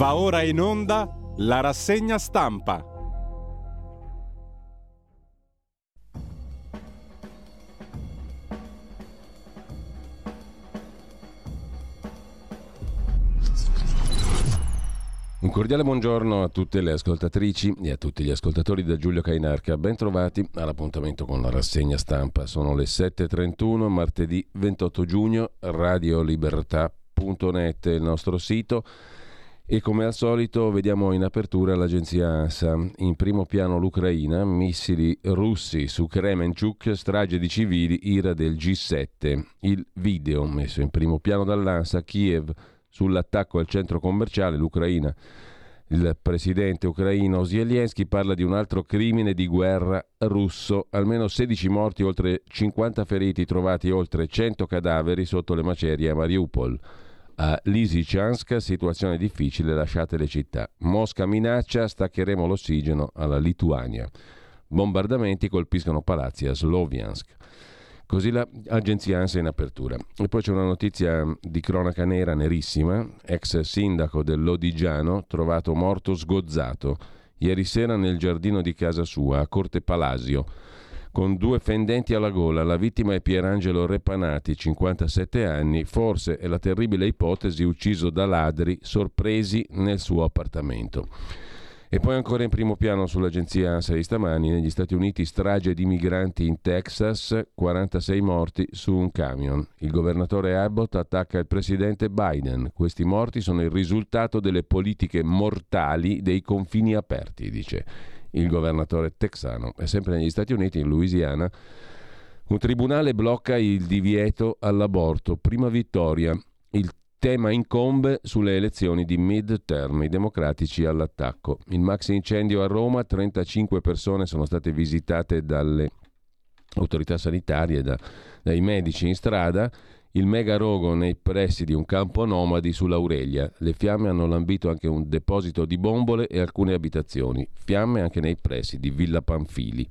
Va ora in onda la rassegna stampa. Un cordiale buongiorno a tutte le ascoltatrici e a tutti gli ascoltatori da Giulio Cainarca. Ben trovati all'appuntamento con la rassegna stampa. Sono le 7.31, martedì 28 giugno, radiolibertà.net è il nostro sito. E come al solito vediamo in apertura l'agenzia ANSA. In primo piano l'Ucraina, missili russi su Kremenchuk, strage di civili, ira del G7. Il video messo in primo piano dall'ANSA, Kiev sull'attacco al centro commerciale, l'Ucraina. Il presidente ucraino Zelensky parla di un altro crimine di guerra russo, almeno 16 morti, oltre 50 feriti, trovati oltre 100 cadaveri sotto le macerie a Mariupol. A Lysychansk, situazione difficile, lasciate le città. Mosca minaccia, staccheremo l'ossigeno alla Lituania. Bombardamenti colpiscono palazzi a Sloviansk. Così l'agenzia ANSA in apertura. E poi c'è una notizia di cronaca nera, nerissima. Ex sindaco dell'Odigiano, trovato morto sgozzato ieri sera nel giardino di casa sua, a Corte Palasio, con 2 fendenti alla gola. La vittima è Pierangelo Repanati, 57 anni, forse è la terribile ipotesi ucciso da ladri sorpresi nel suo appartamento. E poi ancora in primo piano sull'agenzia ANSA di stamani, negli Stati Uniti, strage di migranti in Texas, 46 morti su un camion. Il governatore Abbott attacca il presidente Biden. Questi morti sono il risultato delle politiche mortali dei confini aperti, dice il governatore texano. E sempre negli Stati Uniti, in Louisiana, un tribunale blocca il divieto all'aborto. Prima vittoria. Il tema incombe sulle elezioni di mid-term, i democratici all'attacco. Il maxi incendio a Roma, 35 persone sono state visitate dalle autorità sanitarie, dai medici in strada. Il mega rogo nei pressi di un campo nomadi sull'Aurelia. Le fiamme hanno lambito anche un deposito di bombole e alcune abitazioni. Fiamme anche nei pressi di Villa Pamphili.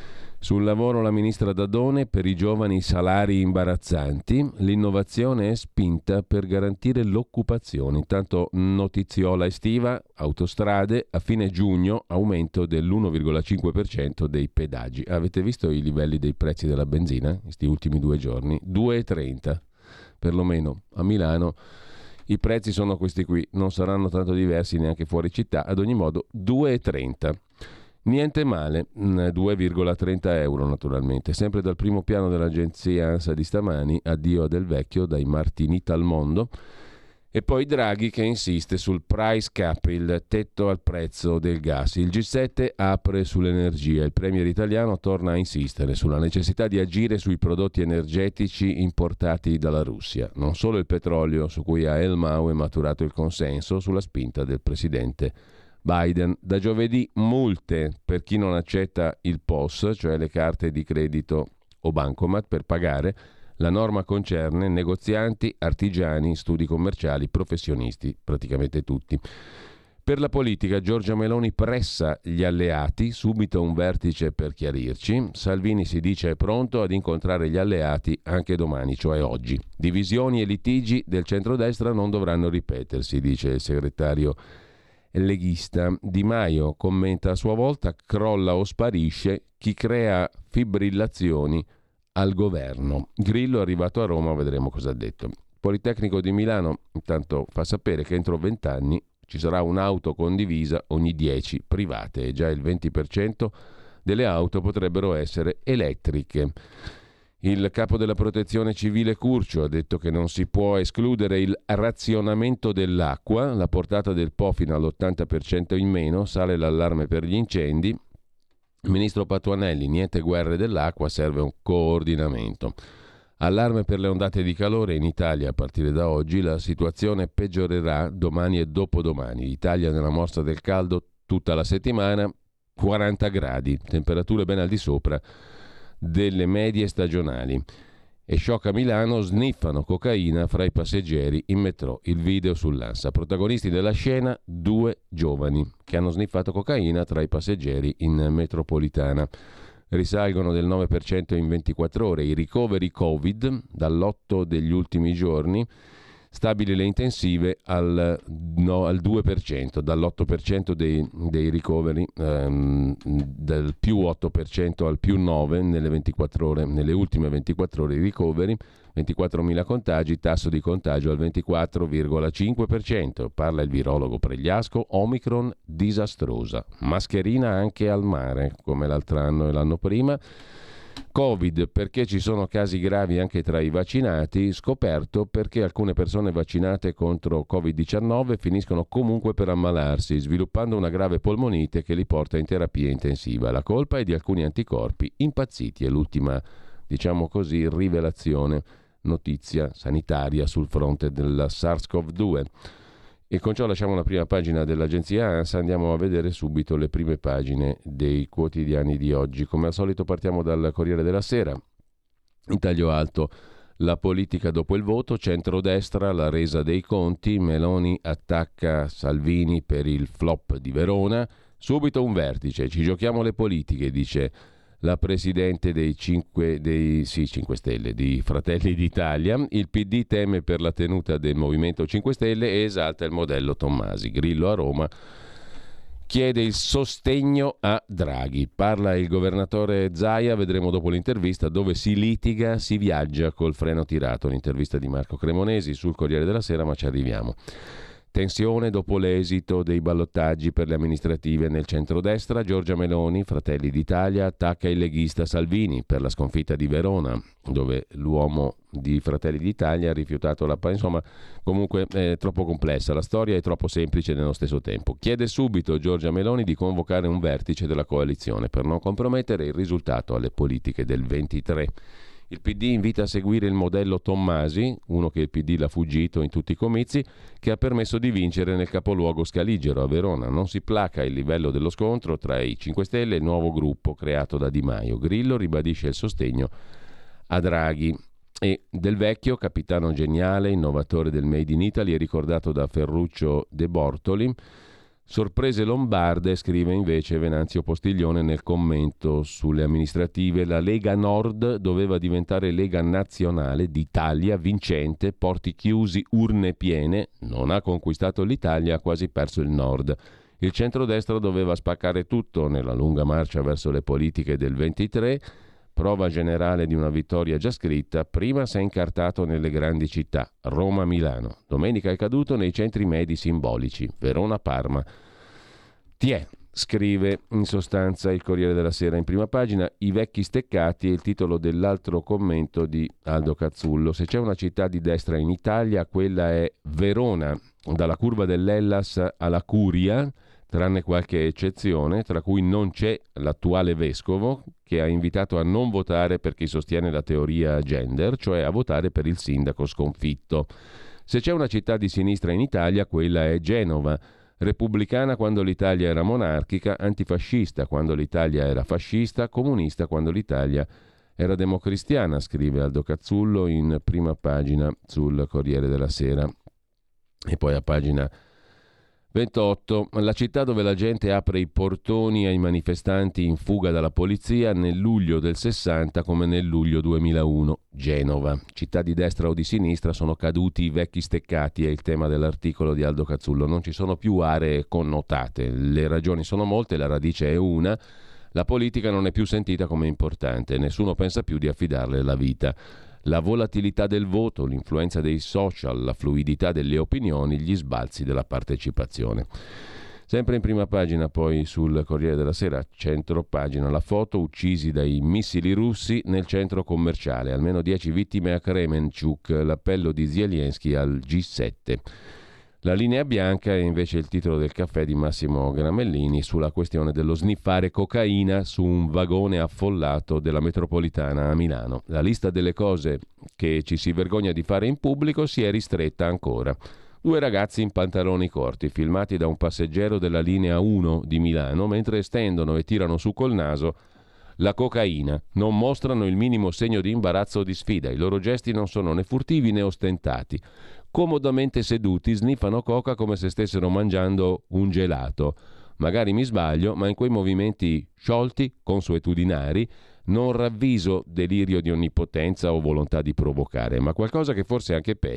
Sul lavoro la ministra Dadone, per i giovani salari imbarazzanti, l'innovazione è spinta per garantire l'occupazione. Intanto notiziola estiva, autostrade, a fine giugno aumento dell'1,5% dei pedaggi. Avete visto i livelli dei prezzi della benzina questi ultimi 2 giorni? 2,30 perlomeno a Milano. I prezzi sono questi qui, non saranno tanto diversi neanche fuori città, ad ogni modo 2,30. Niente male, 2,30 euro naturalmente. Sempre dal primo piano dell'agenzia ANSA di stamani, addio a Del Vecchio dai Martinita al mondo. E poi Draghi che insiste sul price cap, il tetto al prezzo del gas. Il G7 apre sull'energia. Il premier italiano torna a insistere sulla necessità di agire sui prodotti energetici importati dalla Russia. Non solo il petrolio, su cui a El Mau è maturato il consenso sulla spinta del presidente Biden. Da giovedì multe per chi non accetta il POS, cioè le carte di credito o bancomat per pagare. La norma concerne negozianti, artigiani, studi commerciali, professionisti, praticamente tutti. Per la politica, Giorgia Meloni pressa gli alleati, subito un vertice per chiarirci. Salvini si dice è pronto ad incontrare gli alleati anche domani, cioè oggi. Divisioni e litigi del centrodestra non dovranno ripetersi, dice il segretario leghista. Di Maio commenta a sua volta: crolla o sparisce chi crea fibrillazioni al governo. Grillo è arrivato a Roma, vedremo cosa ha detto. Politecnico di Milano intanto fa sapere che entro 20 anni ci sarà un'auto condivisa ogni 10 private e già il 20% delle auto potrebbero essere elettriche. Il capo della Protezione Civile Curcio ha detto che non si può escludere il razionamento dell'acqua, la portata del Po fino all'80% in meno, sale l'allarme per gli incendi. Il ministro Patuanelli, niente guerre dell'acqua, serve un coordinamento. Allarme per le ondate di calore in Italia a partire da oggi, la situazione peggiorerà domani e dopodomani. L'Italia nella morsa del caldo tutta la settimana, 40 gradi, temperature ben al di sopra delle medie stagionali. E sciocca Milano, sniffano cocaina fra i passeggeri in metro. Il video sull'Ansa. Protagonisti della scena, 2 giovani che hanno sniffato cocaina tra i passeggeri in metropolitana. Risalgono del 9% in 24 ore i ricoveri Covid dall'8 degli ultimi giorni. Stabili le intensive al 2%, dall'8% dei ricoveri, dal più 8% al più 9% nelle 24 ore, nelle ultime 24 ore i ricoveri, 24.000 contagi, tasso di contagio al 24,5%. Parla il virologo Pregliasco, Omicron disastrosa, mascherina anche al mare, come l'altro anno e l'anno prima. Covid, perché ci sono casi gravi anche tra i vaccinati, scoperto perché alcune persone vaccinate contro Covid-19 finiscono comunque per ammalarsi, sviluppando una grave polmonite che li porta in terapia intensiva. La colpa è di alcuni anticorpi impazziti, è l'ultima, diciamo così, rivelazione, notizia sanitaria sul fronte della SARS-CoV-2. E con ciò lasciamo la prima pagina dell'agenzia ANSA, andiamo a vedere subito le prime pagine dei quotidiani di oggi. Come al solito partiamo dal Corriere della Sera. In taglio alto, la politica dopo il voto, centrodestra, la resa dei conti, Meloni attacca Salvini per il flop di Verona, subito un vertice, ci giochiamo le politiche, dice la presidente dei 5 Stelle, di Fratelli d'Italia. Il PD teme per la tenuta del Movimento 5 Stelle e esalta il modello Tommasi. Grillo a Roma chiede il sostegno a Draghi. Parla il governatore Zaia, vedremo dopo l'intervista, dove si litiga, si viaggia col freno tirato. L'intervista di Marco Cremonesi sul Corriere della Sera, ma ci arriviamo. Tensione dopo l'esito dei ballottaggi per le amministrative nel centrodestra. Giorgia Meloni, Fratelli d'Italia, attacca il leghista Salvini per la sconfitta di Verona, dove l'uomo di Fratelli d'Italia ha rifiutato la insomma, comunque è troppo complessa la storia, è troppo semplice nello stesso tempo. Chiede subito Giorgia Meloni di convocare un vertice della coalizione per non compromettere il risultato alle politiche del 23. Il PD invita a seguire il modello Tommasi, uno che il PD l'ha fuggito in tutti i comizi, che ha permesso di vincere nel capoluogo scaligero a Verona. Non si placa il livello dello scontro tra i 5 Stelle e il nuovo gruppo creato da Di Maio. Grillo ribadisce il sostegno a Draghi. E Del Vecchio, capitano geniale, innovatore del Made in Italy, è ricordato da Ferruccio De Bortoli. Sorprese lombarde, scrive invece Venanzio Postiglione nel commento sulle amministrative. La Lega Nord doveva diventare Lega Nazionale d'Italia, vincente, porti chiusi, urne piene, non ha conquistato l'Italia, ha quasi perso il Nord. Il centrodestra doveva spaccare tutto nella lunga marcia verso le politiche del 23, prova generale di una vittoria già scritta. Prima si è incartato nelle grandi città, Roma-Milano. Domenica è caduto nei centri medi simbolici, Verona-Parma. Scrive in sostanza il Corriere della Sera in prima pagina. I vecchi steccati è il titolo dell'altro commento di Aldo Cazzullo. Se c'è una città di destra in Italia, quella è Verona, dalla curva dell'Ellas alla Curia, tranne qualche eccezione, tra cui non c'è l'attuale vescovo, che ha invitato a non votare per chi sostiene la teoria gender, cioè a votare per il sindaco sconfitto. Se c'è una città di sinistra in Italia, quella è Genova, repubblicana quando l'Italia era monarchica, antifascista quando l'Italia era fascista, comunista quando l'Italia era democristiana, scrive Aldo Cazzullo in prima pagina sul Corriere della Sera. E poi a pagina 28, la città dove la gente apre i portoni ai manifestanti in fuga dalla polizia nel luglio del 60 come nel luglio 2001, Genova. Città di destra o di sinistra, sono caduti i vecchi steccati, è il tema dell'articolo di Aldo Cazzullo. Non ci sono più aree connotate, le ragioni sono molte, la radice è una, la politica non è più sentita come importante, nessuno pensa più di affidarle la vita. La volatilità del voto, l'influenza dei social, la fluidità delle opinioni, gli sbalzi della partecipazione. Sempre in prima pagina poi sul Corriere della Sera, centro pagina, la foto, uccisi dai missili russi nel centro commerciale, almeno 10 vittime a Kremenchuk, l'appello di Zelensky al G7. La linea bianca è invece il titolo del caffè di Massimo Gramellini sulla questione dello sniffare cocaina su un vagone affollato della metropolitana a Milano. La lista delle cose che ci si vergogna di fare in pubblico si è ristretta ancora. 2 ragazzi in pantaloni corti, filmati da un passeggero della linea 1 di Milano, mentre stendono e tirano su col naso la cocaina. Non mostrano il minimo segno di imbarazzo o di sfida. I loro gesti non sono né furtivi né ostentati. Comodamente seduti, sniffano coca come se stessero mangiando un gelato. Magari mi sbaglio, ma in quei movimenti sciolti, consuetudinari, non ravviso delirio di onnipotenza o volontà di provocare, ma qualcosa che forse è anche peggio.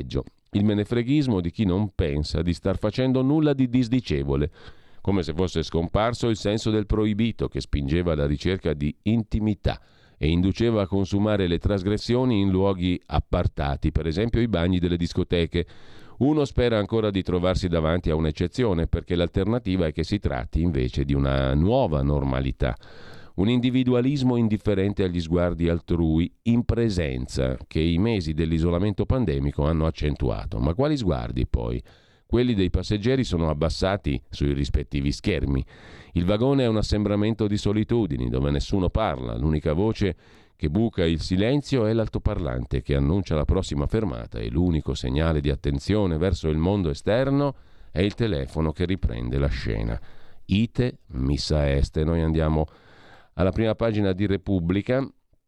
Il menefreghismo di chi non pensa di star facendo nulla di disdicevole, come se fosse scomparso il senso del proibito che spingeva alla ricerca di intimità e induceva a consumare le trasgressioni in luoghi appartati, per esempio i bagni delle discoteche. Uno spera ancora di trovarsi davanti a un'eccezione, perché l'alternativa è che si tratti invece di una nuova normalità. Un individualismo indifferente agli sguardi altrui in presenza che i mesi dell'isolamento pandemico hanno accentuato. Ma quali sguardi poi? Quelli dei passeggeri sono abbassati sui rispettivi schermi. Il vagone è un assembramento di solitudini dove nessuno parla. L'unica voce che buca il silenzio è l'altoparlante che annuncia la prossima fermata e l'unico segnale di attenzione verso il mondo esterno è il telefono che riprende la scena. Ite missa est. Noi andiamo alla prima pagina di Repubblica.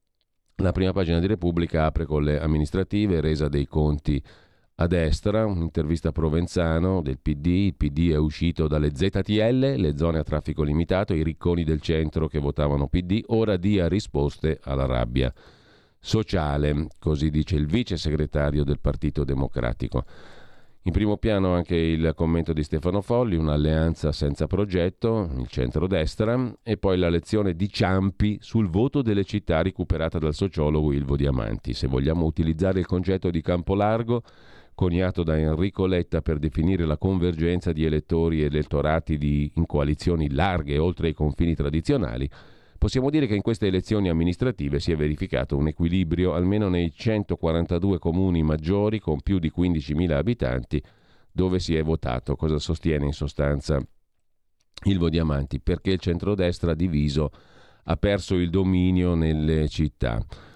La prima pagina di Repubblica apre con le amministrative, resa dei conti a destra, un'intervista a Provenzano del PD. Il PD è uscito dalle ZTL, le zone a traffico limitato, i ricconi del centro che votavano PD, ora dia risposte alla rabbia sociale, così dice il vice segretario del Partito Democratico. In primo piano anche il commento di Stefano Folli, un'alleanza senza progetto, il centrodestra, e poi la lezione di Ciampi sul voto delle città recuperata dal sociologo Ilvo Diamanti. Se vogliamo utilizzare il concetto di campo largo, coniato da Enrico Letta per definire la convergenza di elettori e elettorati in coalizioni larghe oltre i confini tradizionali, possiamo dire che in queste elezioni amministrative si è verificato un equilibrio almeno nei 142 comuni maggiori con più di 15.000 abitanti dove si è votato. Cosa sostiene in sostanza Ilvo Diamanti? Perché il centrodestra diviso ha perso il dominio nelle città.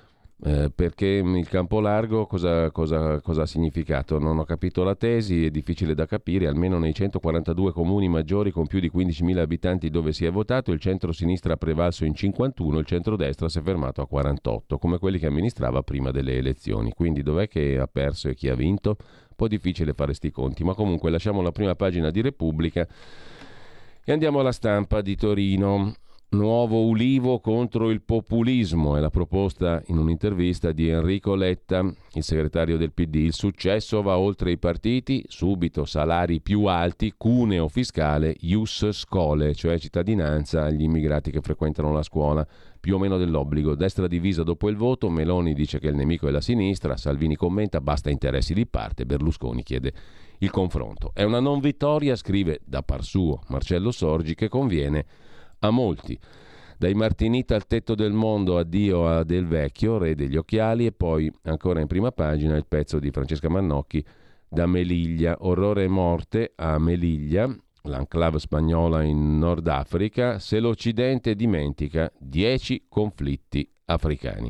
Perché il campo largo cosa ha significato? Non ho capito la tesi, è difficile da capire. Almeno nei 142 comuni maggiori con più di 15.000 abitanti dove si è votato, il centro-sinistra ha prevalso in 51, il centrodestra si è fermato a 48, come quelli che amministrava prima delle elezioni. Quindi dov'è che ha perso e chi ha vinto? Un po' difficile fare sti conti, ma comunque lasciamo la prima pagina di Repubblica e andiamo alla Stampa di Torino. Nuovo Ulivo contro il populismo è la proposta in un'intervista di Enrico Letta, il segretario del PD. Il successo va oltre i partiti, subito salari più alti, cuneo fiscale, ius scholae, cioè cittadinanza agli immigrati che frequentano la scuola, più o meno dell'obbligo. Destra divisa dopo il voto, Meloni dice che il nemico è la sinistra, Salvini commenta basta interessi di parte, Berlusconi chiede il confronto. È una non vittoria, scrive da par suo Marcello Sorgi, che conviene a molti. Dai Martinita al tetto del mondo, addio a Del Vecchio, re degli occhiali, e poi ancora in prima pagina il pezzo di Francesca Mannocchi da Melilla, orrore e morte a Melilla, l'enclave spagnola in Nord Africa, se l'Occidente dimentica 10 conflitti africani.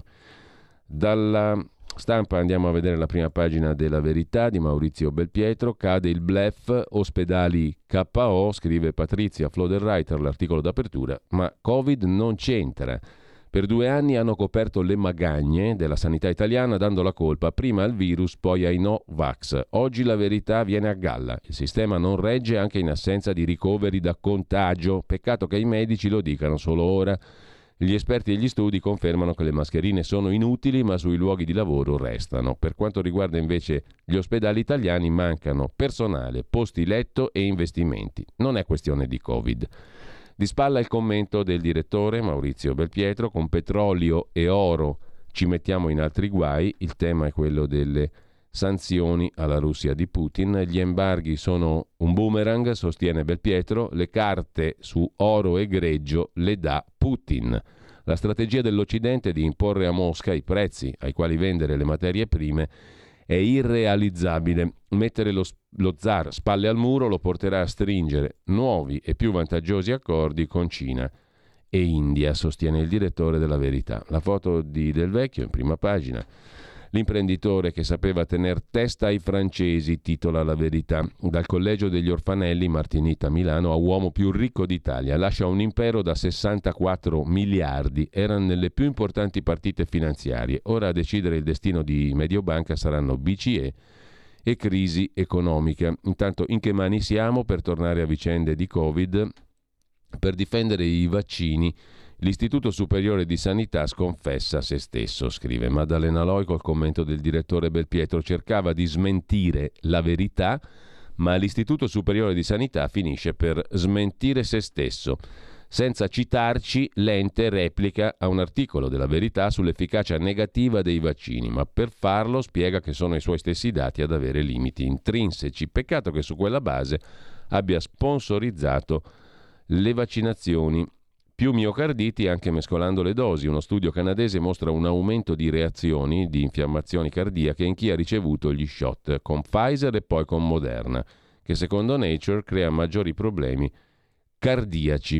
Dalla Stampa andiamo a vedere la prima pagina della Verità di Maurizio Belpietro. Cade il bluff, ospedali KO, scrive Patrizia Floderreiter, l'articolo d'apertura, ma Covid non c'entra. Per 2 anni hanno coperto le magagne della sanità italiana dando la colpa prima al virus, poi ai no-vax. Oggi la verità viene a galla. Il sistema non regge anche in assenza di ricoveri da contagio. Peccato che i medici lo dicano solo ora. Gli esperti e gli studi confermano che le mascherine sono inutili, ma sui luoghi di lavoro restano. Per quanto riguarda invece gli ospedali italiani, mancano personale, posti letto e investimenti. Non è questione di Covid. Di spalla il commento del direttore Maurizio Belpietro: con petrolio e oro ci mettiamo in altri guai. Il tema è quello delle sanzioni alla Russia di Putin. Gli embarghi sono un boomerang, sostiene Belpietro, le carte su oro e greggio le dà Putin. La strategia dell'Occidente di imporre a Mosca i prezzi ai quali vendere le materie prime è irrealizzabile. Mettere lo zar spalle al muro lo porterà a stringere nuovi e più vantaggiosi accordi con Cina e India, sostiene il direttore della Verità. La foto di Del Vecchio in prima pagina. L'imprenditore che sapeva tener testa ai francesi, titola La Verità. Dal collegio degli orfanelli Martinita Milano a uomo più ricco d'Italia. Lascia un impero da 64 miliardi. Era nelle più importanti partite finanziarie. Ora a decidere il destino di Mediobanca saranno BCE e crisi economica. Intanto in che mani siamo, per tornare a vicende di Covid? Per difendere i vaccini L'Istituto Superiore di Sanità sconfessa se stesso, scrive Maddalena Loi col commento del direttore Belpietro. Cercava di smentire la verità, ma l'Istituto Superiore di Sanità finisce per smentire se stesso. Senza citarci, l'ente replica a un articolo della Verità sull'efficacia negativa dei vaccini, ma per farlo spiega che sono i suoi stessi dati ad avere limiti intrinseci. Peccato che su quella base abbia sponsorizzato le vaccinazioni. Più miocarditi anche mescolando le dosi. Uno studio canadese mostra un aumento di reazioni di infiammazioni cardiache in chi ha ricevuto gli shot con Pfizer e poi con Moderna, che secondo Nature crea maggiori problemi cardiaci.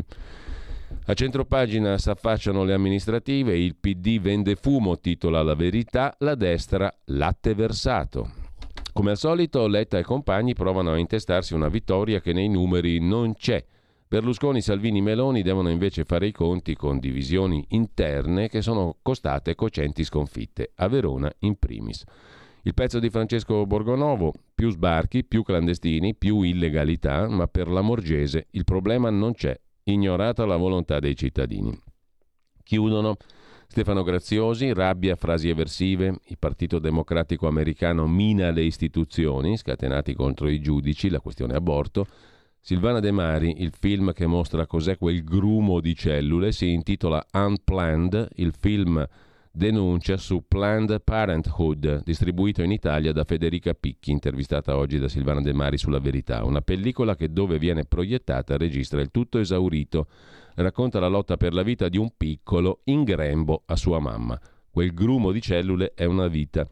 A centropagina s'affacciano le amministrative, il PD vende fumo, titola La Verità, la destra latte versato. Come al solito Letta e compagni provano a intestarsi una vittoria che nei numeri non c'è. Berlusconi, Salvini, Meloni devono invece fare i conti con divisioni interne che sono costate cocenti sconfitte, a Verona in primis. Il pezzo di Francesco Borgonovo: più sbarchi, più clandestini, più illegalità, ma per la Morgese il problema non c'è, ignorata la volontà dei cittadini. Chiudono Stefano Graziosi, rabbia, frasi eversive, il Partito Democratico americano mina le istituzioni, scatenati contro i giudici, la questione aborto. Silvana De Mari, il film che mostra cos'è quel grumo di cellule, si intitola Unplanned, il film denuncia su Planned Parenthood, distribuito in Italia da Federica Picchi, intervistata oggi da Silvana De Mari sulla Verità. Una pellicola che dove viene proiettata registra il tutto esaurito, racconta la lotta per la vita di un piccolo in grembo a sua mamma. Quel grumo di cellule è una vita.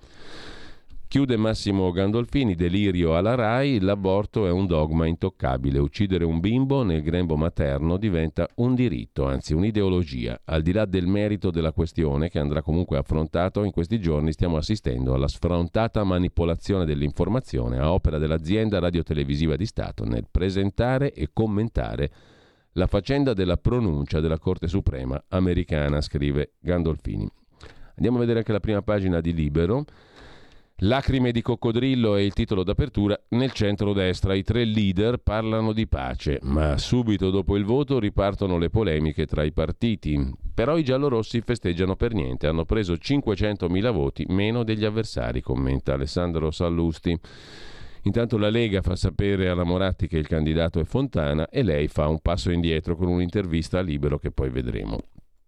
Chiude Massimo Gandolfini, delirio alla Rai, l'aborto è un dogma intoccabile, uccidere un bimbo nel grembo materno diventa un diritto, anzi un'ideologia. Al di là del merito della questione, che andrà comunque affrontato, in questi giorni stiamo assistendo alla sfrontata manipolazione dell'informazione a opera dell'azienda radiotelevisiva di Stato nel presentare e commentare la faccenda della pronuncia della Corte Suprema americana, scrive Gandolfini. Andiamo a vedere anche la prima pagina di Libero. Lacrime di coccodrillo è il titolo d'apertura. Nel centro-destra i tre leader parlano di pace, ma subito dopo il voto ripartono le polemiche tra i partiti. Però i giallorossi festeggiano per niente, hanno preso 500.000 voti meno degli avversari, commenta Alessandro Sallusti. Intanto la Lega fa sapere alla Moratti che il candidato è Fontana e lei fa un passo indietro con un'intervista a Libero che poi vedremo.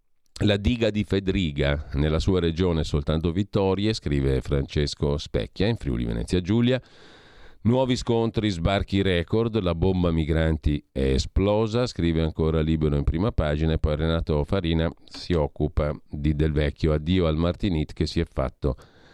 La diga di Fedriga, nella sua regione soltanto vittorie, scrive Francesco Specchia, in Friuli Venezia Giulia. Nuovi scontri, sbarchi record, la bomba migranti è esplosa, scrive ancora Libero in prima pagina, e poi Renato Farina si occupa di Del Vecchio, addio al Martinit che si è fatto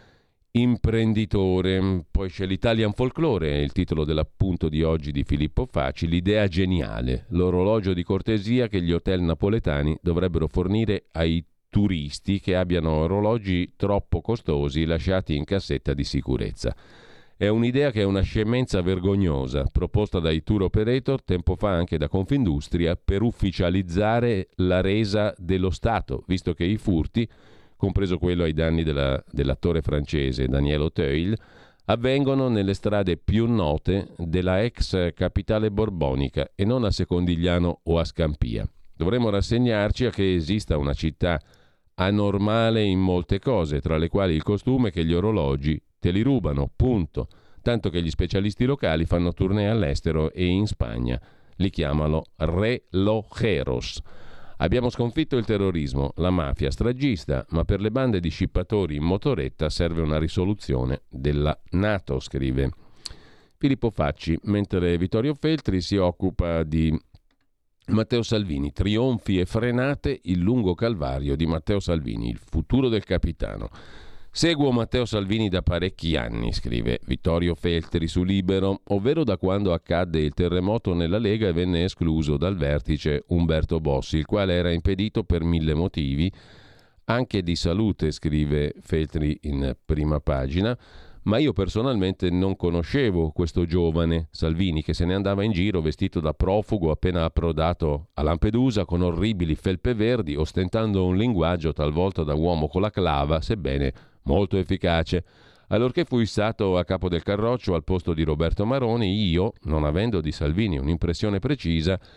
imprenditore. Poi c'è l'Italian Folklore, il titolo dell'appunto di oggi di Filippo Facci, l'idea geniale, l'orologio di cortesia che gli hotel napoletani dovrebbero fornire ai turisti che abbiano orologi troppo costosi lasciati in cassetta di sicurezza. È un'idea che è una scemenza vergognosa, proposta dai tour operator tempo fa anche da Confindustria per ufficializzare la resa dello Stato, visto che i furti, compreso quello ai danni dell'attore francese Daniel Auteuil, avvengono nelle strade più note della ex capitale borbonica e non a Secondigliano o a Scampia. Dovremmo rassegnarci a che esista una città anormale in molte cose, tra le quali il costume che gli orologi te li rubano, punto. Tanto che gli specialisti locali fanno tournée all'estero e in Spagna. Li chiamano relojeros. Abbiamo sconfitto il terrorismo, la mafia stragista, ma per le bande di scippatori in motoretta serve una risoluzione della NATO, scrive Filippo Facci, mentre Vittorio Feltri si occupa di Matteo Salvini, trionfi e frenate, il lungo calvario di Matteo Salvini, il futuro del capitano. Seguo Matteo Salvini da parecchi anni, scrive Vittorio Feltri su Libero, ovvero da quando accadde il terremoto nella Lega e venne escluso dal vertice Umberto Bossi, il quale era impedito per 1000 motivi, anche di salute, scrive Feltri in prima pagina, ma io personalmente non conoscevo questo giovane Salvini che se ne andava in giro vestito da profugo appena approdato a Lampedusa con orribili felpe verdi, ostentando un linguaggio talvolta da uomo con la clava, sebbene molto efficace. Allorché fu issato a capo del carroccio al posto di Roberto Maroni, io, non avendo di Salvini un'impressione precisa,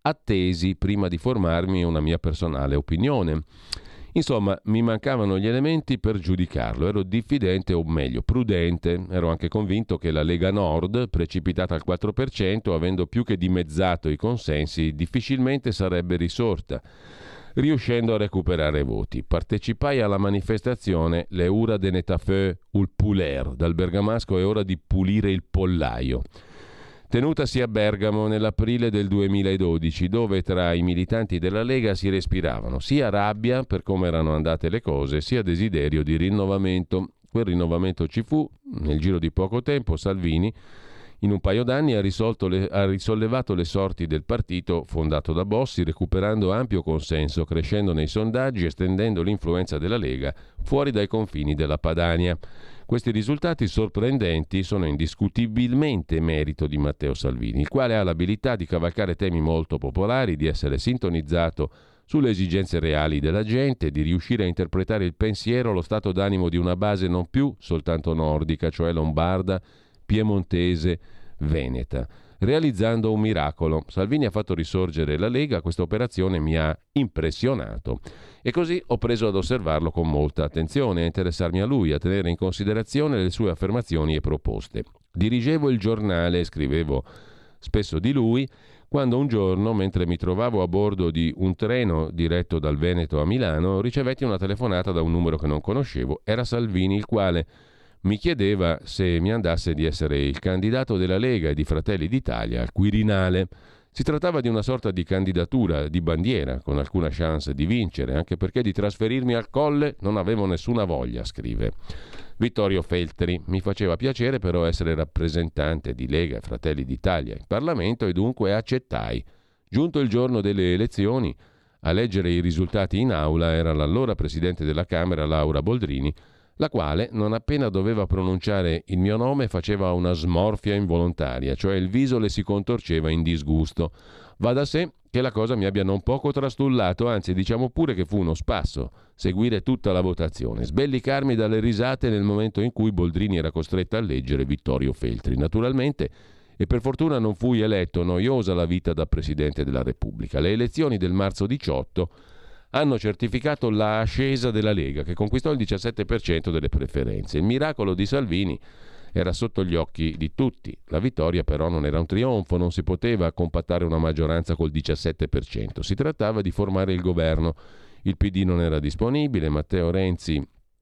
attesi prima di formarmi una mia personale opinione. Insomma, mi mancavano gli elementi per giudicarlo. Ero diffidente, o meglio, prudente. Ero anche convinto che la Lega Nord, precipitata al 4%, avendo più che dimezzato i consensi, difficilmente sarebbe risorta, riuscendo a recuperare voti. Partecipai alla manifestazione Le ura de Netafeu ul Puler, dal bergamasco è ora di pulire il pollaio, tenutasi a Bergamo nell'aprile del 2012, dove tra i militanti della Lega si respiravano sia rabbia per come erano andate le cose, sia desiderio di rinnovamento. Quel rinnovamento ci fu. Nel giro di poco tempo Salvini, in un paio d'anni, ha risollevato le sorti del partito fondato da Bossi, recuperando ampio consenso, crescendo nei sondaggi, estendendo l'influenza della Lega fuori dai confini della Padania. Questi risultati sorprendenti sono indiscutibilmente merito di Matteo Salvini, il quale ha l'abilità di cavalcare temi molto popolari, di essere sintonizzato sulle esigenze reali della gente, di riuscire a interpretare il pensiero, lo stato d'animo di una base non più soltanto nordica, cioè lombarda, piemontese, veneta, realizzando un miracolo. Salvini ha fatto risorgere la Lega, questa operazione mi ha impressionato e così ho preso ad osservarlo con molta attenzione, a interessarmi a lui, a tenere in considerazione le sue affermazioni e proposte. Dirigevo il giornale, scrivevo spesso di lui, quando un giorno, mentre mi trovavo a bordo di un treno diretto dal Veneto a Milano, ricevetti una telefonata da un numero che non conoscevo. Era Salvini, il quale mi chiedeva se mi andasse di essere il candidato della Lega e di Fratelli d'Italia al Quirinale. Si trattava di una sorta di candidatura di bandiera, con alcuna chance di vincere, anche perché di trasferirmi al Colle non avevo nessuna voglia, scrive Vittorio Feltri. Mi faceva piacere però essere rappresentante di Lega e Fratelli d'Italia in Parlamento e dunque accettai. Giunto il giorno delle elezioni, a leggere i risultati in aula era l'allora Presidente della Camera Laura Boldrini, la quale, non appena doveva pronunciare il mio nome, faceva una smorfia involontaria, cioè il viso le si contorceva in disgusto. Va da sé che la cosa mi abbia non poco trastullato, anzi diciamo pure che fu uno spasso seguire tutta la votazione, sbellicarmi dalle risate nel momento in cui Boldrini era costretta a leggere Vittorio Feltri. Naturalmente, e per fortuna non fui eletto, noiosa la vita da Presidente della Repubblica. Le elezioni del marzo 18 hanno certificato l'ascesa della Lega, che conquistò il 17% delle preferenze. Il miracolo di Salvini era sotto gli occhi di tutti. La vittoria però non era un trionfo, non si poteva compattare una maggioranza col 17%. Si trattava di formare il governo. Il PD non era disponibile. Matteo Renzi,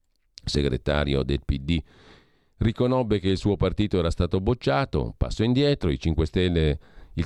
segretario del PD, riconobbe che il suo partito era stato bocciato, un passo indietro, i 5 Stelle il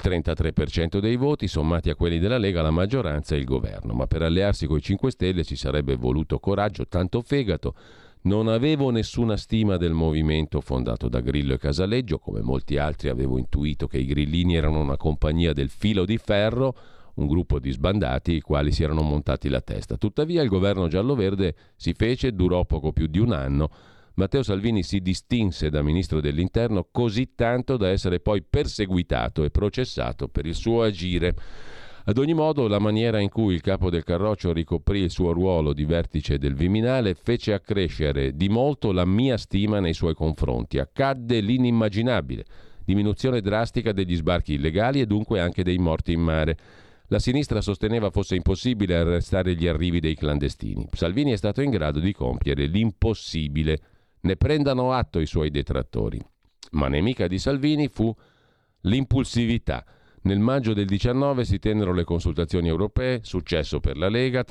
33% dei voti, sommati a quelli della Lega, la maggioranza e il governo. Ma per allearsi coi 5 Stelle ci sarebbe voluto coraggio, tanto fegato. Non avevo nessuna stima del movimento fondato da Grillo e Casaleggio, come molti altri avevo intuito che i grillini erano una compagnia del filo di ferro, un gruppo di sbandati i quali si erano montati la testa. Tuttavia il governo giallo-verde si fece, durò poco più di un anno. Matteo Salvini si distinse da ministro dell'Interno così tanto da essere poi perseguitato e processato per il suo agire. Ad ogni modo, la maniera in cui il capo del Carroccio ricoprì il suo ruolo di vertice del Viminale fece accrescere di molto la mia stima nei suoi confronti. Accadde l'inimmaginabile: diminuzione drastica degli sbarchi illegali e dunque anche dei morti in mare. La sinistra sosteneva fosse impossibile arrestare gli arrivi dei clandestini. Salvini è stato in grado di compiere l'impossibile. Ne prendano atto i suoi detrattori. Ma nemica di Salvini fu l'impulsività. Nel maggio del 19 si tennero le consultazioni europee, successo per la Lega,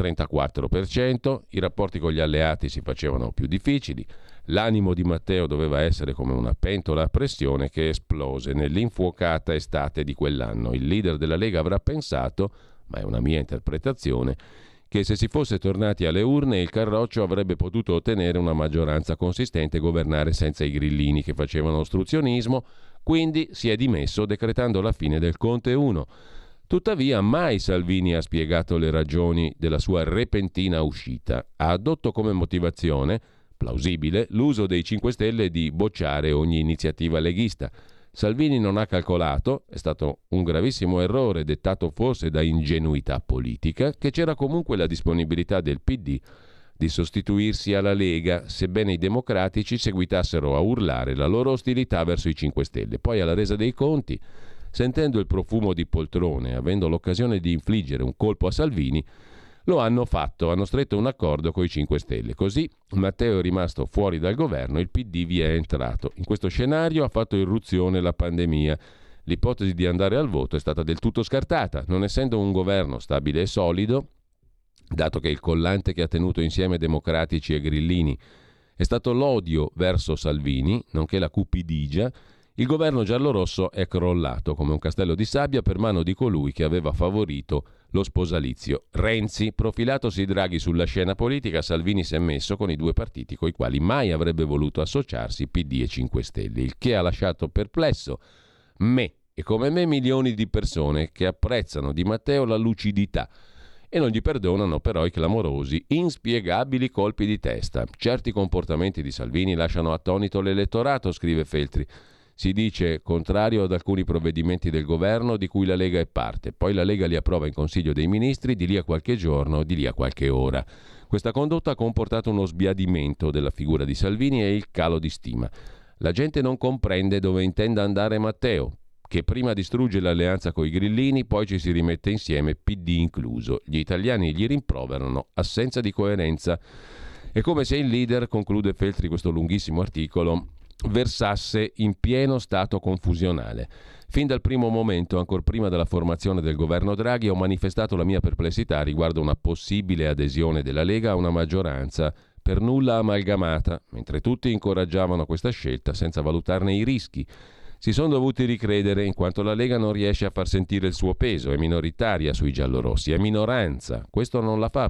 34%, i rapporti con gli alleati si facevano più difficili, l'animo di Matteo doveva essere come una pentola a pressione che esplose nell'infuocata estate di quell'anno. Il leader della Lega avrà pensato, ma è una mia interpretazione, che se si fosse tornati alle urne il Carroccio avrebbe potuto ottenere una maggioranza consistente e governare senza i grillini che facevano ostruzionismo, quindi si è dimesso decretando la fine del Conte 1. Tuttavia mai Salvini ha spiegato le ragioni della sua repentina uscita. Ha addotto come motivazione, plausibile, l'uso dei 5 Stelle di bocciare ogni iniziativa leghista. Salvini non ha calcolato, è stato un gravissimo errore dettato forse da ingenuità politica, che c'era comunque la disponibilità del PD di sostituirsi alla Lega, sebbene i democratici seguitassero a urlare la loro ostilità verso i 5 Stelle. Poi alla resa dei conti sentendo il profumo di poltrone, avendo l'occasione di infliggere un colpo a Salvini, lo hanno fatto, hanno stretto un accordo con i 5 Stelle. Così Matteo è rimasto fuori dal governo, il PD vi è entrato. In questo scenario ha fatto irruzione la pandemia. L'ipotesi di andare al voto è stata del tutto scartata, non essendo un governo stabile e solido, dato che il collante che ha tenuto insieme democratici e grillini è stato l'odio verso Salvini, nonché la cupidigia. Il governo giallorosso è crollato come un castello di sabbia per mano di colui che aveva favorito lo sposalizio. Renzi, profilatosi Draghi sulla scena politica, Salvini si è messo con i 2 partiti coi quali mai avrebbe voluto associarsi, PD e 5 Stelle, il che ha lasciato perplesso me e come me milioni di persone che apprezzano di Matteo la lucidità e non gli perdonano però i clamorosi, inspiegabili colpi di testa. Certi comportamenti di Salvini lasciano attonito l'elettorato, scrive Feltri. Si dice contrario ad alcuni provvedimenti del governo di cui la Lega è parte, poi la Lega li approva in Consiglio dei Ministri di lì a qualche giorno, di lì a qualche ora. Questa condotta ha comportato uno sbiadimento della figura di Salvini e il calo di stima. La gente non comprende dove intenda andare Matteo, che prima distrugge l'alleanza coi grillini, poi ci si rimette insieme, PD incluso. Gli italiani gli rimproverano assenza di coerenza. È come se il leader, conclude Feltri questo lunghissimo articolo, versasse in pieno stato confusionale. Fin dal primo momento, ancor prima della formazione del governo Draghi, ho manifestato la mia perplessità riguardo una possibile adesione della Lega a una maggioranza per nulla amalgamata, mentre tutti incoraggiavano questa scelta senza valutarne i rischi. Si sono dovuti ricredere in quanto la Lega non riesce a far sentire il suo peso, è minoritaria sui giallorossi, è minoranza. Questo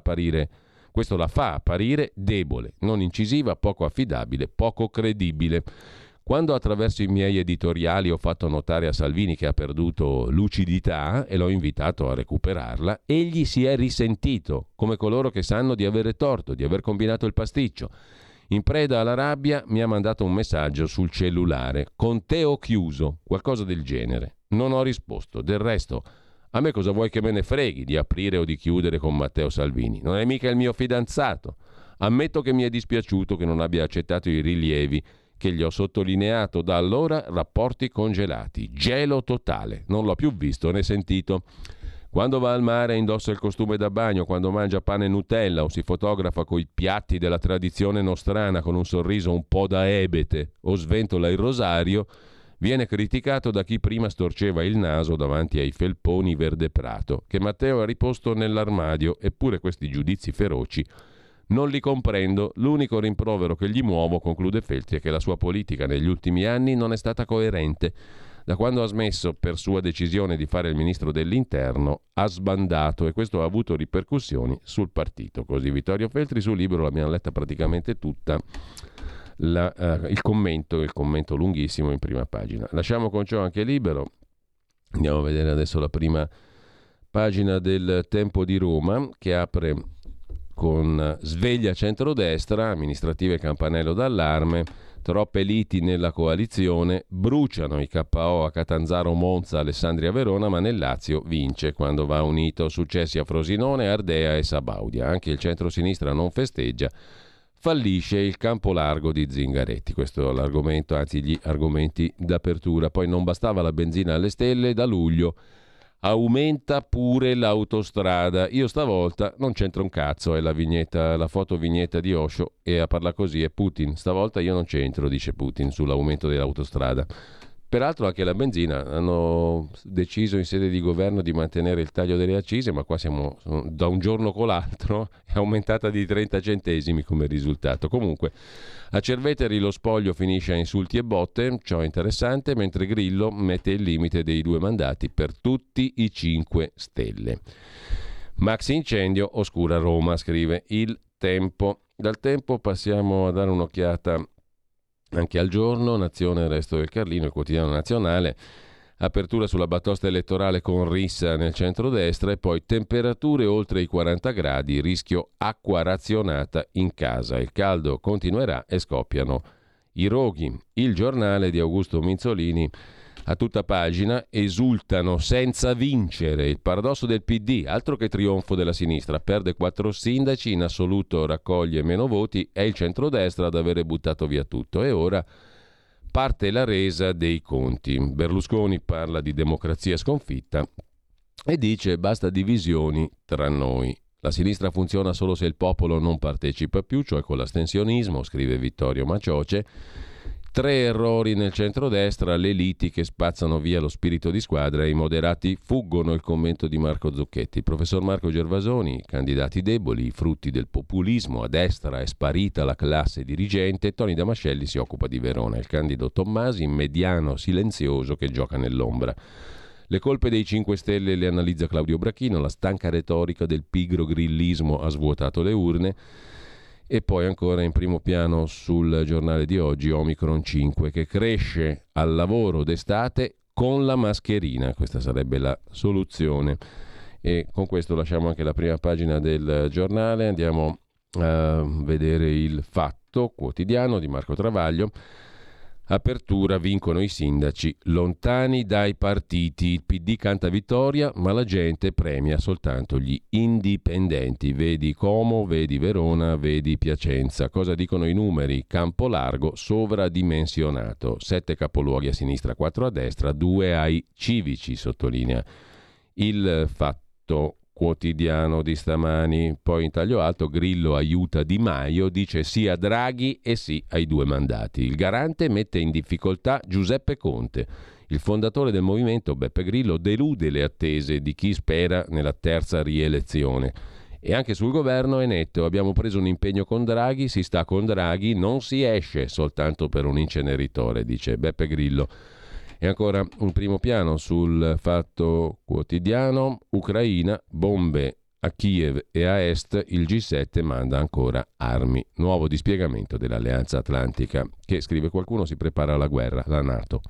la fa apparire debole, non incisiva, poco affidabile, poco credibile. Quando attraverso i miei editoriali ho fatto notare a Salvini che ha perduto lucidità e l'ho invitato a recuperarla, egli si è risentito, come coloro che sanno di avere torto, di aver combinato il pasticcio. In preda alla rabbia mi ha mandato un messaggio sul cellulare: con te ho chiuso, qualcosa del genere. Non ho risposto, del resto a me cosa vuoi che me ne freghi di aprire o di chiudere con Matteo Salvini? Non è mica il mio fidanzato. Ammetto che mi è dispiaciuto che non abbia accettato i rilievi che gli ho sottolineato. Da allora rapporti congelati, gelo totale, non l'ho più visto né sentito. Quando va al mare indossa il costume da bagno, quando mangia pane e Nutella o si fotografa coi piatti della tradizione nostrana con un sorriso un po' da ebete o sventola il rosario, viene criticato da chi prima storceva il naso davanti ai felponi verde prato, che Matteo ha riposto nell'armadio. Eppure questi giudizi feroci non li comprendo. L'unico rimprovero che gli muovo, conclude Feltri, è che la sua politica negli ultimi anni non è stata coerente. Da quando ha smesso per sua decisione di fare il ministro dell'interno, ha sbandato, e questo ha avuto ripercussioni sul partito. Così Vittorio Feltri. Sul libro l'abbiamo letta praticamente tutta. Il commento lunghissimo in prima pagina. Lasciamo con ciò anche Libero. Andiamo a vedere adesso la prima pagina del Tempo di Roma, che apre con sveglia centrodestra, amministrative campanello d'allarme, troppe liti nella coalizione, bruciano i KO a Catanzaro, Monza, Alessandria, Verona, ma nel Lazio vince quando va unito. Successi a Frosinone, Ardea e Sabaudia. Anche il centro-sinistra non festeggia. Fallisce il campo largo di Zingaretti. Questo è l'argomento, anzi gli argomenti d'apertura. Poi non bastava la benzina alle stelle, da luglio aumenta pure l'autostrada. Io stavolta non c'entro un cazzo, è la fotovignetta di Osho, e a parlare così è Putin. Stavolta io non c'entro, dice Putin, sull'aumento dell'autostrada. Peraltro anche la benzina, hanno deciso in sede di governo di mantenere il taglio delle accise, ma qua siamo da un giorno con l'altro, è aumentata di 30 centesimi come risultato. Comunque a Cerveteri lo spoglio finisce a insulti e botte, ciò è interessante, mentre Grillo mette il limite dei 2 mandati per tutti i 5 Stelle. Maxi incendio oscura Roma, scrive Il Tempo. Dal Tempo passiamo a dare un'occhiata anche al Giorno, Nazione, il Resto del Carlino, il quotidiano nazionale. Apertura sulla batosta elettorale con rissa nel centrodestra e poi temperature oltre i 40 gradi, rischio acqua razionata in casa. Il caldo continuerà e scoppiano i roghi. Il Giornale di Augusto Minzolini a tutta pagina: esultano senza vincere, il paradosso del PD, altro che trionfo della sinistra, perde 4 sindaci, in assoluto raccoglie meno voti, è il centrodestra ad avere buttato via tutto e ora parte la resa dei conti. Berlusconi parla di democrazia sconfitta e dice basta divisioni tra noi. La sinistra funziona solo se il popolo non partecipa più, cioè con l'astensionismo, scrive Vittorio Macioce. 3 errori nel centrodestra, le liti che spazzano via lo spirito di squadra e i moderati fuggono, il commento di Marco Zucchetti. Il professor Marco Gervasoni, candidati deboli, i frutti del populismo, a destra è sparita la classe dirigente, Toni Damascelli si occupa di Verona, il candido Tommasi, mediano silenzioso che gioca nell'ombra. Le colpe dei 5 Stelle le analizza Claudio Brachino, la stanca retorica del pigro grillismo ha svuotato le urne. E poi ancora in primo piano sul giornale di oggi Omicron 5 che cresce al lavoro d'estate con la mascherina, questa sarebbe la soluzione. E con questo lasciamo anche la prima pagina del giornale, andiamo a vedere il Fatto Quotidiano di Marco Travaglio. Apertura, vincono i sindaci, lontani dai partiti. Il PD canta vittoria, ma la gente premia soltanto gli indipendenti. Vedi Como, vedi Verona, vedi Piacenza. Cosa dicono i numeri? Campo Largo sovradimensionato. 7 capoluoghi a sinistra, 4 a destra, 2 ai civici, sottolinea il Fatto Quotidiano di stamani. Poi in taglio alto Grillo aiuta Di Maio, dice sì a Draghi e sì ai 2 mandati. Il garante mette in difficoltà Giuseppe Conte. Il fondatore del movimento Beppe Grillo delude le attese di chi spera nella terza rielezione. E anche sul governo è netto, abbiamo preso un impegno con Draghi, si sta con Draghi, non si esce soltanto per un inceneritore, dice Beppe Grillo. E ancora un primo piano sul Fatto Quotidiano, Ucraina, bombe a Kiev e a est, il G7 manda ancora armi. Nuovo dispiegamento dell'Alleanza Atlantica, che, scrive qualcuno, si prepara alla guerra, la NATO.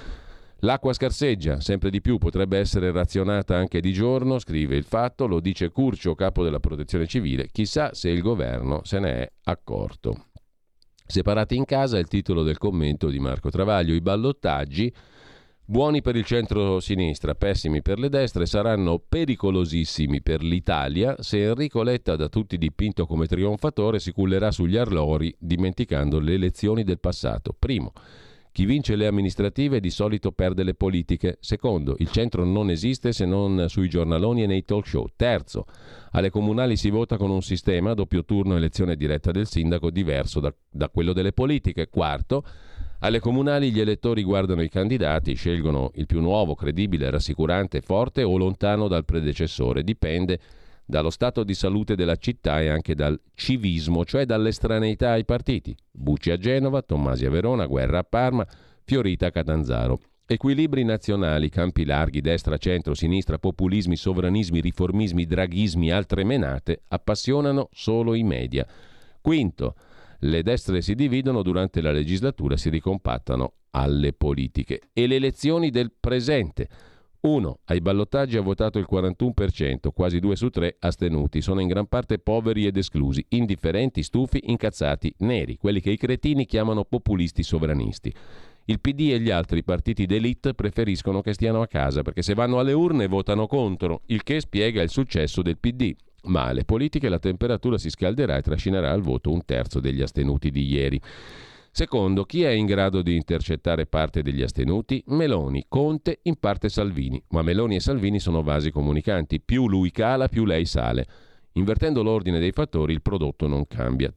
L'acqua scarseggia, sempre di più, potrebbe essere razionata anche di giorno, scrive il Fatto, lo dice Curcio, capo della Protezione Civile, chissà se il governo se ne è accorto. Separati in casa è il titolo del commento di Marco Travaglio, i ballottaggi buoni per il centro-sinistra, pessimi per le destre, saranno pericolosissimi per l'Italia se Enrico Letta, da tutti dipinto come trionfatore, si cullerà sugli allori dimenticando le elezioni del passato. Primo, chi vince le amministrative di solito perde le politiche. Secondo, il centro non esiste se non sui giornaloni e nei talk show. Terzo, alle comunali si vota con un sistema, doppio turno elezione diretta del sindaco, diverso da quello delle politiche. Quarto, alle comunali gli elettori guardano i candidati, scelgono il più nuovo, credibile, rassicurante, forte o lontano dal predecessore. Dipende dallo stato di salute della città e anche dal civismo, cioè dall'estraneità ai partiti. Bucci a Genova, Tommasi a Verona, Guerra a Parma, Fiorita a Catanzaro. Equilibri nazionali, campi larghi, destra, centro, sinistra, populismi, sovranismi, riformismi, draghismi, altre menate, appassionano solo i media. Quinto, le destre si dividono, durante la legislatura si ricompattano alle politiche. E le elezioni del presente. 1. Ai ballottaggi ha votato il 41%, quasi 2 su 3 astenuti. Sono in gran parte poveri ed esclusi, indifferenti, stufi, incazzati, neri, quelli che i cretini chiamano populisti sovranisti. Il PD e gli altri partiti d'élite preferiscono che stiano a casa, perché se vanno alle urne votano contro, il che spiega il successo del PD. Ma alle politiche la temperatura si scalderà e trascinerà al voto un terzo degli astenuti di ieri. Secondo, chi è in grado di intercettare parte degli astenuti? Meloni, Conte, in parte Salvini. Ma Meloni e Salvini sono vasi comunicanti. Più lui cala, più lei sale. Invertendo l'ordine dei fattori, il prodotto non cambia.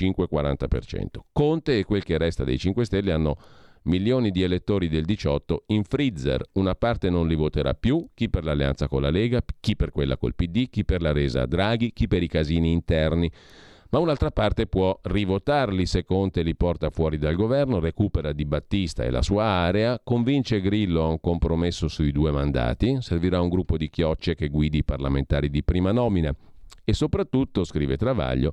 35-40%. Conte e quel che resta dei 5 Stelle hanno milioni di elettori del 18 in freezer. Una parte non li voterà più, chi per l'alleanza con la Lega, chi per quella col PD, chi per la resa a Draghi, chi per i casini interni. Ma un'altra parte può rivotarli se Conte li porta fuori dal governo, recupera Di Battista e la sua area, convince Grillo a un compromesso sui 2 mandati, servirà un gruppo di chiocce che guidi i parlamentari di prima nomina e soprattutto, scrive Travaglio,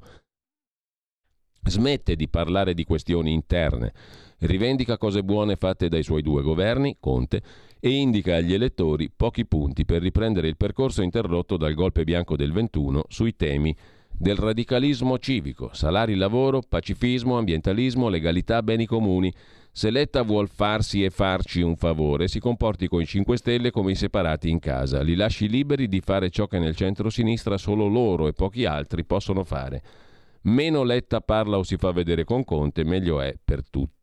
smette di parlare di questioni interne, rivendica cose buone fatte dai suoi 2 governi, Conte, e indica agli elettori pochi punti per riprendere il percorso interrotto dal golpe bianco del 21 sui temi del radicalismo civico, salari, lavoro, pacifismo, ambientalismo, legalità, beni comuni. Se Letta vuol farsi e farci un favore, si comporti con i 5 Stelle come i separati in casa, li lasci liberi di fare ciò che nel centro-sinistra solo loro e pochi altri possono fare. Meno Letta parla o si fa vedere con Conte, meglio è per tutti.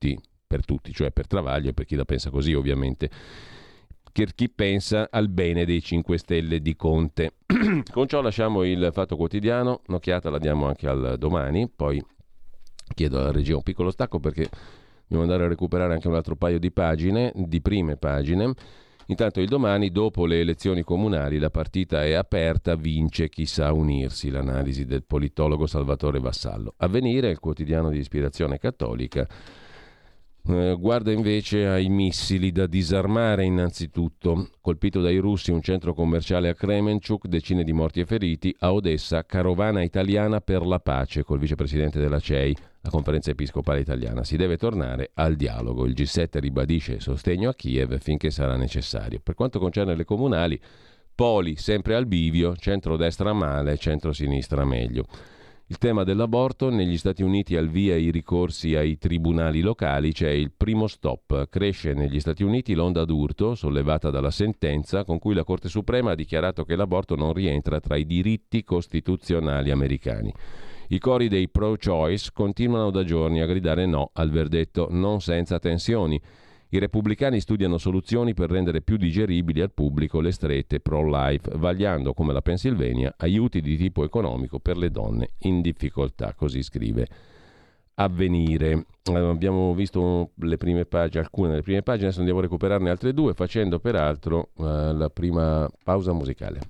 per tutti, cioè per Travaglio e per chi la pensa così ovviamente, per chi pensa al bene dei 5 Stelle di Conte. Con ciò lasciamo il Fatto Quotidiano, un'occhiata la diamo anche al Domani, poi chiedo alla regia un piccolo stacco perché dobbiamo andare a recuperare anche un altro paio di pagine, di prime pagine. Intanto il Domani, dopo le elezioni comunali, la partita è aperta, vince chi sa unirsi, l'analisi del politologo Salvatore Vassallo. Avvenire, il quotidiano di ispirazione cattolica, guarda invece ai missili da disarmare innanzitutto. Colpito dai russi un centro commerciale a Kremenchuk, decine di morti e feriti. A Odessa, carovana italiana per la pace col vicepresidente della CEI, la conferenza episcopale italiana. Si deve tornare al dialogo. Il G7 ribadisce sostegno a Kiev finché sarà necessario. Per quanto concerne le comunali, poli sempre al bivio, centro-destra male, centro-sinistra meglio. Il tema dell'aborto: negli Stati Uniti al via i ricorsi ai tribunali locali, c'è il primo stop. Cresce negli Stati Uniti l'onda d'urto sollevata dalla sentenza con cui la Corte Suprema ha dichiarato che l'aborto non rientra tra i diritti costituzionali americani. I cori dei pro-choice continuano da giorni a gridare no al verdetto, non senza tensioni. I repubblicani studiano soluzioni per rendere più digeribili al pubblico le strette pro-life, vagliando, come la Pennsylvania, aiuti di tipo economico per le donne in difficoltà, così scrive Avvenire. Abbiamo visto le prime pagine, alcune delle prime pagine, adesso andiamo a recuperarne altre due, facendo peraltro la prima pausa musicale.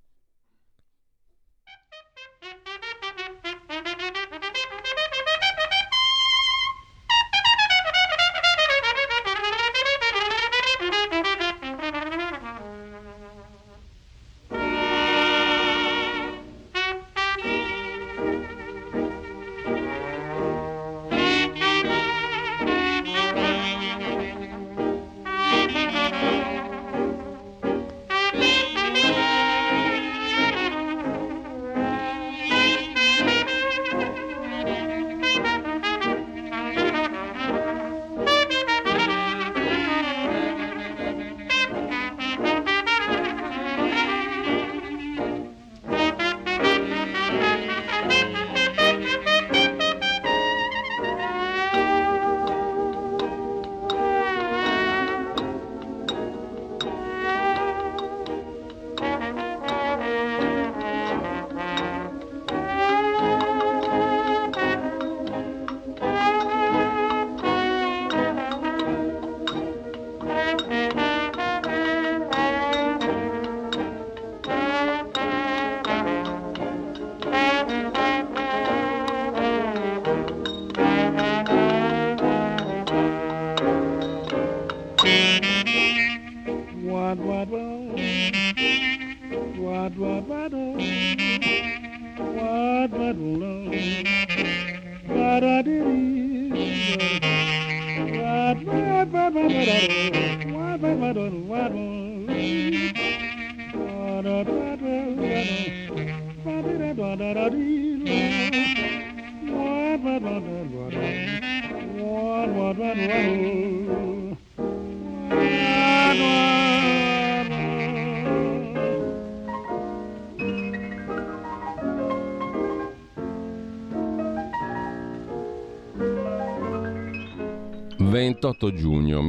Giugno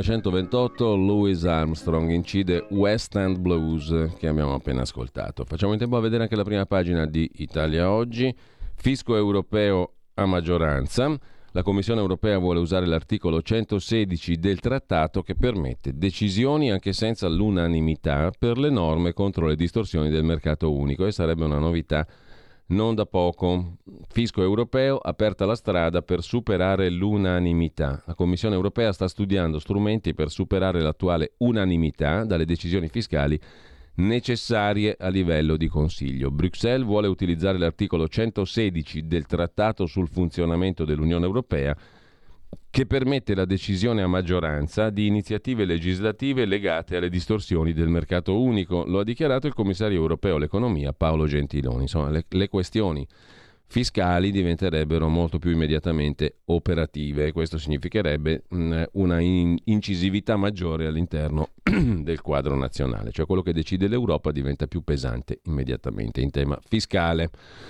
1928 Louis Armstrong incide West End Blues, che abbiamo appena ascoltato. Facciamo in tempo a vedere anche la prima pagina di Italia Oggi. Fisco europeo a maggioranza. La Commissione europea vuole usare l'articolo 116 del trattato che permette decisioni anche senza l'unanimità per le norme contro le distorsioni del mercato unico, e sarebbe una novità non da poco. Fisco europeo, aperta la strada per superare l'unanimità. La Commissione europea sta studiando strumenti per superare l'attuale unanimità dalle decisioni fiscali necessarie a livello di Consiglio. Bruxelles vuole utilizzare l'articolo 116 del Trattato sul funzionamento dell'Unione Europea, che permette la decisione a maggioranza di iniziative legislative legate alle distorsioni del mercato unico. Lo ha dichiarato il commissario europeo all'economia Paolo Gentiloni. Insomma, le questioni fiscali diventerebbero molto più immediatamente operative, e questo significherebbe una incisività maggiore all'interno del quadro nazionale, cioè quello che decide l'Europa diventa più pesante immediatamente in tema fiscale.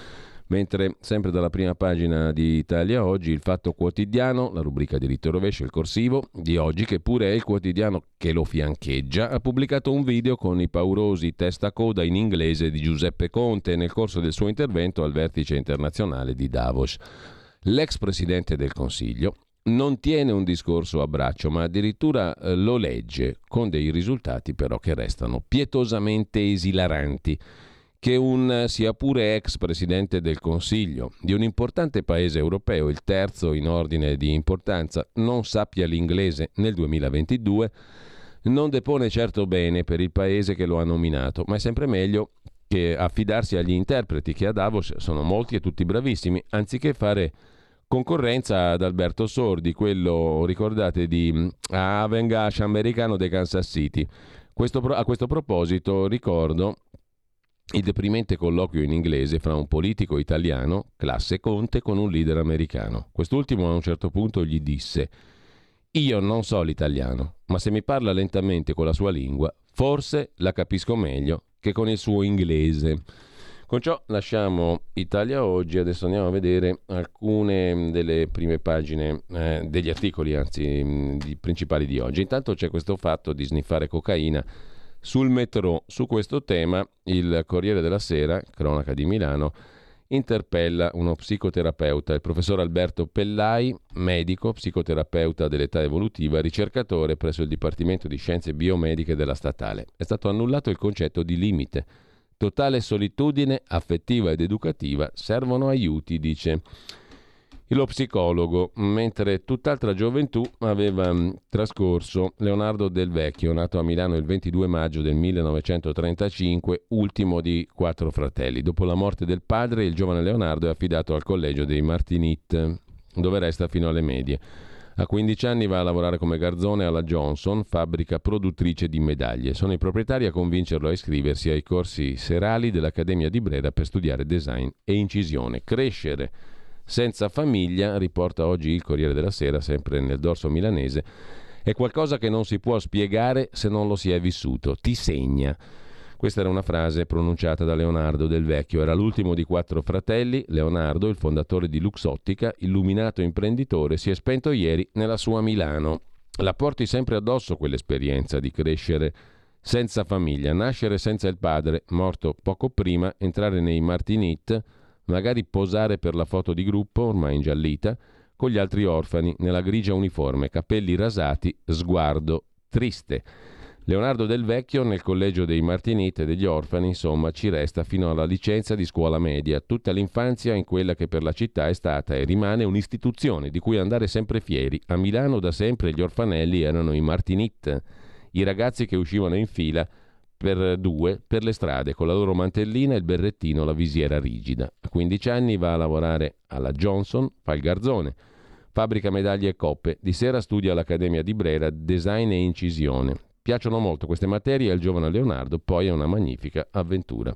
Mentre sempre dalla prima pagina di Italia Oggi, il Fatto Quotidiano, la rubrica diritto e rovescio, il corsivo di oggi, che pure è il quotidiano che lo fiancheggia, ha pubblicato un video con i paurosi testacoda in inglese di Giuseppe Conte nel corso del suo intervento al vertice internazionale di Davos. L'ex presidente del Consiglio non tiene un discorso a braccio, ma addirittura lo legge, con dei risultati però che restano pietosamente esilaranti. Che un sia pure ex presidente del Consiglio di un importante paese europeo, il terzo in ordine di importanza, non sappia l'inglese nel 2022 non depone certo bene per il paese che lo ha nominato, ma è sempre meglio che affidarsi agli interpreti, che a Davos sono molti e tutti bravissimi, anziché fare concorrenza ad Alberto Sordi, quello, ricordate, di Avengash americano dei Kansas City. A questo proposito ricordo il deprimente colloquio in inglese fra un politico italiano, classe Conte, con un leader americano. Quest'ultimo a un certo punto gli disse: «Io non so l'italiano, ma se mi parla lentamente con la sua lingua, forse la capisco meglio che con il suo inglese». Con ciò lasciamo Italia Oggi, adesso andiamo a vedere alcune delle prime pagine degli articoli, principali di oggi. Intanto c'è questo fatto di sniffare cocaina sul metro. Su questo tema il Corriere della Sera, cronaca di Milano, interpella uno psicoterapeuta, il professor Alberto Pellai, medico, psicoterapeuta dell'età evolutiva, ricercatore presso il Dipartimento di Scienze Biomediche della Statale. È stato annullato il concetto di limite. Totale solitudine affettiva ed educativa, servono aiuti, dice lo psicologo, mentre tutt'altra gioventù aveva trascorso Leonardo Del Vecchio, nato a Milano il 22 maggio del 1935, ultimo di 4 fratelli. Dopo la morte del padre, il giovane Leonardo è affidato al collegio dei Martinit, dove resta fino alle medie. A 15 anni va a lavorare come garzone alla Johnson, fabbrica produttrice di medaglie. Sono i proprietari a convincerlo a iscriversi ai corsi serali dell'Accademia di Brera per studiare design e incisione. Crescere senza famiglia, riporta oggi il Corriere della Sera, sempre nel dorso milanese, è qualcosa che non si può spiegare se non lo si è vissuto. Ti segna. Questa era una frase pronunciata da Leonardo Del Vecchio. Era l'ultimo di 4 fratelli. Leonardo, il fondatore di Luxottica, illuminato imprenditore, si è spento ieri nella sua Milano. La porti sempre addosso quell'esperienza di crescere senza famiglia, nascere senza il padre, morto poco prima, entrare nei Martinit, magari posare per la foto di gruppo, ormai ingiallita, con gli altri orfani, nella grigia uniforme, capelli rasati, sguardo triste. Leonardo Del Vecchio nel collegio dei Martinit e degli orfani, insomma, ci resta fino alla licenza di scuola media, tutta l'infanzia in quella che per la città è stata e rimane un'istituzione di cui andare sempre fieri. A Milano da sempre gli orfanelli erano i Martinit, i ragazzi che uscivano in fila per 2 per le strade con la loro mantellina, il berrettino, la visiera rigida. A 15 anni va a lavorare alla Johnson, fa il garzone, fabbrica medaglie e coppe, di sera studia all'Accademia di Brera design e incisione. Piacciono molto queste materie al giovane Leonardo, poi è una magnifica avventura.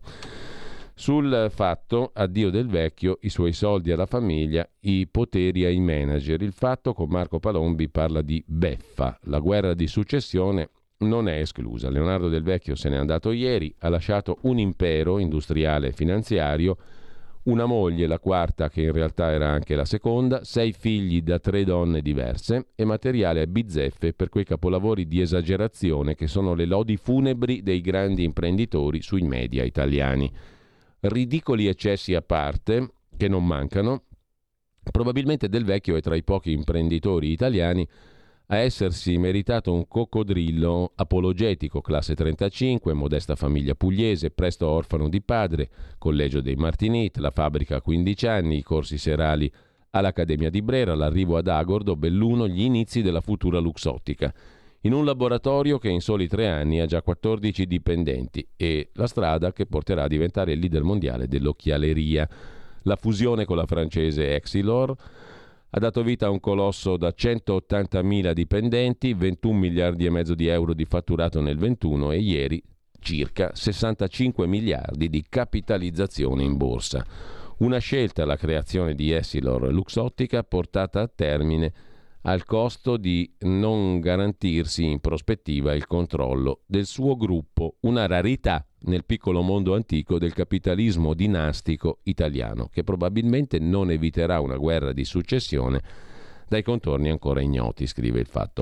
Sul Fatto, addio Del Vecchio, i suoi soldi alla famiglia, i poteri ai manager. Il Fatto con Marco Palombi parla di beffa, la guerra di successione non è esclusa. Leonardo Del Vecchio se n'è andato ieri, ha lasciato un impero industriale e finanziario, una moglie, la quarta che in realtà era anche la seconda, 6 figli da 3 donne diverse e materiale a bizzeffe per quei capolavori di esagerazione che sono le lodi funebri dei grandi imprenditori sui media italiani. Ridicoli eccessi a parte, che non mancano, probabilmente Del Vecchio è tra i pochi imprenditori italiani a essersi meritato un coccodrillo apologetico, classe 35, modesta famiglia pugliese, presto orfano di padre, collegio dei Martinit, la fabbrica a 15 anni, i corsi serali all'Accademia di Brera, l'arrivo ad Agordo, Belluno, gli inizi della futura Luxottica, in un laboratorio che in soli 3 anni ha già 14 dipendenti e la strada che porterà a diventare il leader mondiale dell'occhialeria. La fusione con la francese Exilor ha dato vita a un colosso da 180.000 dipendenti, 21 miliardi e mezzo di euro di fatturato nel 21 e ieri circa 65 miliardi di capitalizzazione in borsa. Una scelta, la creazione di Essilor Luxottica, portata a termine al costo di non garantirsi in prospettiva il controllo del suo gruppo, una rarità nel piccolo mondo antico del capitalismo dinastico italiano, che probabilmente non eviterà una guerra di successione dai contorni ancora ignoti, scrive il Fatto.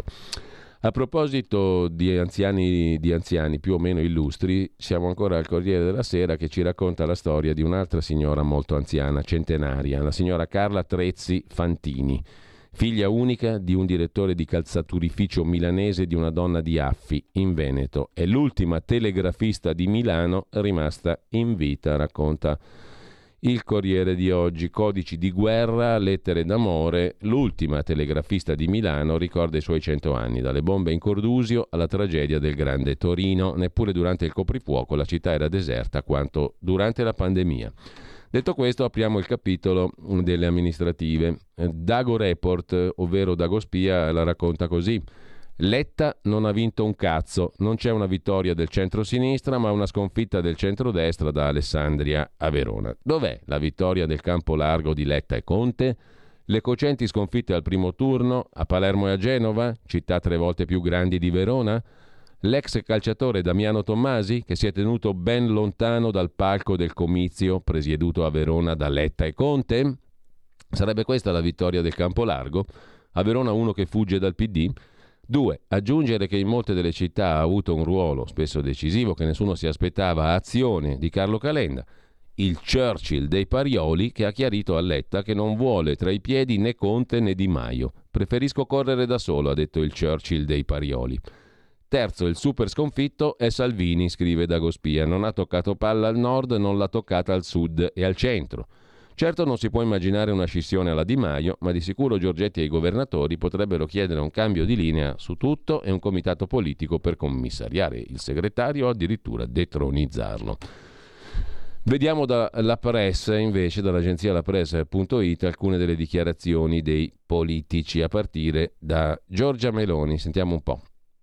A proposito di anziani più o meno illustri, siamo ancora al Corriere della Sera, che ci racconta la storia di un'altra signora molto anziana, centenaria, la signora Carla Trezzi Fantini, figlia unica di un direttore di calzaturificio milanese e di una donna di Affi, in Veneto. È l'ultima telegrafista di Milano rimasta in vita, racconta il Corriere di oggi. Codici di guerra, lettere d'amore. L'ultima telegrafista di Milano ricorda i suoi 100 anni, dalle bombe in Cordusio alla tragedia del Grande Torino. Neppure durante il coprifuoco la città era deserta quanto durante la pandemia. Detto questo, apriamo il capitolo delle amministrative. Dago Report, ovvero Dagospia, la racconta così. Letta non ha vinto un cazzo, non c'è una vittoria del centro-sinistra ma una sconfitta del centro-destra da Alessandria a Verona. Dov'è la vittoria del campo largo di Letta e Conte? Le cocenti sconfitte al primo turno a Palermo e a Genova, città 3 volte più grandi di Verona? L'ex calciatore Damiano Tommasi, che si è tenuto ben lontano dal palco del comizio presieduto a Verona da Letta e Conte? Sarebbe questa la vittoria del campo largo? A Verona uno che fugge dal PD? 2. Aggiungere che in molte delle città ha avuto un ruolo, spesso decisivo, che nessuno si aspettava, Azione di Carlo Calenda, il Churchill dei Parioli, che ha chiarito a Letta che non vuole tra i piedi né Conte né Di Maio. Preferisco correre da solo, ha detto il Churchill dei Parioli. Terzo, il super sconfitto è Salvini, scrive Dagospia. Non ha toccato palla al nord, non l'ha toccata al sud e al centro. Certo non si può immaginare una scissione alla Di Maio, ma di sicuro Giorgetti e i governatori potrebbero chiedere un cambio di linea su tutto e un comitato politico per commissariare il segretario o addirittura detronizzarlo. Vediamo dalla Press, invece, dall'agenzia lapress.it, alcune delle dichiarazioni dei politici, a partire da Giorgia Meloni. Sentiamo un po'.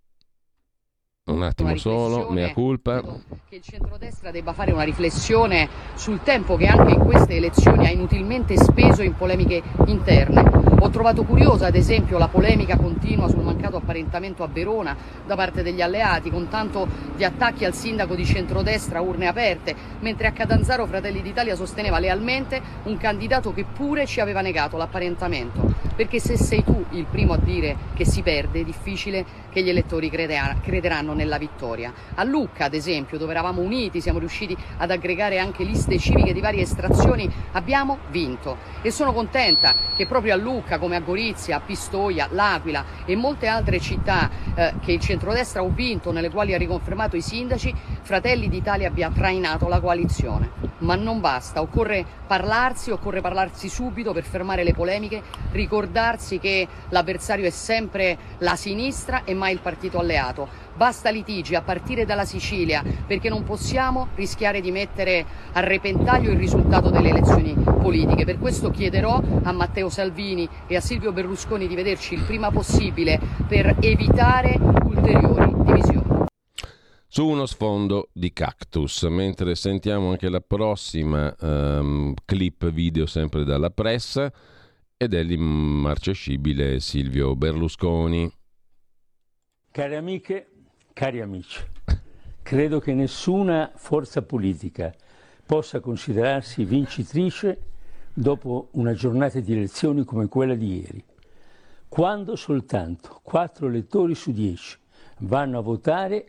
Un attimo solo, mea culpa. Credo che il centrodestra debba fare una riflessione sul tempo che anche in queste elezioni ha inutilmente speso in polemiche interne. Ho trovato curiosa, ad esempio, la polemica continua sul mancato apparentamento a Verona da parte degli alleati, con tanto di attacchi al sindaco di centrodestra a urne aperte, mentre a Catanzaro Fratelli d'Italia sosteneva lealmente un candidato che pure ci aveva negato l'apparentamento. Perché se sei tu il primo a dire che si perde, è difficile che gli elettori crederanno nella vittoria. A Lucca, ad esempio, dove eravamo uniti, siamo riusciti ad aggregare anche liste civiche di varie estrazioni, abbiamo vinto. E sono contenta che proprio a Lucca, come a Gorizia, a Pistoia, L'Aquila e molte altre città che il centrodestra ha vinto, nelle quali ha riconfermato i sindaci, Fratelli d'Italia abbia trainato la coalizione. Ma non basta, occorre parlarsi subito per fermare le polemiche, ricordarsi che l'avversario è sempre la sinistra e mai il partito alleato. Basta litigi, a partire dalla Sicilia, perché non possiamo rischiare di mettere a repentaglio il risultato delle elezioni politiche. Per questo chiederò a Matteo Salvini e a Silvio Berlusconi di vederci il prima possibile per evitare ulteriori divisioni. Su uno sfondo di cactus, mentre sentiamo anche la prossima clip video sempre dalla Press, ed è l'immarcescibile Silvio Berlusconi. Cari amiche, cari amici, credo che nessuna forza politica possa considerarsi vincitrice dopo una giornata di elezioni come quella di ieri, quando soltanto 4 elettori su 10 vanno a votare.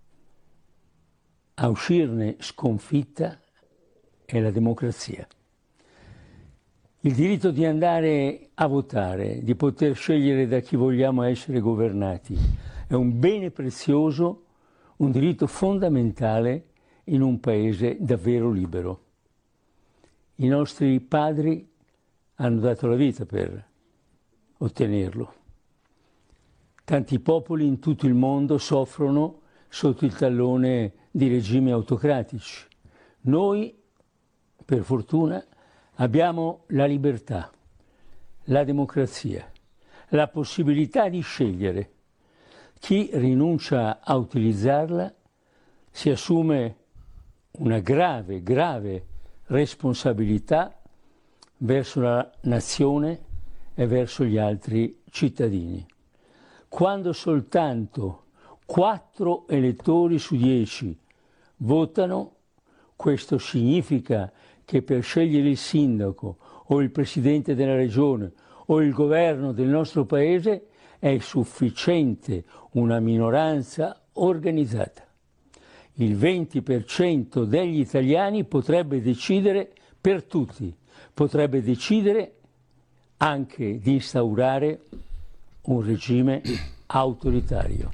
A uscirne sconfitta è la democrazia. Il diritto di andare a votare, di poter scegliere da chi vogliamo essere governati, è un bene prezioso, un diritto fondamentale in un paese davvero libero. I nostri padri hanno dato la vita per ottenerlo. Tanti popoli in tutto il mondo soffrono sotto il tallone di regimi autocratici. Noi, per fortuna, abbiamo la libertà, la democrazia, la possibilità di scegliere. Chi rinuncia a utilizzarla si assume una grave, grave responsabilità verso la nazione e verso gli altri cittadini. Quando soltanto 4 elettori su 10 votano. Questo significa che per scegliere il sindaco o il presidente della regione o il governo del nostro paese è sufficiente una minoranza organizzata. Il 20% degli italiani potrebbe decidere per tutti, potrebbe decidere anche di instaurare un regime autoritario.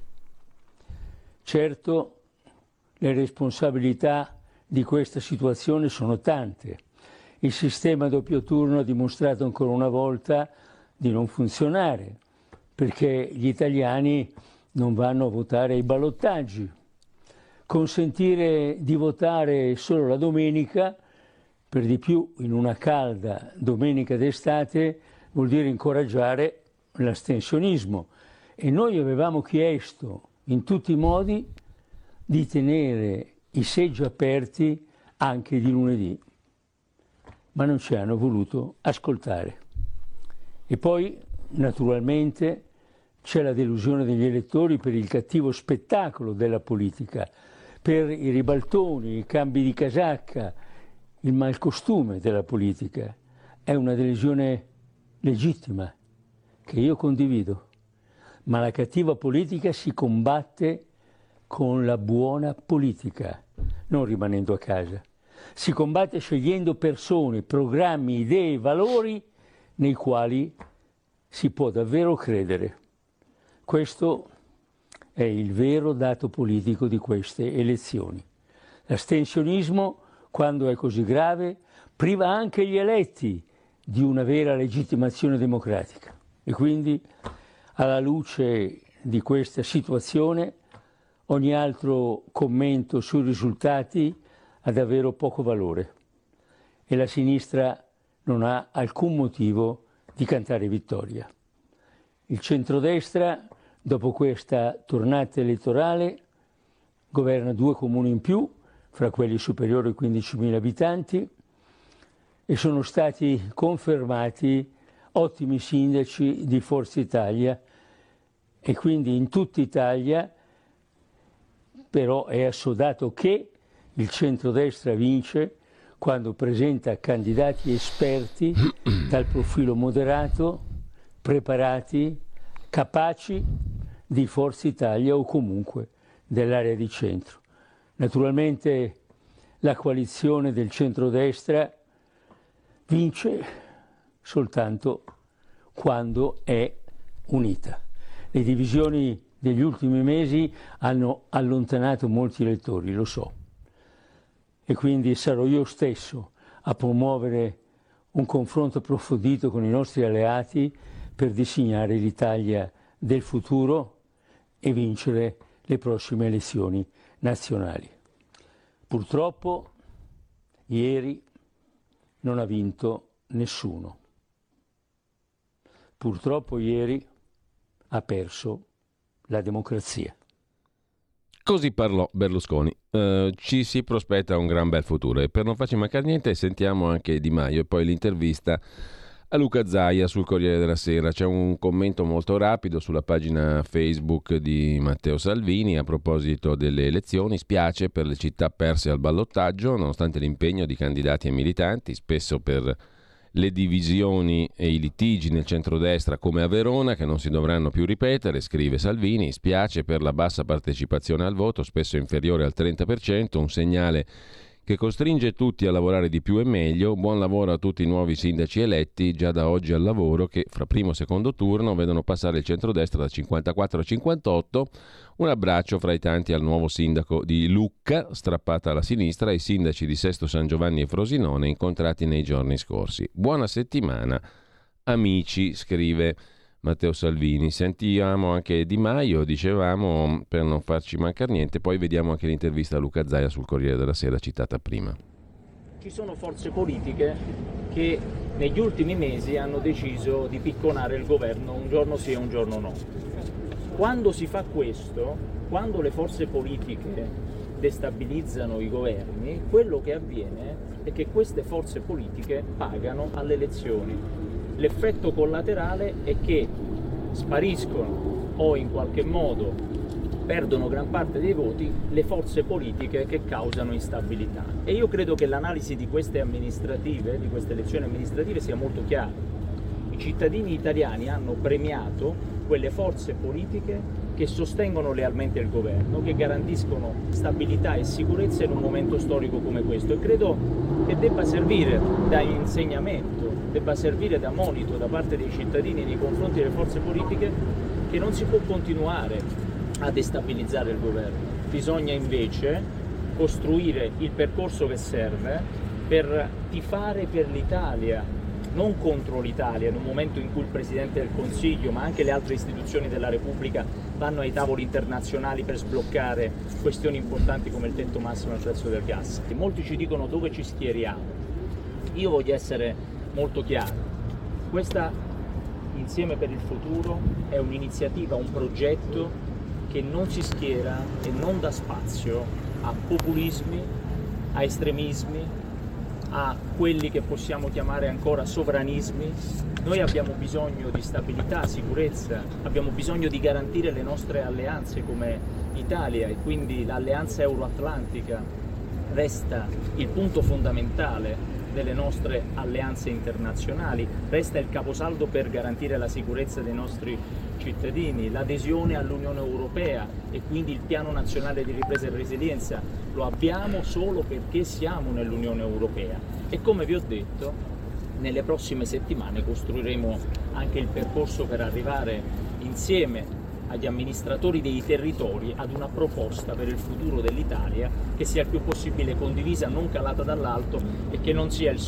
Certo, le responsabilità di questa situazione sono tante. Il sistema a doppio turno ha dimostrato ancora una volta di non funzionare, perché gli italiani non vanno a votare ai ballottaggi. Consentire di votare solo la domenica, per di più in una calda domenica d'estate, vuol dire incoraggiare l'astensionismo. E noi avevamo chiesto in tutti i modi di tenere i seggi aperti anche di lunedì, ma non ci hanno voluto ascoltare. E poi, naturalmente, c'è la delusione degli elettori per il cattivo spettacolo della politica, per i ribaltoni, i cambi di casacca, il malcostume della politica. È una delusione legittima, che io condivido, ma la cattiva politica si combatte con la buona politica, non rimanendo a casa. Si combatte scegliendo persone, programmi, idee, valori nei quali si può davvero credere. Questo è il vero dato politico di queste elezioni. L'astensionismo, quando è così grave, priva anche gli eletti di una vera legittimazione democratica. E quindi, alla luce di questa situazione, ogni altro commento sui risultati ha davvero poco valore e la sinistra non ha alcun motivo di cantare vittoria. Il centrodestra, dopo questa tornata elettorale, governa 2 comuni in più, fra quelli superiori ai 15.000 abitanti, e sono stati confermati ottimi sindaci di Forza Italia, e quindi in tutta Italia però è assodato che il centrodestra vince quando presenta candidati esperti dal profilo moderato, preparati, capaci di Forza Italia o comunque dell'area di centro. Naturalmente la coalizione del centrodestra vince soltanto quando è unita. Le divisioni degli ultimi mesi hanno allontanato molti elettori, lo so, e quindi sarò io stesso a promuovere un confronto approfondito con i nostri alleati per disegnare l'Italia del futuro e vincere le prossime elezioni nazionali. Purtroppo ieri non ha vinto nessuno. Purtroppo ieri ha perso la democrazia. Così parlò Berlusconi. Ci si prospetta un gran bel futuro e per non farci mancare niente sentiamo anche Di Maio e poi l'intervista a Luca Zaia sul Corriere della Sera. C'è un commento molto rapido sulla pagina Facebook di Matteo Salvini a proposito delle elezioni. Spiace per le città perse al ballottaggio, nonostante l'impegno di candidati e militanti, spesso per le divisioni e i litigi nel centrodestra come a Verona, che non si dovranno più ripetere, scrive Salvini. Spiace per la bassa partecipazione al voto, spesso inferiore al 30%, un segnale che costringe tutti a lavorare di più e meglio. Buon lavoro a tutti i nuovi sindaci eletti già da oggi al lavoro, che fra primo e secondo turno vedono passare il centrodestra da 54 a 58. Un abbraccio fra i tanti al nuovo sindaco di Lucca, strappata alla sinistra, e ai sindaci di Sesto San Giovanni e Frosinone incontrati nei giorni scorsi. Buona settimana, amici, scrive Matteo Salvini. Sentiamo anche Di Maio, dicevamo, per non farci mancare niente, poi vediamo anche l'intervista a Luca Zaia sul Corriere della Sera citata prima. Ci sono forze politiche che negli ultimi mesi hanno deciso di picconare il governo un giorno sì e un giorno no. Quando si fa questo, quando le forze politiche destabilizzano i governi, quello che avviene è che queste forze politiche pagano alle elezioni. L'effetto collaterale è che spariscono o in qualche modo perdono gran parte dei voti le forze politiche che causano instabilità. E io credo che l'analisi di queste elezioni amministrative sia molto chiara. I cittadini italiani hanno premiato quelle forze politiche che sostengono lealmente il governo, che garantiscono stabilità e sicurezza in un momento storico come questo, e credo che debba servire da insegnamento, debba servire da monito da parte dei cittadini nei confronti delle forze politiche che non si può continuare a destabilizzare il governo. Bisogna invece costruire il percorso che serve per tifare per l'Italia, non contro l'Italia, in un momento in cui il Presidente del Consiglio, ma anche le altre istituzioni della Repubblica, vanno ai tavoli internazionali per sbloccare questioni importanti come il tetto massimo al prezzo del gas. Molti ci dicono dove ci schieriamo. Io voglio essere molto chiaro. Questa Insieme per il Futuro è un'iniziativa, un progetto che non si schiera e non dà spazio a populismi, a estremismi, a quelli che possiamo chiamare ancora sovranismi. Noi abbiamo bisogno di stabilità, sicurezza, abbiamo bisogno di garantire le nostre alleanze come Italia, e quindi l'alleanza euroatlantica resta il punto fondamentale delle nostre alleanze internazionali, resta il caposaldo per garantire la sicurezza dei nostri cittadini, l'adesione all'Unione Europea e quindi il Piano Nazionale di Ripresa e Resilienza lo abbiamo solo perché siamo nell'Unione Europea, e come vi ho detto nelle prossime settimane costruiremo anche il percorso per arrivare insieme agli amministratori dei territori ad una proposta per il futuro dell'Italia che sia il più possibile condivisa, non calata dall'alto, e che non sia la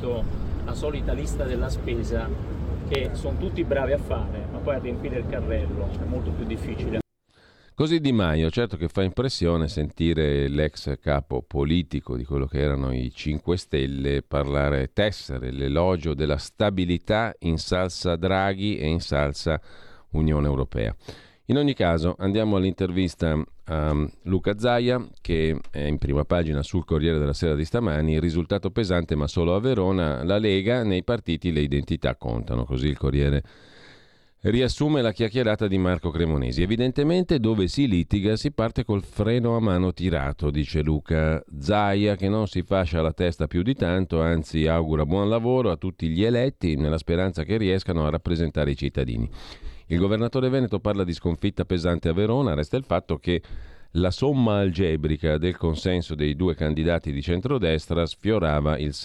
solita lista della spesa che sono tutti bravi a fare, ma poi a riempire il carrello è molto più difficile. Così Di Maio, certo che fa impressione sentire l'ex capo politico di quello che erano i 5 Stelle parlare, tessere l'elogio della stabilità in salsa Draghi e in salsa Unione Europea. In ogni caso andiamo all'intervista a Luca Zaia, che è in prima pagina sul Corriere della Sera di stamani. Il risultato pesante ma solo a Verona, la Lega, nei partiti le identità contano, così il Corriere riassume la chiacchierata di Marco Cremonesi. Evidentemente dove si litiga si parte col freno a mano tirato, dice Luca Zaia, che non si fascia la testa più di tanto, anzi augura buon lavoro a tutti gli eletti nella speranza che riescano a rappresentare i cittadini. Il governatore veneto parla di sconfitta pesante a Verona, resta il fatto che la somma algebrica del consenso dei 2 candidati di centrodestra sfiorava il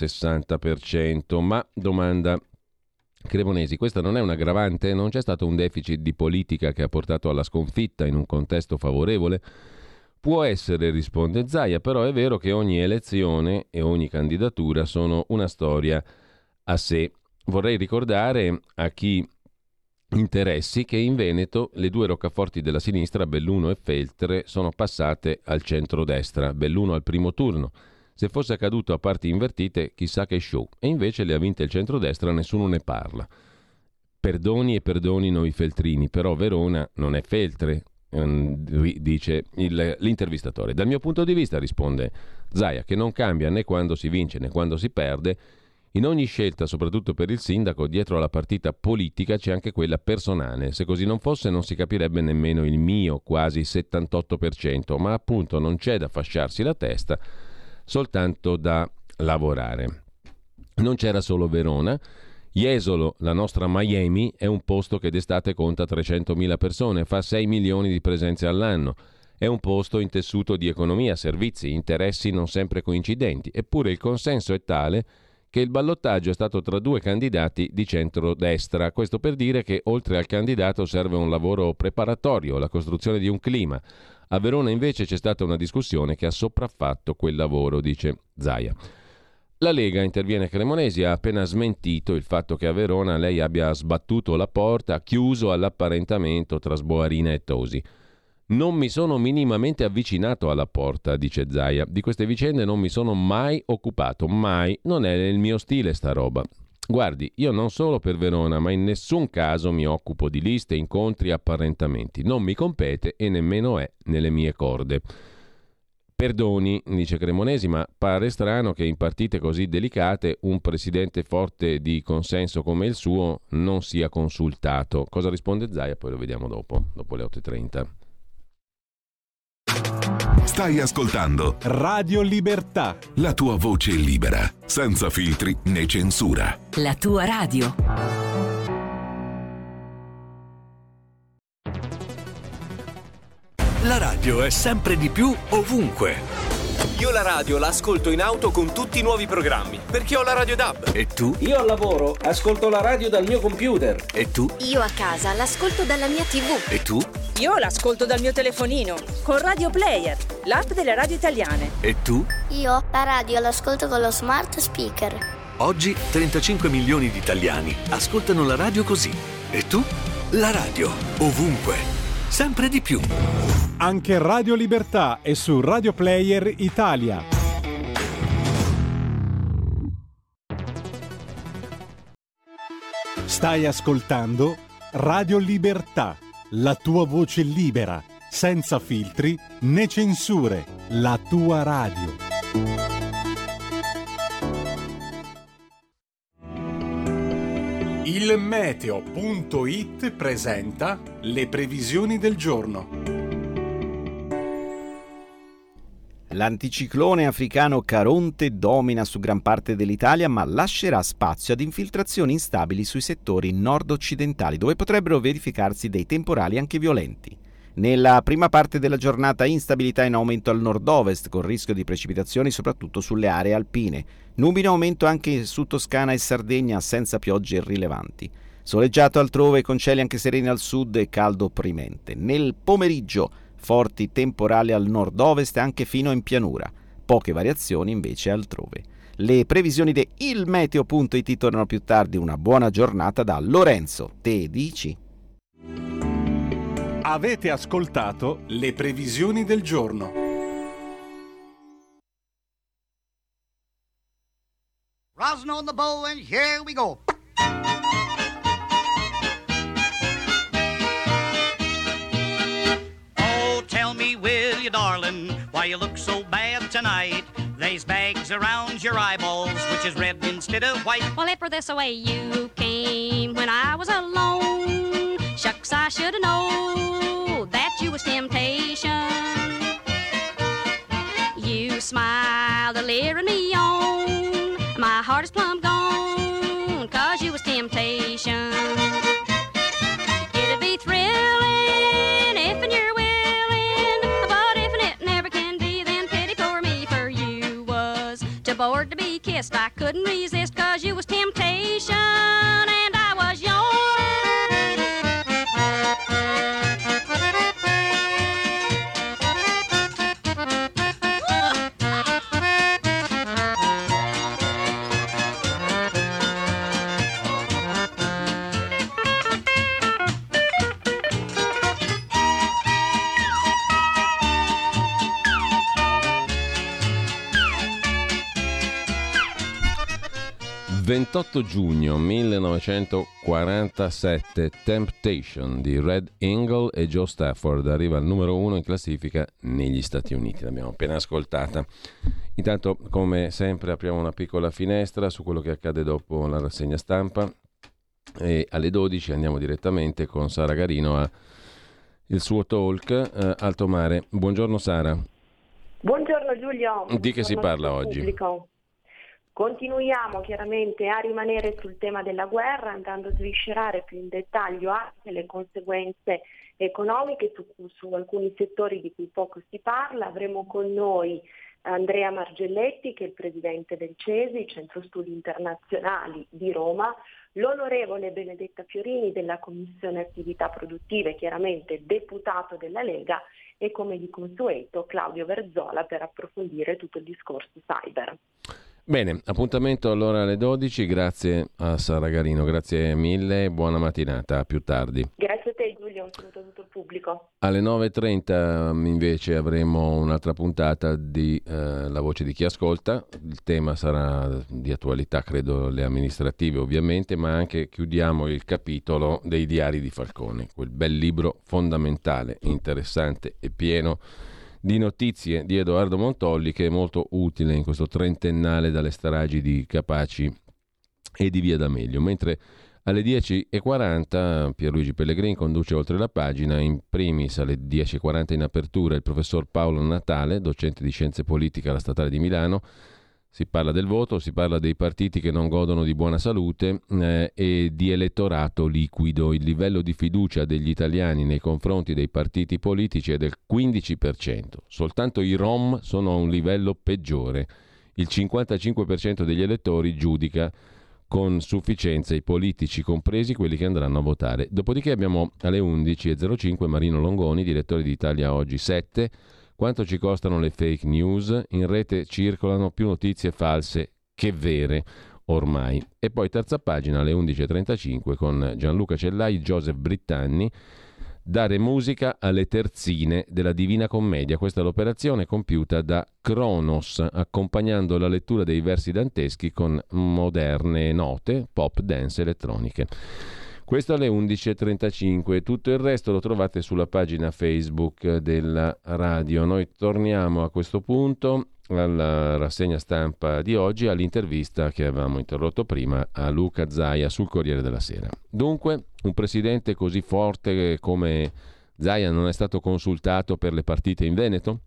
60%, ma domanda Cremonesi, questa non è un aggravante? Non c'è stato un deficit di politica che ha portato alla sconfitta in un contesto favorevole? Può essere, risponde Zaia, però è vero che ogni elezione e ogni candidatura sono una storia a sé. Vorrei ricordare a chi interessi che in Veneto le 2 roccaforti della sinistra, Belluno e Feltre, sono passate al centrodestra, Belluno al primo turno. Se fosse accaduto a parti invertite, chissà che show. E invece le ha vinte il centrodestra, nessuno ne parla. Perdoni e perdonino i feltrini, però Verona non è Feltre, dice l'intervistatore. Dal mio punto di vista, risponde Zaia, che non cambia né quando si vince né quando si perde. In ogni scelta, soprattutto per il sindaco, dietro alla partita politica c'è anche quella personale. Se così non fosse non si capirebbe nemmeno il mio quasi 78%, ma appunto non c'è da fasciarsi la testa, soltanto da lavorare. Non c'era solo Verona. Jesolo, la nostra Miami, è un posto che d'estate conta 300.000 persone, fa 6 milioni di presenze all'anno. È un posto in tessuto di economia, servizi, interessi non sempre coincidenti. Eppure il consenso è tale che il ballottaggio è stato tra 2 candidati di centrodestra. Questo per dire che oltre al candidato serve un lavoro preparatorio, la costruzione di un clima. A Verona invece c'è stata una discussione che ha sopraffatto quel lavoro, dice Zaia. La Lega, interviene Cremonesi, ha appena smentito il fatto che a Verona lei abbia sbattuto la porta, chiuso all'apparentamento tra Sboarina e Tosi. Non mi sono minimamente avvicinato alla porta, dice Zaia. Di queste vicende non mi sono mai occupato, mai. Non è nel mio stile sta roba. Guardi, io non solo per Verona, ma in nessun caso mi occupo di liste, incontri, apparentamenti. Non mi compete e nemmeno è nelle mie corde. Perdoni, dice Cremonesi, ma pare strano che in partite così delicate un presidente forte di consenso come il suo non sia consultato. Cosa risponde Zaia? Poi lo vediamo dopo le 8.30. Stai ascoltando Radio Libertà. la tua voce libera, senza filtri né censura. La tua radio. La radio è sempre di più ovunque. Io la radio la ascolto in auto con tutti i nuovi programmi, perché ho la radio DAB. E tu? Io al lavoro ascolto la radio dal mio computer. E tu? Io a casa l'ascolto dalla mia TV. E tu? Io l'ascolto dal mio telefonino, con Radio Player, l'app delle radio italiane. E tu? Io la radio l'ascolto con lo smart speaker. Oggi 35 milioni di italiani ascoltano la radio così. E tu? La radio, ovunque, sempre di più. Anche Radio Libertà è su Radio Player Italia. Stai ascoltando Radio Libertà, la tua voce libera, senza filtri né censure, la tua radio. Il meteo.it presenta le previsioni del giorno. L'anticiclone africano Caronte domina su gran parte dell'Italia, ma lascerà spazio ad infiltrazioni instabili sui settori nord-occidentali, dove potrebbero verificarsi dei temporali anche violenti. Nella prima parte della giornata instabilità in aumento al nord-ovest, con rischio di precipitazioni soprattutto sulle aree alpine. Nubi in aumento anche su Toscana e Sardegna, senza piogge rilevanti. Soleggiato altrove, con cieli anche sereni al sud e caldo opprimente. Nel pomeriggio forti temporali al nord-ovest e anche fino in pianura. Poche variazioni invece altrove. Le previsioni di ilmeteo.it tornano più tardi. Una buona giornata da Lorenzo Tedici. Avete ascoltato le previsioni del giorno. Rosin on the bow and here we go. Oh, tell me, will you, darling, why you look so bad tonight? There's bags around your eyeballs, which is red instead of white. Well, if for this way you came when I was alone, shucks, I should have known that you was temptation. You smiled a leering me on, my heart is plumb gone, 'cause you was temptation. It'd be thrilling if and you're willing, but if and it never can be, then pity for me, for you was too bored to be kissed. I couldn't resist, 'cause you was temptation and I was yours. ...28 giugno 1947, Temptation di Red Eagle e Joe Stafford arriva al numero 1 in classifica negli Stati Uniti. L'abbiamo appena ascoltata. Intanto, come sempre, apriamo una piccola finestra su quello che accade dopo la rassegna stampa e alle 12 andiamo direttamente con Sara Garino a il suo talk Alto Mare. Buongiorno Sara. Buongiorno Giulio. Di che si parla oggi? Pubblico. Continuiamo chiaramente a rimanere sul tema della guerra, andando a sviscerare più in dettaglio anche le conseguenze economiche su alcuni settori di cui poco si parla. Avremo con noi Andrea Margelletti, che è il presidente del CESI, Centro Studi Internazionali di Roma, l'onorevole Benedetta Fiorini della Commissione Attività Produttive, chiaramente deputato della Lega, e come di consueto Claudio Verzola per approfondire tutto il discorso cyber. Bene, appuntamento allora alle 12, grazie a Sara Garino, grazie mille, buona mattinata, a più tardi. Grazie a te Giulio, un saluto a tutto il pubblico. Alle 9.30 invece avremo un'altra puntata di La Voce di Chi Ascolta, il tema sarà di attualità, credo le amministrative ovviamente, ma anche chiudiamo il capitolo dei diari di Falcone, quel bel libro fondamentale, interessante e pieno di notizie di Edoardo Montolli, che è molto utile in questo trentennale dalle stragi di Capaci e di Via D'Amelio. Mentre Alle 10.40 Pierluigi Pellegrini conduce Oltre la pagina, in primis alle 10.40 in apertura il professor Paolo Natale, docente di Scienze Politiche alla Statale di Milano. Si parla del voto, si parla dei partiti che non godono di buona salute e di elettorato liquido. Il livello di fiducia degli italiani nei confronti dei partiti politici è del 15%. Soltanto i Rom sono a un livello peggiore. Il 55% degli elettori giudica con sufficienza i politici, compresi quelli che andranno a votare. Dopodiché abbiamo alle 11.05 Marino Longoni, direttore di Italia Oggi 7. Quanto ci costano le fake news? In rete circolano più notizie false che vere ormai. E poi terza pagina alle 11.35 con Gianluca Cellai, Joseph Brittanni. Dare musica alle terzine della Divina Commedia. Questa è l'operazione compiuta da Kronos, accompagnando la lettura dei versi danteschi con moderne note, pop, dance, elettroniche. Questo alle 11.35. Tutto il resto lo trovate sulla pagina Facebook della radio. Noi torniamo a questo punto alla rassegna stampa di oggi, all'intervista che avevamo interrotto prima a Luca Zaia sul Corriere della Sera. Dunque, un presidente così forte come Zaia non è stato consultato per le partite in Veneto?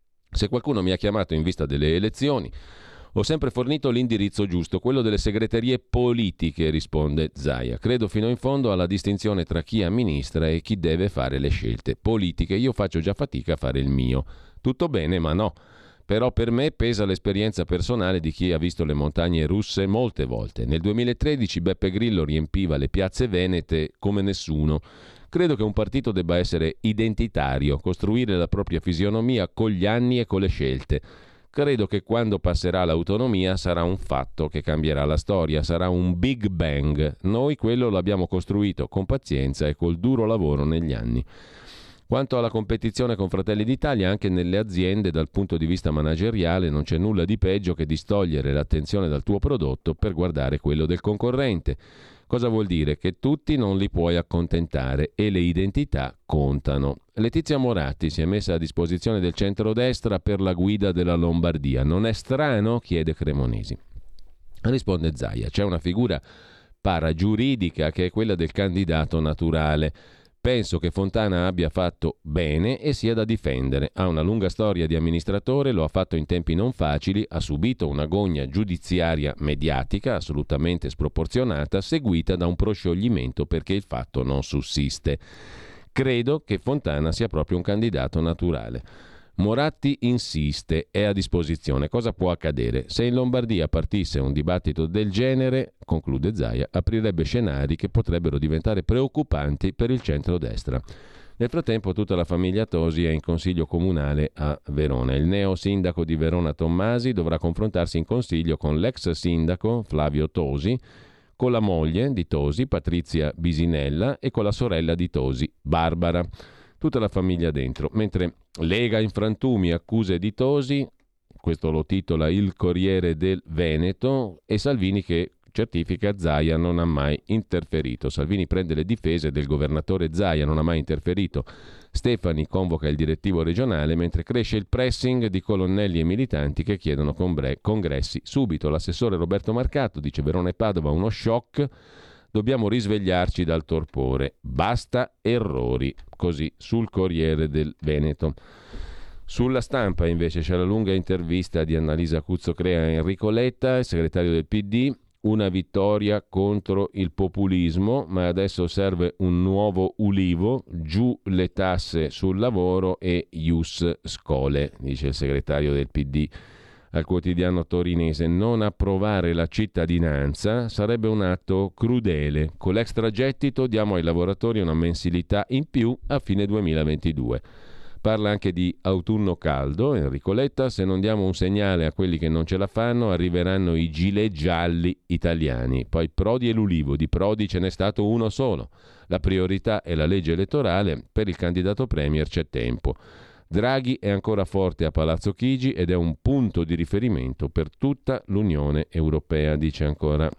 Se qualcuno mi ha chiamato in vista delle elezioni, ho sempre fornito l'indirizzo giusto, quello delle segreterie politiche, risponde Zaia. Credo fino in fondo alla distinzione tra chi amministra e chi deve fare le scelte politiche. Io faccio già fatica a fare il mio. Tutto bene, ma no. Però per me pesa l'esperienza personale di chi ha visto le montagne russe molte volte. Nel 2013 Beppe Grillo riempiva le piazze venete come nessuno. Credo che un partito debba essere identitario, costruire la propria fisionomia con gli anni e con le scelte. Credo che quando passerà l'autonomia sarà un fatto che cambierà la storia, sarà un Big Bang. Noi quello l'abbiamo costruito con pazienza e col duro lavoro negli anni. Quanto alla competizione con Fratelli d'Italia, anche nelle aziende dal punto di vista manageriale non c'è nulla di peggio che distogliere l'attenzione dal tuo prodotto per guardare quello del concorrente. Cosa vuol dire? Che tutti non li puoi accontentare e le identità contano. Letizia Moratti si è messa a disposizione del centrodestra per la guida della Lombardia. Non è strano? Chiede Cremonesi. Risponde Zaia. C'è una figura paragiuridica che è quella del candidato naturale. Penso che Fontana abbia fatto bene e sia da difendere. Ha una lunga storia di amministratore, lo ha fatto in tempi non facili, ha subito una gogna giudiziaria mediatica assolutamente sproporzionata, seguita da un proscioglimento perché il fatto non sussiste. Credo che Fontana sia proprio un candidato naturale. Moratti insiste, è a disposizione. Cosa può accadere? Se in Lombardia partisse un dibattito del genere, conclude Zaia, aprirebbe scenari che potrebbero diventare preoccupanti per il centrodestra. Nel frattempo tutta la famiglia Tosi è in consiglio comunale a Verona. Il neo sindaco di Verona Tommasi dovrà confrontarsi in consiglio con l'ex sindaco Flavio Tosi, con la moglie di Tosi, Patrizia Bisinella, e con la sorella di Tosi, Barbara. Tutta la famiglia dentro, mentre Lega in frantumi, accuse di Tosi, questo lo titola il Corriere del Veneto, e Salvini che certifica Zaia non ha mai interferito. Salvini prende le difese del governatore Zaia, non ha mai interferito. Stefani convoca il direttivo regionale mentre cresce il pressing di colonnelli e militanti che chiedono congressi subito. L'assessore Roberto Marcato dice Verona e Padova uno shock. Dobbiamo risvegliarci dal torpore. Basta errori. Così sul Corriere del Veneto. Sulla Stampa invece c'è la lunga intervista di Annalisa Cuzzocrea a Enrico Letta, il segretario del PD. Una vittoria contro il populismo, ma adesso serve un nuovo Ulivo, giù le tasse sul lavoro e ius schole, dice il segretario del PD. Al quotidiano torinese, non approvare la cittadinanza sarebbe un atto crudele. Con l'extragettito diamo ai lavoratori una mensilità in più a fine 2022. Parla anche di autunno caldo, Enrico Letta, se non diamo un segnale a quelli che non ce la fanno arriveranno i gilet gialli italiani. Poi Prodi e l'Ulivo, di Prodi ce n'è stato uno solo. La priorità è la legge elettorale, per il candidato premier c'è tempo. Draghi è ancora forte a Palazzo Chigi ed è un punto di riferimento per tutta l'Unione Europea, dice ancora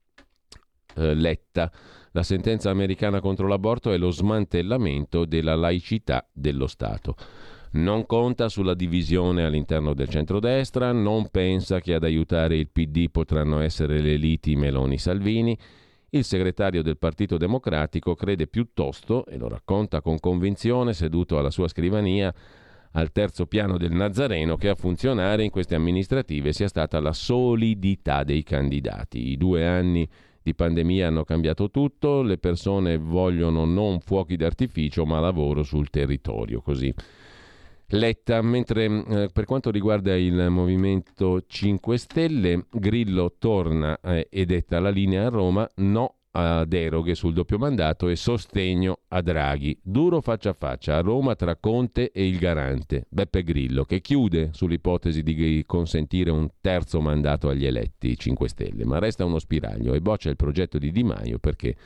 Letta. La sentenza americana contro l'aborto è lo smantellamento della laicità dello Stato. Non conta sulla divisione all'interno del centrodestra, non pensa che ad aiutare il PD potranno essere le liti Meloni-Salvini. Il segretario del Partito Democratico crede piuttosto, e lo racconta con convinzione seduto alla sua scrivania al terzo piano del Nazareno, che a funzionare in queste amministrative sia stata la solidità dei candidati. I 2 anni di pandemia hanno cambiato tutto, le persone vogliono non fuochi d'artificio ma lavoro sul territorio, così Letta. Mentre per quanto riguarda il Movimento 5 Stelle, Grillo torna e detta la linea a Roma: no a deroghe sul doppio mandato e sostegno a Draghi. Duro faccia a faccia a Roma tra Conte e il garante Beppe Grillo, che chiude sull'ipotesi di consentire un terzo mandato agli eletti 5 Stelle, ma resta uno spiraglio e boccia il progetto di Di Maio perché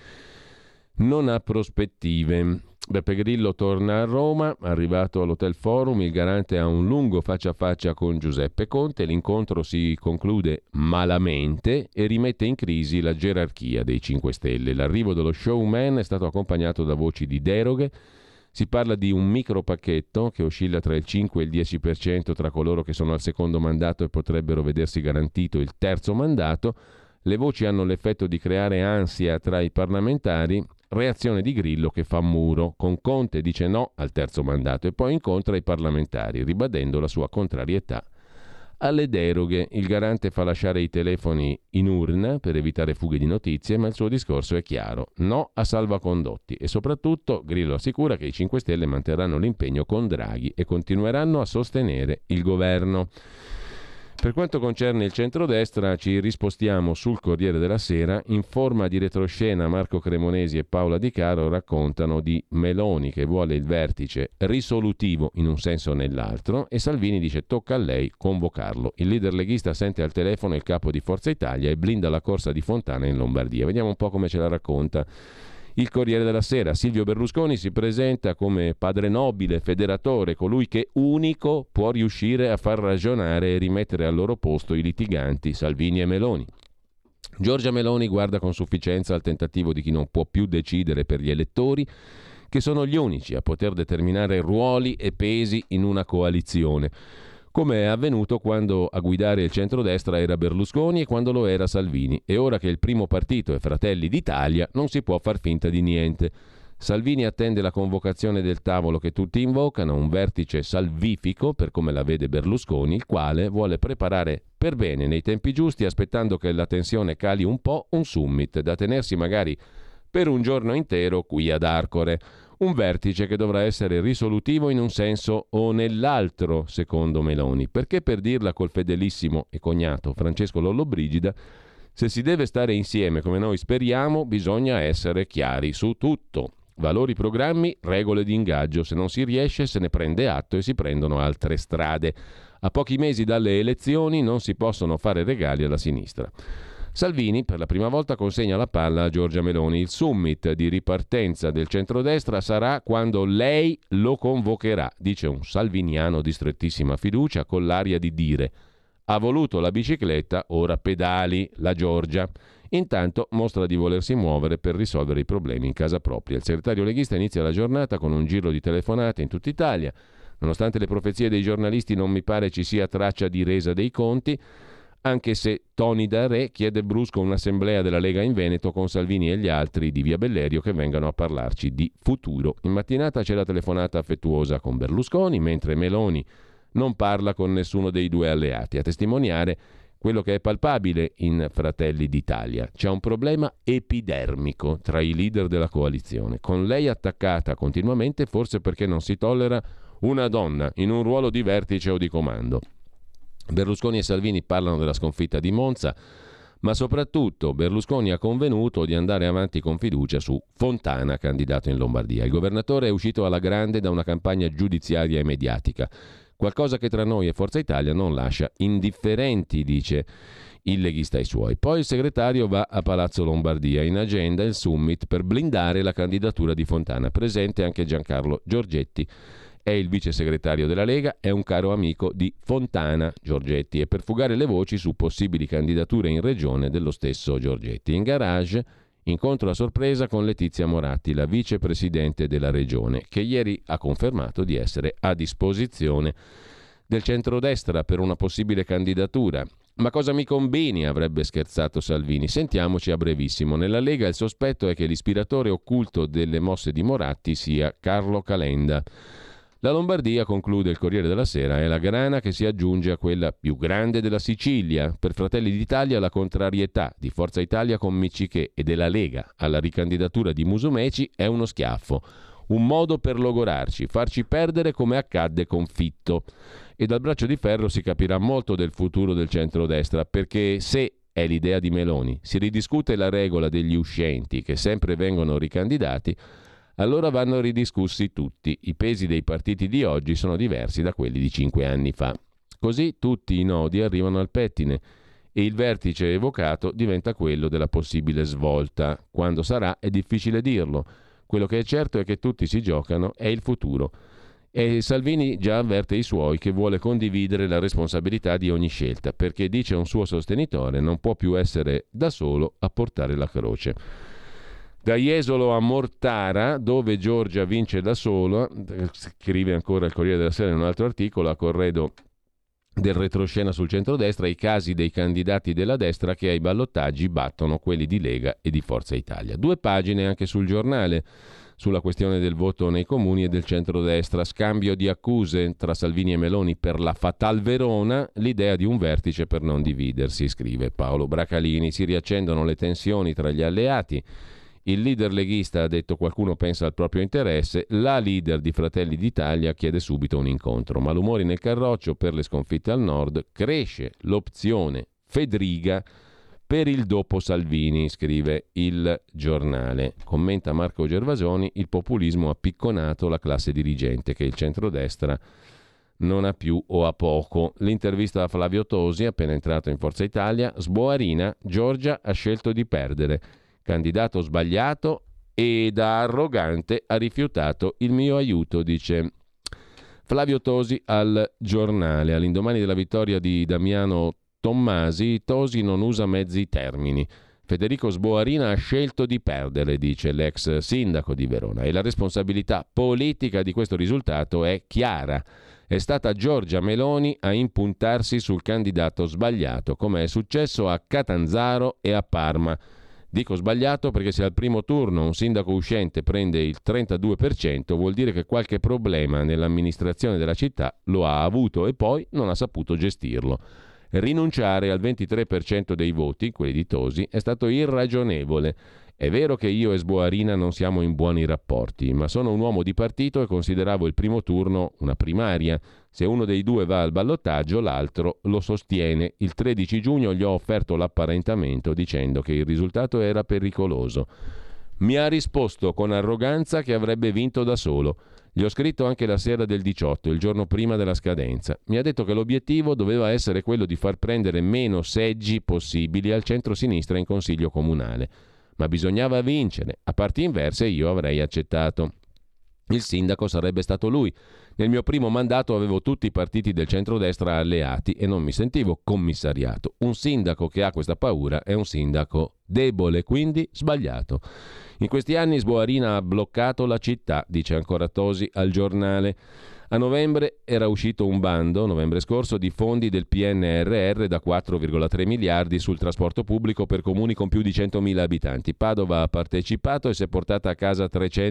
non ha prospettive. Beppe Grillo torna a Roma, arrivato all'Hotel Forum, il garante ha un lungo faccia a faccia con Giuseppe Conte, l'incontro si conclude malamente e rimette in crisi la gerarchia dei 5 Stelle. L'arrivo dello showman è stato accompagnato da voci di deroghe, si parla di un micro pacchetto che oscilla tra il 5 e il 10% tra coloro che sono al secondo mandato e potrebbero vedersi garantito il terzo mandato. Le voci hanno l'effetto di creare ansia tra i parlamentari. Reazione di Grillo che fa muro, con Conte dice no al terzo mandato e poi incontra i parlamentari, ribadendo la sua contrarietà alle deroghe. Il garante fa lasciare i telefoni in urna per evitare fughe di notizie, ma il suo discorso è chiaro: no a salvacondotti. E soprattutto Grillo assicura che i 5 Stelle manterranno l'impegno con Draghi e continueranno a sostenere il governo. Per quanto concerne il centrodestra, ci rispostiamo sul Corriere della Sera. In forma di retroscena, Marco Cremonesi e Paola Di Caro raccontano di Meloni che vuole il vertice risolutivo in un senso o nell'altro e Salvini dice tocca a lei convocarlo. Il leader leghista sente al telefono il capo di Forza Italia e blinda la corsa di Fontana in Lombardia. Vediamo un po' come ce la racconta il Corriere della Sera. Silvio Berlusconi si presenta come padre nobile, federatore, colui che unico può riuscire a far ragionare e rimettere al loro posto i litiganti Salvini e Meloni. Giorgia Meloni guarda con sufficienza al tentativo di chi non può più decidere per gli elettori, che sono gli unici a poter determinare ruoli e pesi in una coalizione, come è avvenuto quando a guidare il centrodestra era Berlusconi e quando lo era Salvini. E ora che il primo partito è Fratelli d'Italia, non si può far finta di niente. Salvini attende la convocazione del tavolo che tutti invocano, un vertice salvifico, per come la vede Berlusconi, il quale vuole preparare per bene nei tempi giusti, aspettando che la tensione cali un po', un summit da tenersi magari per un giorno intero qui ad Arcore. Un vertice che dovrà essere risolutivo in un senso o nell'altro, secondo Meloni, perché per dirla col fedelissimo e cognato Francesco Lollobrigida, se si deve stare insieme come noi speriamo, bisogna essere chiari su tutto. Valori, programmi, regole di ingaggio. Se non si riesce, se ne prende atto e si prendono altre strade. A pochi mesi dalle elezioni non si possono fare regali alla sinistra. Salvini per la prima volta consegna la palla a Giorgia Meloni. Il summit di ripartenza del centrodestra sarà quando lei lo convocherà, dice un salviniano di strettissima fiducia con l'aria di dire: ha voluto la bicicletta, ora pedali la Giorgia. Intanto mostra di volersi muovere per risolvere i problemi in casa propria. Il segretario leghista inizia la giornata con un giro di telefonate in tutta Italia. Nonostante le profezie dei giornalisti non mi pare ci sia traccia di resa dei conti, anche se Tony da Re chiede brusco un'assemblea della Lega in Veneto con Salvini e gli altri di Via Bellerio che vengano a parlarci di futuro. In mattinata c'è la telefonata affettuosa con Berlusconi, mentre Meloni non parla con nessuno dei due alleati, a testimoniare quello che è palpabile in Fratelli d'Italia. C'è un problema epidermico tra i leader della coalizione, con lei attaccata continuamente, forse perché non si tollera una donna in un ruolo di vertice o di comando. Berlusconi e Salvini parlano della sconfitta di Monza, ma soprattutto Berlusconi ha convenuto di andare avanti con fiducia su Fontana, candidato in Lombardia. Il governatore è uscito alla grande da una campagna giudiziaria e mediatica, qualcosa che tra noi e Forza Italia non lascia indifferenti, dice il leghista ai suoi. Poi il segretario va a Palazzo Lombardia, in agenda il summit per blindare la candidatura di Fontana, presente anche Giancarlo Giorgetti. È il vice segretario della Lega, è un caro amico di Fontana, Giorgetti, e per fugare le voci su possibili candidature in regione dello stesso Giorgetti. In garage, incontro a sorpresa con Letizia Moratti, la vicepresidente della regione, che ieri ha confermato di essere a disposizione del centrodestra per una possibile candidatura. Ma cosa mi combini? Avrebbe scherzato Salvini. Sentiamoci a brevissimo. Nella Lega il sospetto è che l'ispiratore occulto delle mosse di Moratti sia Carlo Calenda. La Lombardia, conclude il Corriere della Sera, è la grana che si aggiunge a quella più grande della Sicilia. Per Fratelli d'Italia la contrarietà di Forza Italia con Miccichè e della Lega alla ricandidatura di Musumeci è uno schiaffo. Un modo per logorarci, farci perdere come accadde con Fitto. E dal braccio di ferro si capirà molto del futuro del centrodestra, perché se è l'idea di Meloni si ridiscute la regola degli uscenti che sempre vengono ricandidati, allora vanno ridiscussi tutti. I pesi dei partiti di oggi sono diversi da quelli di 5 anni fa. Così tutti i nodi arrivano al pettine e il vertice evocato diventa quello della possibile svolta. Quando sarà è difficile dirlo. Quello che è certo è che tutti si giocano è il futuro. E Salvini già avverte i suoi che vuole condividere la responsabilità di ogni scelta, perché, dice un suo sostenitore, non può più essere da solo a portare la croce. Da Jesolo a Mortara, dove Giorgia vince da solo, scrive ancora il Corriere della Sera in un altro articolo, a corredo del retroscena sul centrodestra, i casi dei candidati della destra che ai ballottaggi battono quelli di Lega e di Forza Italia. 2 pagine anche sul Giornale sulla questione del voto nei comuni e del centrodestra, scambio di accuse tra Salvini e Meloni per la Fatal Verona, l'idea di un vertice per non dividersi, scrive Paolo Bracalini. Si riaccendono le tensioni tra gli alleati. Il leader leghista ha detto qualcuno pensa al proprio interesse, la leader di Fratelli d'Italia chiede subito un incontro. Malumori nel Carroccio per le sconfitte al nord, cresce l'opzione Fedriga per il dopo Salvini, scrive il Giornale. Commenta Marco Gervasoni, il populismo ha picconato la classe dirigente che il centrodestra non ha più o ha poco. L'intervista a Flavio Tosi, appena entrato in Forza Italia, sboarina, Giorgia ha scelto di perdere. Candidato sbagliato e da arrogante ha rifiutato il mio aiuto, dice Flavio Tosi al Giornale. All'indomani della vittoria di Damiano Tommasi, Tosi non usa mezzi termini. Federico Sboarina ha scelto di perdere, dice l'ex sindaco di Verona, e la responsabilità politica di questo risultato è chiara. È stata Giorgia Meloni a impuntarsi sul candidato sbagliato, come è successo a Catanzaro e a Parma. Dico sbagliato perché se al primo turno un sindaco uscente prende il 32%, vuol dire che qualche problema nell'amministrazione della città lo ha avuto e poi non ha saputo gestirlo. Rinunciare al 23% dei voti, quelli di Tosi, è stato irragionevole. È vero che io e Sboarina non siamo in buoni rapporti, ma sono un uomo di partito e consideravo il primo turno una primaria. Se uno dei due va al ballottaggio, l'altro lo sostiene. Il 13 giugno gli ho offerto l'apparentamento dicendo che il risultato era pericoloso. Mi ha risposto con arroganza che avrebbe vinto da solo. Gli ho scritto anche la sera del 18, il giorno prima della scadenza. Mi ha detto che l'obiettivo doveva essere quello di far prendere meno seggi possibili al centro-sinistra in consiglio comunale. Ma bisognava vincere. A parti inverse io avrei accettato. Il sindaco sarebbe stato lui. Nel mio primo mandato avevo tutti i partiti del centrodestra alleati e non mi sentivo commissariato. Un sindaco che ha questa paura è un sindaco debole, quindi sbagliato. In questi anni Sboarina ha bloccato la città, dice ancora Tosi al Giornale. A novembre era uscito un bando, novembre scorso, di fondi del PNRR da 4,3 miliardi sul trasporto pubblico per comuni con più di 100.000 abitanti. Padova ha partecipato e si è portata a casa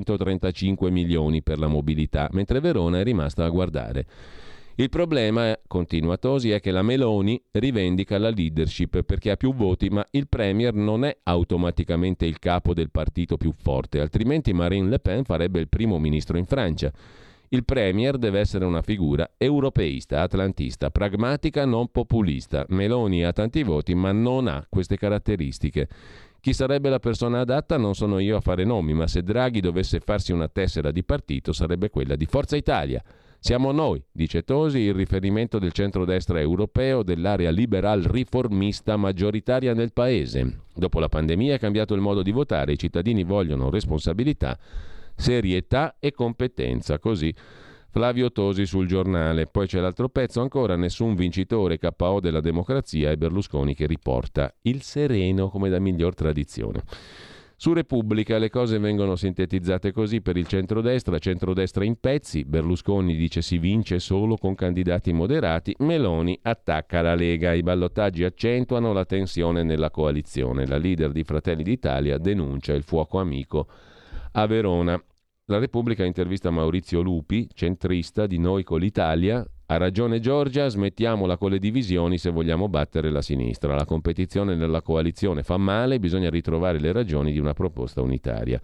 335 milioni per la mobilità, mentre Verona è rimasta a guardare. Il problema, continua Tosi, è che la Meloni rivendica la leadership perché ha più voti, ma il premier non è automaticamente il capo del partito più forte, altrimenti Marine Le Pen farebbe il primo ministro in Francia. Il premier deve essere una figura europeista, atlantista, pragmatica, non populista. Meloni ha tanti voti, ma non ha queste caratteristiche. Chi sarebbe la persona adatta non sono io a fare nomi, ma se Draghi dovesse farsi una tessera di partito sarebbe quella di Forza Italia. Siamo noi, dice Tosi, il riferimento del centrodestra europeo, dell'area liberal riformista maggioritaria nel paese. Dopo la pandemia è cambiato il modo di votare, i cittadini vogliono responsabilità, serietà e competenza, così Flavio Tosi sul Giornale. Poi c'è l'altro pezzo ancora, nessun vincitore KO della democrazia, e Berlusconi che riporta il sereno come da miglior tradizione. Su Repubblica le cose vengono sintetizzate così per il centrodestra in pezzi, Berlusconi dice si vince solo con candidati moderati, Meloni attacca la Lega, i ballottaggi accentuano la tensione nella coalizione, la leader di Fratelli d'Italia denuncia il fuoco amico a Verona. La Repubblica intervista Maurizio Lupi, centrista di Noi con l'Italia. Ha ragione Giorgia, smettiamola con le divisioni se vogliamo battere la sinistra. La competizione nella coalizione fa male, bisogna ritrovare le ragioni di una proposta unitaria.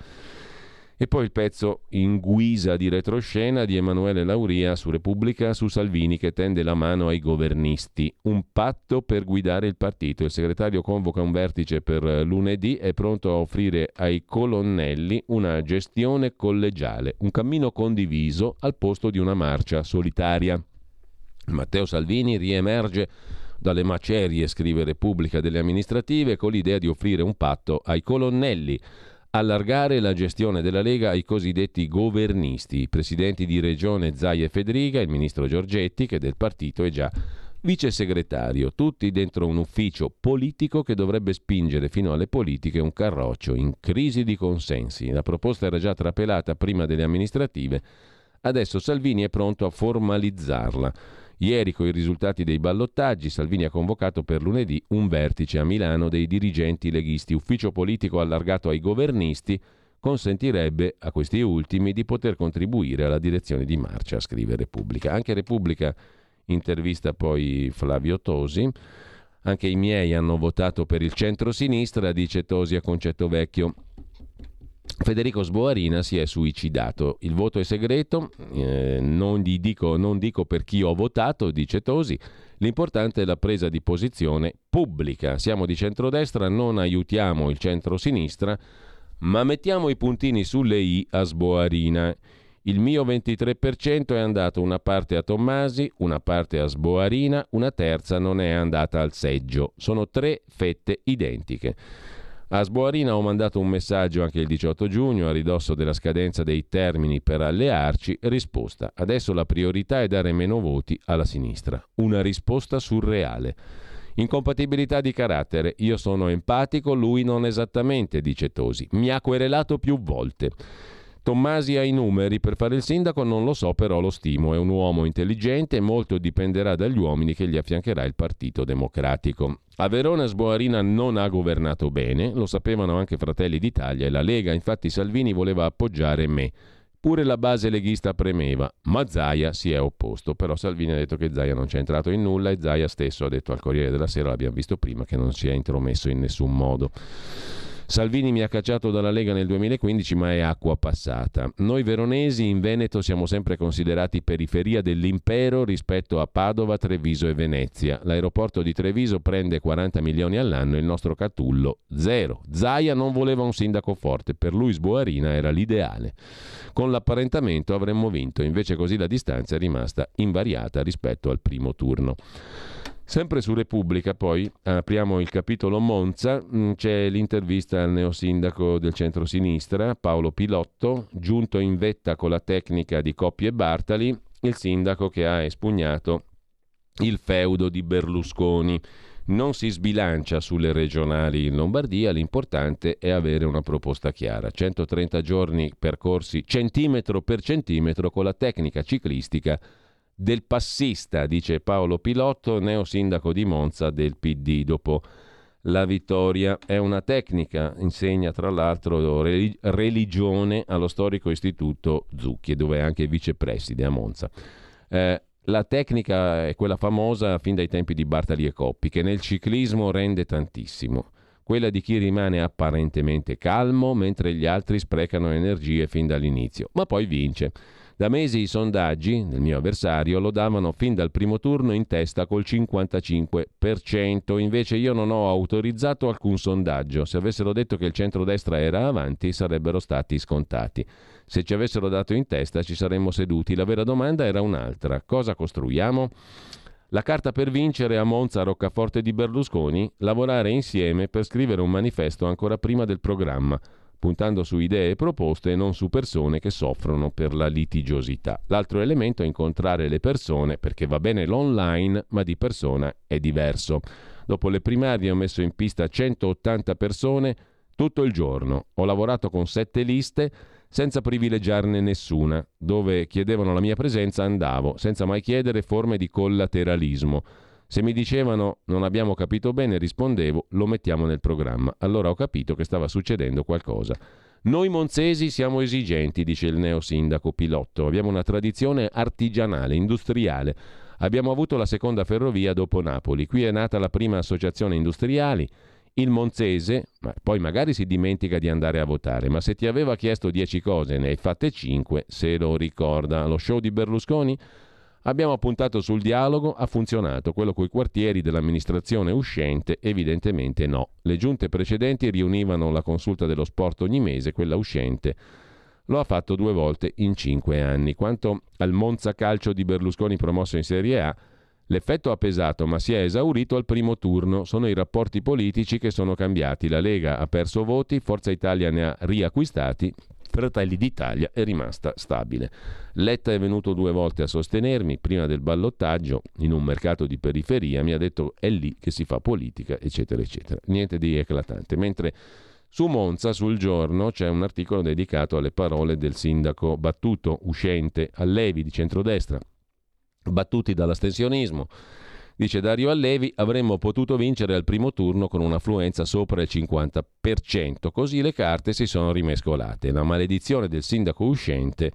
E poi il pezzo in guisa di retroscena di Emanuele Lauria su Repubblica su Salvini che tende la mano ai governisti. Un patto per guidare il partito. Il segretario convoca un vertice per lunedì, è pronto a offrire ai colonnelli una gestione collegiale, un cammino condiviso al posto di una marcia solitaria. Matteo Salvini riemerge dalle macerie, scrive Repubblica, delle amministrative con l'idea di offrire un patto ai colonnelli, allargare la gestione della Lega ai cosiddetti governisti, i presidenti di regione Zaia e Fedriga, il ministro Giorgetti che del partito è già vice segretario, tutti dentro un ufficio politico che dovrebbe spingere fino alle politiche un carroccio in crisi di consensi. La proposta era già trapelata prima delle amministrative, adesso Salvini è pronto a formalizzarla. Ieri, con i risultati dei ballottaggi, Salvini ha convocato per lunedì un vertice a Milano dei dirigenti leghisti. Ufficio politico allargato ai governisti consentirebbe a questi ultimi di poter contribuire alla direzione di marcia, scrive Repubblica. Anche Repubblica intervista poi Flavio Tosi. Anche i miei hanno votato per il centro-sinistra, dice Tosi a Concetto Vecchio. Federico Sboarina si è suicidato. Il voto è segreto, non dico per chi ho votato, dice Tosi. L'importante è la presa di posizione pubblica. Siamo di centrodestra, non aiutiamo il centro-sinistra, ma mettiamo i puntini sulle i a Sboarina. Il mio 23% è andato una parte a Tommasi, una parte a Sboarina, una terza non è andata al seggio. Sono 3 fette identiche. A Sboarina ho mandato un messaggio anche il 18 giugno, a ridosso della scadenza dei termini per allearci, risposta. Adesso la priorità è dare meno voti alla sinistra. Una risposta surreale. Incompatibilità di carattere. Io sono empatico, lui non esattamente, dice Tosi. Mi ha querelato più volte. Tommasi ha i numeri per fare il sindaco, non lo so, però lo stimo. È un uomo intelligente e molto dipenderà dagli uomini che gli affiancherà il Partito Democratico. A Verona Sboarina non ha governato bene, lo sapevano anche Fratelli d'Italia e la Lega, infatti Salvini voleva appoggiare me. Pure la base leghista premeva, ma Zaia si è opposto. Però Salvini ha detto che Zaia non c'è entrato in nulla e Zaia stesso ha detto al Corriere della Sera, l'abbiamo visto prima, che non si è intromesso in nessun modo. Salvini mi ha cacciato dalla Lega nel 2015, ma è acqua passata. Noi veronesi in Veneto siamo sempre considerati periferia dell'impero rispetto a Padova, Treviso e Venezia. L'aeroporto di Treviso prende 40 milioni all'anno, il nostro Catullo 0. Zaia non voleva un sindaco forte, per lui Sboarina era l'ideale. Con l'apparentamento avremmo vinto, invece così la distanza è rimasta invariata rispetto al primo turno. Sempre su Repubblica poi apriamo il capitolo Monza, c'è l'intervista al neosindaco del centro-sinistra Paolo Pilotto, giunto in vetta con la tecnica di Coppi e Bartali, il sindaco che ha espugnato il feudo di Berlusconi. Non si sbilancia sulle regionali in Lombardia, l'importante è avere una proposta chiara. 130 giorni percorsi centimetro per centimetro con la tecnica ciclistica del passista, dice Paolo Pilotto, neosindaco di Monza del PD dopo la vittoria. È una tecnica, insegna tra l'altro religione allo storico istituto Zucchi, dove è anche vicepreside a Monza. La tecnica è quella famosa fin dai tempi di Bartali e Coppi, che nel ciclismo rende tantissimo. Quella di chi rimane apparentemente calmo mentre gli altri sprecano energie fin dall'inizio, ma poi vince. Da mesi i sondaggi del mio avversario lo davano fin dal primo turno in testa col 55%, invece io non ho autorizzato alcun sondaggio. Se avessero detto che il centrodestra era avanti sarebbero stati scontati. Se ci avessero dato in testa ci saremmo seduti. La vera domanda era un'altra: cosa costruiamo? La carta per vincere a Monza, Roccaforte di Berlusconi? Lavorare insieme per scrivere un manifesto ancora prima del programma, puntando su idee e proposte e non su persone che soffrono per la litigiosità. L'altro elemento è incontrare le persone, perché va bene l'online, ma di persona è diverso. Dopo le primarie ho messo in pista 180 persone, tutto il giorno. Ho lavorato con 7 liste senza privilegiarne nessuna. Dove chiedevano la mia presenza andavo, senza mai chiedere forme di collateralismo. Se mi dicevano non abbiamo capito bene, rispondevo lo mettiamo nel programma. Allora ho capito che stava succedendo qualcosa. Noi monzesi siamo esigenti, dice il neo sindaco Pilotto. Abbiamo una tradizione artigianale, industriale. Abbiamo avuto la seconda ferrovia dopo Napoli. Qui è nata la prima associazione industriali. Il monzese, ma poi magari si dimentica di andare a votare, ma se ti aveva chiesto 10 cose ne hai fatte 5, se lo ricorda. Lo show di Berlusconi? Abbiamo puntato sul dialogo, ha funzionato. Quello coi quartieri dell'amministrazione uscente evidentemente no. Le giunte precedenti riunivano la consulta dello sport ogni mese, quella uscente lo ha fatto 2 volte in 5 anni. Quanto al Monza Calcio di Berlusconi promosso in Serie A, l'effetto ha pesato ma si è esaurito al primo turno. Sono i rapporti politici che sono cambiati. La Lega ha perso voti, Forza Italia ne ha riacquistati, Fratelli d'Italia è rimasta stabile. Letta è venuto 2 volte a sostenermi prima del ballottaggio in un mercato di periferia, mi ha detto è lì che si fa politica, eccetera eccetera. Niente di eclatante. Mentre su Monza, sul Giorno, c'è un articolo dedicato alle parole del sindaco battuto, uscente, Allevi di centrodestra, battuti dall'astensionismo. Dice Dario Allevi, avremmo potuto vincere al primo turno con un'affluenza sopra il 50%, così le carte si sono rimescolate. La maledizione del sindaco uscente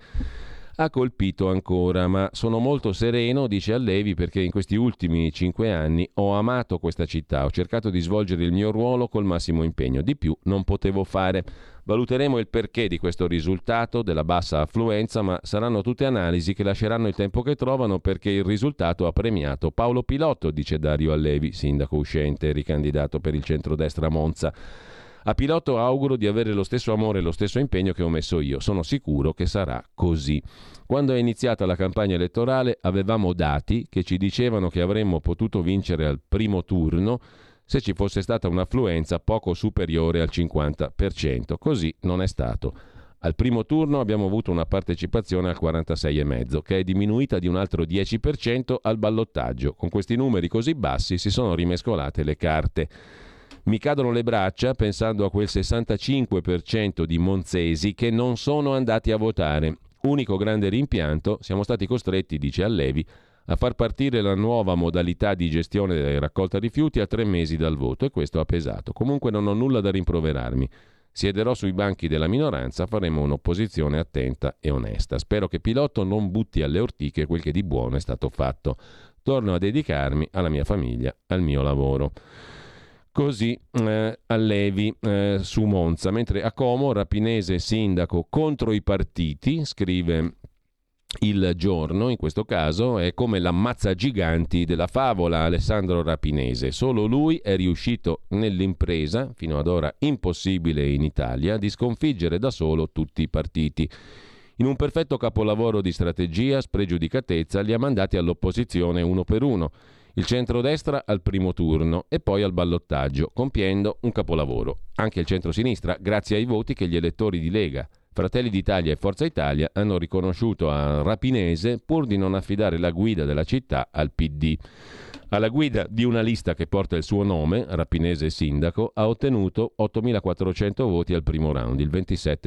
ha colpito ancora, ma sono molto sereno, dice Allevi, perché in questi ultimi 5 anni ho amato questa città, ho cercato di svolgere il mio ruolo col massimo impegno, di più non potevo fare. Valuteremo il perché di questo risultato, della bassa affluenza, ma saranno tutte analisi che lasceranno il tempo che trovano, perché il risultato ha premiato Paolo Pilotto, dice Dario Allevi, sindaco uscente ricandidato per il centrodestra a Monza. A Pilotto auguro di avere lo stesso amore e lo stesso impegno che ho messo io. Sono sicuro che sarà così. Quando è iniziata la campagna elettorale avevamo dati che ci dicevano che avremmo potuto vincere al primo turno se ci fosse stata un'affluenza poco superiore al 50%. Così non è stato. Al primo turno abbiamo avuto una partecipazione al 46,5%, che è diminuita di un altro 10% al ballottaggio. Con questi numeri così bassi si sono rimescolate le carte. Mi cadono le braccia pensando a quel 65% di monzesi che non sono andati a votare. Unico grande rimpianto, siamo stati costretti, dice Allevi, a far partire la nuova modalità di gestione della raccolta rifiuti a 3 mesi dal voto, e questo ha pesato. Comunque non ho nulla da rimproverarmi. Siederò sui banchi della minoranza, faremo un'opposizione attenta e onesta. Spero che Pilotto non butti alle ortiche quel che di buono è stato fatto. Torno a dedicarmi alla mia famiglia, al mio lavoro. Così Allevi su Monza. Mentre a Como, Rapinese sindaco contro i partiti, scrive Il Giorno, in questo caso è come l'ammazzagiganti della favola Alessandro Rapinese. Solo lui è riuscito nell'impresa, fino ad ora impossibile in Italia, di sconfiggere da solo tutti i partiti. In un perfetto capolavoro di strategia, spregiudicatezza, li ha mandati all'opposizione uno per uno. Il centrodestra al primo turno e poi al ballottaggio, compiendo un capolavoro. Anche il centrosinistra, grazie ai voti che gli elettori di Lega, Fratelli d'Italia e Forza Italia hanno riconosciuto a Rapinese, pur di non affidare la guida della città al PD. Alla guida di una lista che porta il suo nome, Rapinese sindaco, ha ottenuto 8.400 voti al primo round, il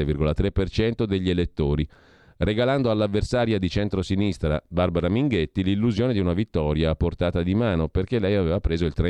27,3% degli elettori, regalando all'avversaria di centrosinistra Barbara Minghetti l'illusione di una vittoria a portata di mano, perché lei aveva preso il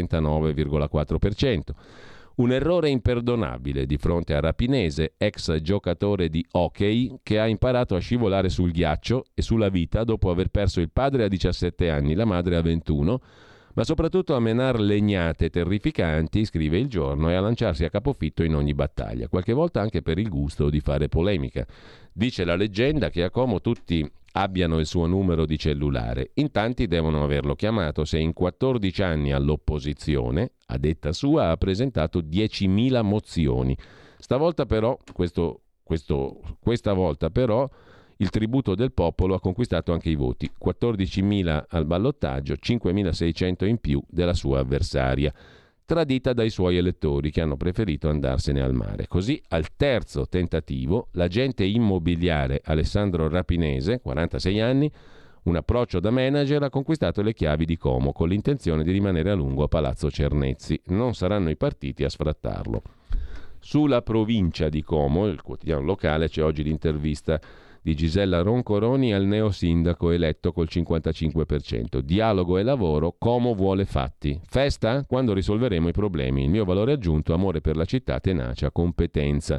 39,4%. Un errore imperdonabile di fronte a Rapinese, ex giocatore di hockey che ha imparato a scivolare sul ghiaccio e sulla vita dopo aver perso il padre a 17 anni, la madre a 21, ma soprattutto a menar legnate terrificanti, scrive Il Giorno, e a lanciarsi a capofitto in ogni battaglia, qualche volta anche per il gusto di fare polemica. Dice la leggenda che a Como tutti abbiano il suo numero di cellulare, in tanti devono averlo chiamato se in 14 anni all'opposizione, a detta sua, ha presentato 10.000 mozioni. Stavolta però, questa volta però, il tributo del popolo ha conquistato anche i voti, 14.000 al ballottaggio, 5.600 in più della sua avversaria, tradita dai suoi elettori che hanno preferito andarsene al mare. Così al terzo tentativo l'agente immobiliare Alessandro Rapinese, 46 anni, un approccio da manager, ha conquistato le chiavi di Como con l'intenzione di rimanere a lungo a Palazzo Cernezzi. Non saranno i partiti a sfrattarlo. Sulla Provincia di Como, il quotidiano locale, c'è oggi l'intervista di Gisella Roncoroni al neosindaco eletto col 55%. Dialogo e lavoro, Como vuole fatti. Festa? Quando risolveremo i problemi. Il mio valore aggiunto, amore per la città, tenacia, competenza.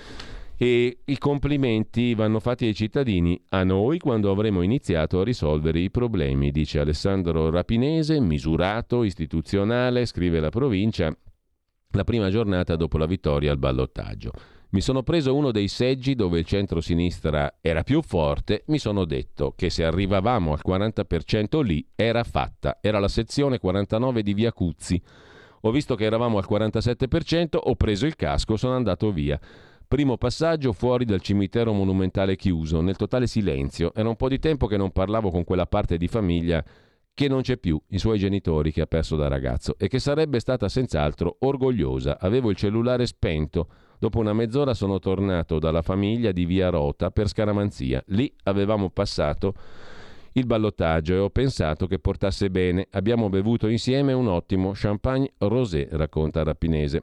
E i complimenti vanno fatti ai cittadini, a noi, quando avremo iniziato a risolvere i problemi, dice Alessandro Rapinese, misurato, istituzionale, scrive la Provincia, la prima giornata dopo la vittoria al ballottaggio. Mi sono preso uno dei seggi dove il centro-sinistra era più forte, mi sono detto che se arrivavamo al 40% lì era fatta, era la sezione 49 di Via Cuzzi. Ho visto che eravamo al 47%, ho preso il casco, sono andato via. Primo passaggio fuori dal cimitero monumentale chiuso, nel totale silenzio. Era un po' di tempo che non parlavo con quella parte di famiglia che non c'è più, i suoi genitori che ha perso da ragazzo, e che sarebbe stata senz'altro orgogliosa. Avevo il cellulare spento. Dopo una mezz'ora sono tornato dalla famiglia di Via Rota per Scaramanzia. Lì avevamo passato il ballottaggio e ho pensato che portasse bene. Abbiamo bevuto insieme un ottimo champagne rosé, racconta Rapinese.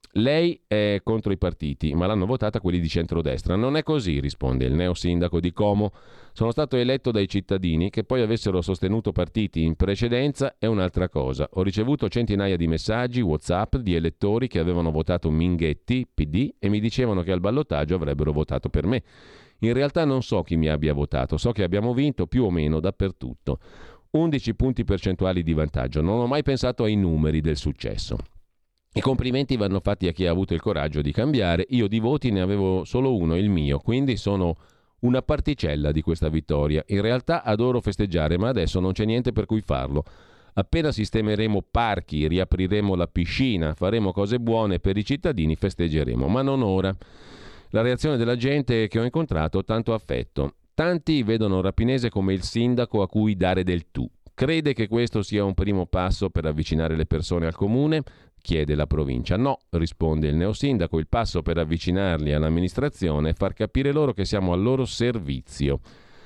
Lei è contro i partiti, ma l'hanno votata quelli di centrodestra. Non è così, risponde il neosindaco di Como. Sono stato eletto dai cittadini, che poi avessero sostenuto partiti in precedenza è un'altra cosa. Ho ricevuto centinaia di messaggi, WhatsApp, di elettori che avevano votato Minghetti, PD, e mi dicevano che al ballottaggio avrebbero votato per me. In realtà non so chi mi abbia votato, so che abbiamo vinto più o meno dappertutto. 11 punti percentuali di vantaggio. Non ho mai pensato ai numeri del successo. I complimenti vanno fatti a chi ha avuto il coraggio di cambiare. Io di voti ne avevo solo uno, il mio, quindi sono una particella di questa vittoria. In realtà adoro festeggiare, ma adesso non c'è niente per cui farlo. Appena sistemeremo parchi, riapriremo la piscina, faremo cose buone per i cittadini, festeggeremo, ma non ora. La reazione della gente che ho incontrato, tanto affetto. Tanti vedono Rapinese come il sindaco a cui dare del tu. Crede che questo sia un primo passo per avvicinare le persone al comune? Chiede la provincia. No, risponde il neosindaco, il passo per avvicinarli all'amministrazione è far capire loro che siamo al loro servizio.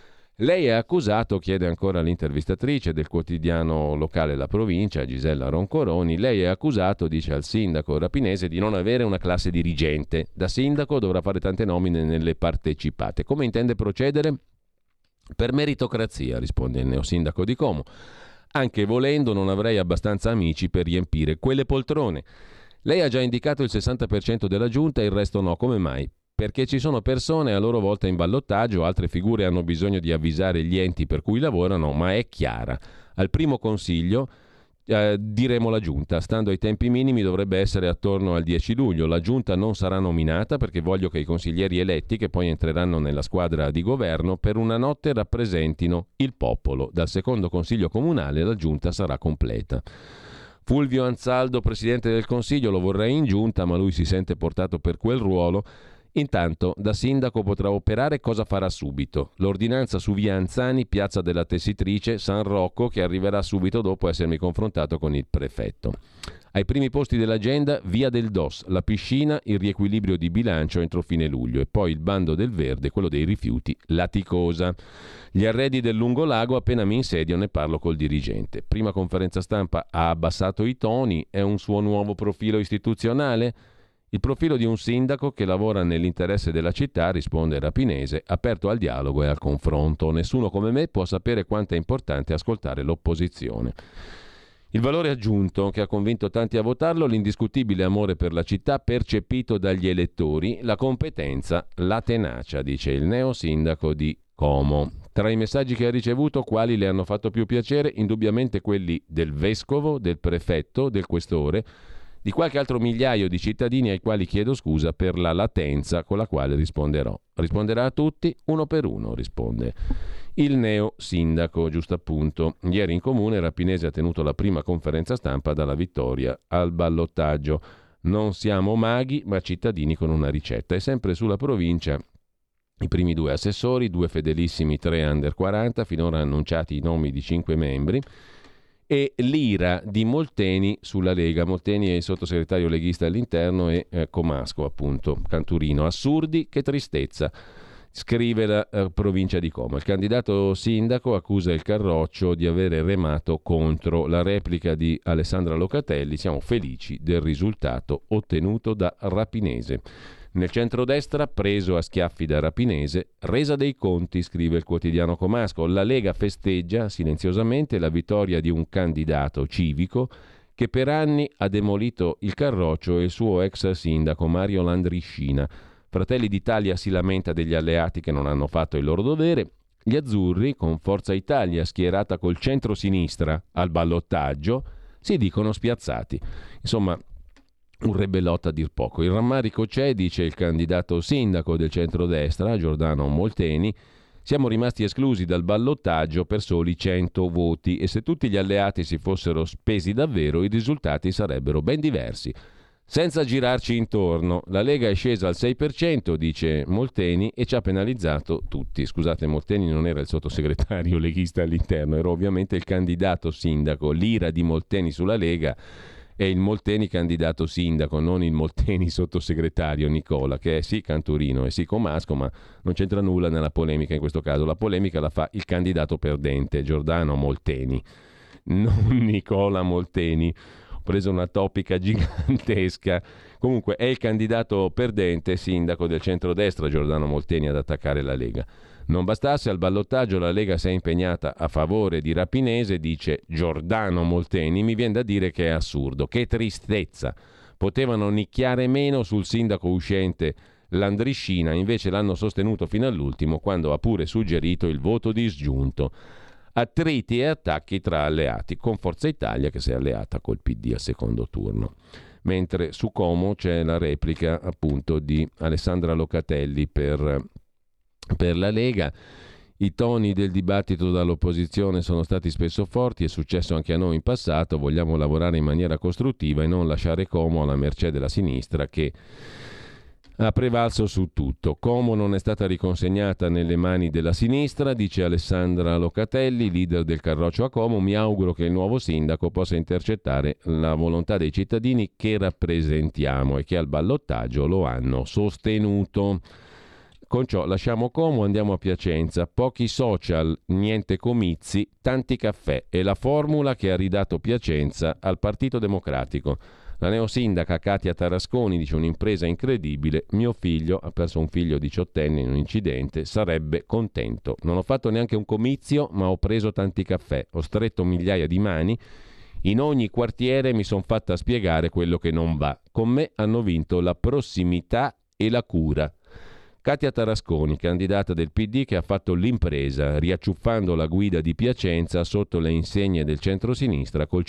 Lei è accusato, chiede ancora l'intervistatrice del quotidiano locale La Provincia, Gisella Roncoroni, lei è accusato, dice al sindaco Rapinese, di non avere una classe dirigente. Da sindaco dovrà fare tante nomine nelle partecipate. Come intende procedere? Per meritocrazia, risponde il neosindaco di Como. Anche volendo non avrei abbastanza amici per riempire quelle poltrone. Lei ha già indicato il 60% della giunta e il resto no. Come mai? Perché ci sono persone a loro volta in ballottaggio, altre figure hanno bisogno di avvisare gli enti per cui lavorano, ma è chiara. Al primo consiglio diremo la giunta. Stando ai tempi minimi dovrebbe essere attorno al 10 luglio. La giunta non sarà nominata perché voglio che i consiglieri eletti, che poi entreranno nella squadra di governo, per una notte rappresentino il popolo. Dal secondo consiglio comunale la giunta sarà completa. Fulvio Anzaldo, presidente del consiglio, lo vorrei in giunta, ma lui si sente portato per quel ruolo. Intanto, da sindaco potrà operare cosa farà subito. L'ordinanza su via Anzani, piazza della Tessitrice, San Rocco, che arriverà subito dopo essermi confrontato con il prefetto. Ai primi posti dell'agenda, via del DOS, la piscina, il riequilibrio di bilancio entro fine luglio e poi il bando del verde, quello dei rifiuti, Laticosa. Gli arredi del lungolago, appena mi insedio ne parlo col dirigente. Prima conferenza stampa ha abbassato i toni, è un suo nuovo profilo istituzionale? Il profilo di un sindaco che lavora nell'interesse della città, risponde Rapinese, aperto al dialogo e al confronto. Nessuno come me può sapere quanto è importante ascoltare l'opposizione. Il valore aggiunto che ha convinto tanti a votarlo, l'indiscutibile amore per la città percepito dagli elettori, la competenza, la tenacia, dice il neosindaco di Como. Tra i messaggi che ha ricevuto, quali le hanno fatto più piacere? Indubbiamente quelli del vescovo, del prefetto, del questore, di qualche altro migliaio di cittadini ai quali chiedo scusa per la latenza con la quale risponderò. Risponderà a tutti uno per uno, risponde il neo sindaco, giusto appunto. Ieri in comune Rapinese ha tenuto la prima conferenza stampa dalla vittoria al ballottaggio. Non siamo maghi, ma cittadini con una ricetta. E sempre sulla provincia, i primi 2 assessori, 2 fedelissimi, 3 under 40, finora annunciati i nomi di 5 membri, e l'ira di Molteni sulla Lega. Molteni è il sottosegretario leghista all'interno e Comasco, appunto, Canturino. Assurdi, che tristezza. Scrive la provincia di Como. Il candidato sindaco accusa il Carroccio di avere remato contro. La replica di Alessandra Locatelli: siamo felici del risultato ottenuto da Rapinese. Nel centrodestra, preso a schiaffi da Rapinese, resa dei conti, scrive il quotidiano comasco. La Lega festeggia silenziosamente la vittoria di un candidato civico che per anni ha demolito il Carroccio e il suo ex sindaco Mario Landriscina. Fratelli d'Italia si lamenta degli alleati che non hanno fatto il loro dovere. Gli azzurri, con Forza Italia schierata col centro-sinistra al ballottaggio, si dicono spiazzati. Insomma, un rebellotto a dir poco. Il rammarico c'è, dice il candidato sindaco del centrodestra, Giordano Molteni: siamo rimasti esclusi dal ballottaggio per soli 100 voti e se tutti gli alleati si fossero spesi davvero i risultati sarebbero ben diversi. Senza girarci intorno, la Lega è scesa al 6%, dice Molteni, e ci ha penalizzato tutti. Scusate, Molteni non era il sottosegretario leghista all'interno, era ovviamente il candidato sindaco. L'ira di Molteni sulla Lega è il Molteni candidato sindaco, non il Molteni sottosegretario Nicola, che è sì canturino e sì comasco, ma non c'entra nulla nella polemica in questo caso. La polemica la fa il candidato perdente, Giordano Molteni, non Nicola Molteni. Ho preso una topica gigantesca. Comunque è il candidato perdente sindaco del centrodestra, Giordano Molteni, ad attaccare la Lega. Non bastasse, al ballottaggio la Lega si è impegnata a favore di Rapinese, dice Giordano Molteni. Mi viene da dire che è assurdo, che tristezza. Potevano nicchiare meno sul sindaco uscente Landriscina, invece l'hanno sostenuto fino all'ultimo, quando ha pure suggerito il voto disgiunto. Attriti e attacchi tra alleati, con Forza Italia che si è alleata col PD al secondo turno. Mentre su Como c'è la replica appunto di Alessandra Locatelli per la Lega. I toni del dibattito dall'opposizione sono stati spesso forti, è successo anche a noi in passato, vogliamo lavorare in maniera costruttiva e non lasciare Como alla mercé della sinistra che ha prevalso su tutto. Como non è stata riconsegnata nelle mani della sinistra, dice Alessandra Locatelli, leader del Carroccio a Como. Mi auguro che il nuovo sindaco possa intercettare la volontà dei cittadini che rappresentiamo e che al ballottaggio lo hanno sostenuto. Con ciò lasciamo Como, andiamo a Piacenza. Pochi social, niente comizi, tanti caffè. È la formula che ha ridato Piacenza al Partito Democratico. La neosindaca Katia Tarasconi dice: un'impresa incredibile, mio figlio ha perso un figlio 18enne in un incidente, sarebbe contento. Non ho fatto neanche un comizio, ma ho preso tanti caffè, ho stretto migliaia di mani, in ogni quartiere mi sono fatta spiegare quello che non va. Con me hanno vinto la prossimità e la cura. Katia Tarasconi, candidata del PD che ha fatto l'impresa, riacciuffando la guida di Piacenza sotto le insegne del centrosinistra col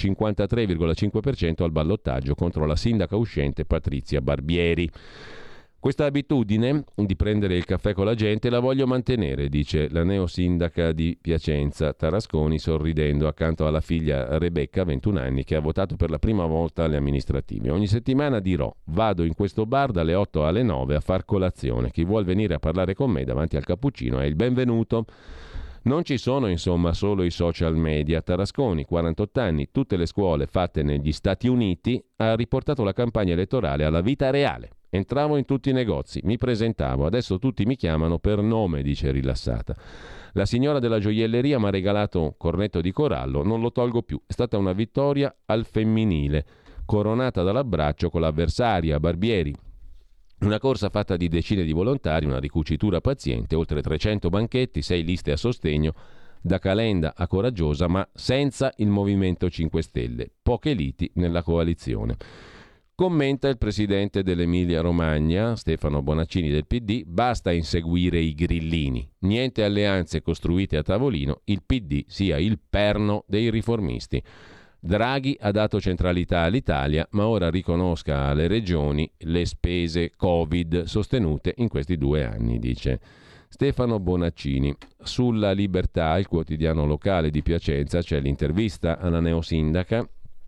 53,5% al ballottaggio contro la sindaca uscente Patrizia Barbieri. Questa abitudine di prendere il caffè con la gente la voglio mantenere, dice la neosindaca di Piacenza Tarasconi sorridendo accanto alla figlia Rebecca, 21 anni, che ha votato per la prima volta alle amministrative. Ogni settimana dirò: vado in questo bar dalle 8 alle 9 a far colazione. Chi vuol venire a parlare con me davanti al cappuccino è il benvenuto. Non ci sono insomma solo i social media. Tarasconi, 48 anni, tutte le scuole fatte negli Stati Uniti, ha riportato la campagna elettorale alla vita reale. Entravo in tutti i negozi, mi presentavo, adesso tutti mi chiamano per nome, dice rilassata. La signora della gioielleria mi ha regalato un cornetto di corallo, non lo tolgo più. È stata una vittoria al femminile, coronata dall'abbraccio con l'avversaria Barbieri. Una corsa fatta di decine di volontari, una ricucitura paziente, oltre 300 banchetti, 6 liste a sostegno, da Calenda a Coraggiosa, ma senza il Movimento 5 Stelle. Poche liti nella coalizione. Commenta il presidente dell'Emilia-Romagna, Stefano Bonaccini del PD: basta inseguire i grillini, niente alleanze costruite a tavolino, il PD sia il perno dei riformisti. Draghi ha dato centralità all'Italia, ma ora riconosca alle regioni le spese Covid sostenute in questi 2 anni, dice Stefano Bonaccini. Sulla Libertà, il quotidiano locale di Piacenza, c'è l'intervista alla neosindaca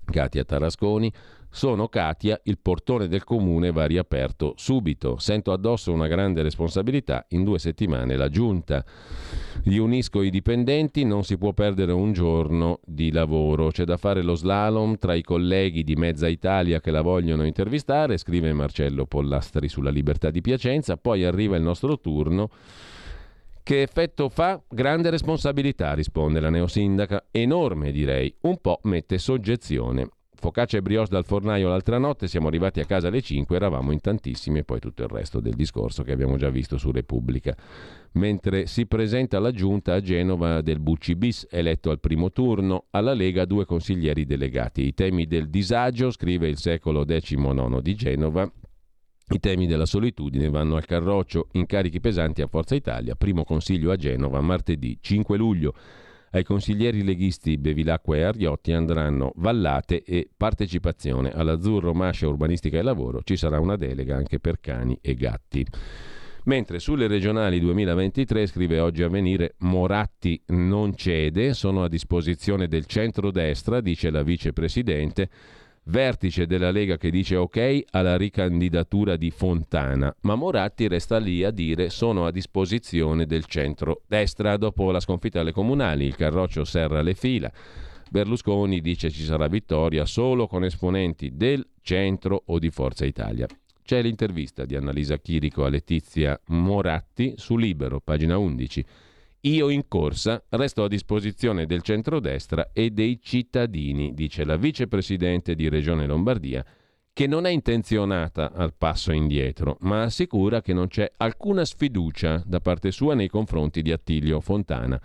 Katia Tarasconi. Sono Katia, il portone del comune va riaperto subito. Sento addosso una grande responsabilità. In 2 settimane la giunta. Riunisco i dipendenti, non si può perdere un giorno di lavoro. C'è da fare lo slalom tra i colleghi di Mezza Italia che la vogliono intervistare, scrive Marcello Pollastri sulla Libertà di Piacenza. Poi arriva il nostro turno. Che effetto fa? Grande responsabilità, risponde la neosindaca. Enorme, direi. Un po' mette soggezione. Focaccia e brioche dal fornaio l'altra notte, siamo arrivati a casa alle 5, eravamo in tantissimi, e poi tutto il resto del discorso che abbiamo già visto su Repubblica. Mentre si presenta la giunta a Genova del Bucci bis, eletto al primo turno, alla Lega 2 consiglieri delegati. I temi del disagio, scrive il Secolo XIX di Genova, i temi della solitudine vanno al Carroccio, incarichi pesanti a Forza Italia, primo consiglio a Genova, martedì 5 luglio. Ai consiglieri leghisti Bevilacqua e Ariotti andranno Vallate e partecipazione. All'Azzurro, Mascia, Urbanistica e Lavoro ci sarà una delega anche per cani e gatti. Mentre sulle regionali 2023, scrive Oggi Avvenire, Moratti non cede, sono a disposizione del centrodestra, dice la vicepresidente. Vertice della Lega che dice ok alla ricandidatura di Fontana, ma Moratti resta lì a dire sono a disposizione del centro-destra. Dopo la sconfitta alle comunali, il Carroccio serra le fila. Berlusconi dice ci sarà vittoria solo con esponenti del centro o di Forza Italia. C'è l'intervista di Annalisa Chirico a Letizia Moratti su Libero, pagina 11. Io in corsa resto a disposizione del centrodestra e dei cittadini, dice la vicepresidente di Regione Lombardia, che non è intenzionata al passo indietro, ma assicura che non c'è alcuna sfiducia da parte sua nei confronti di Attilio Fontana.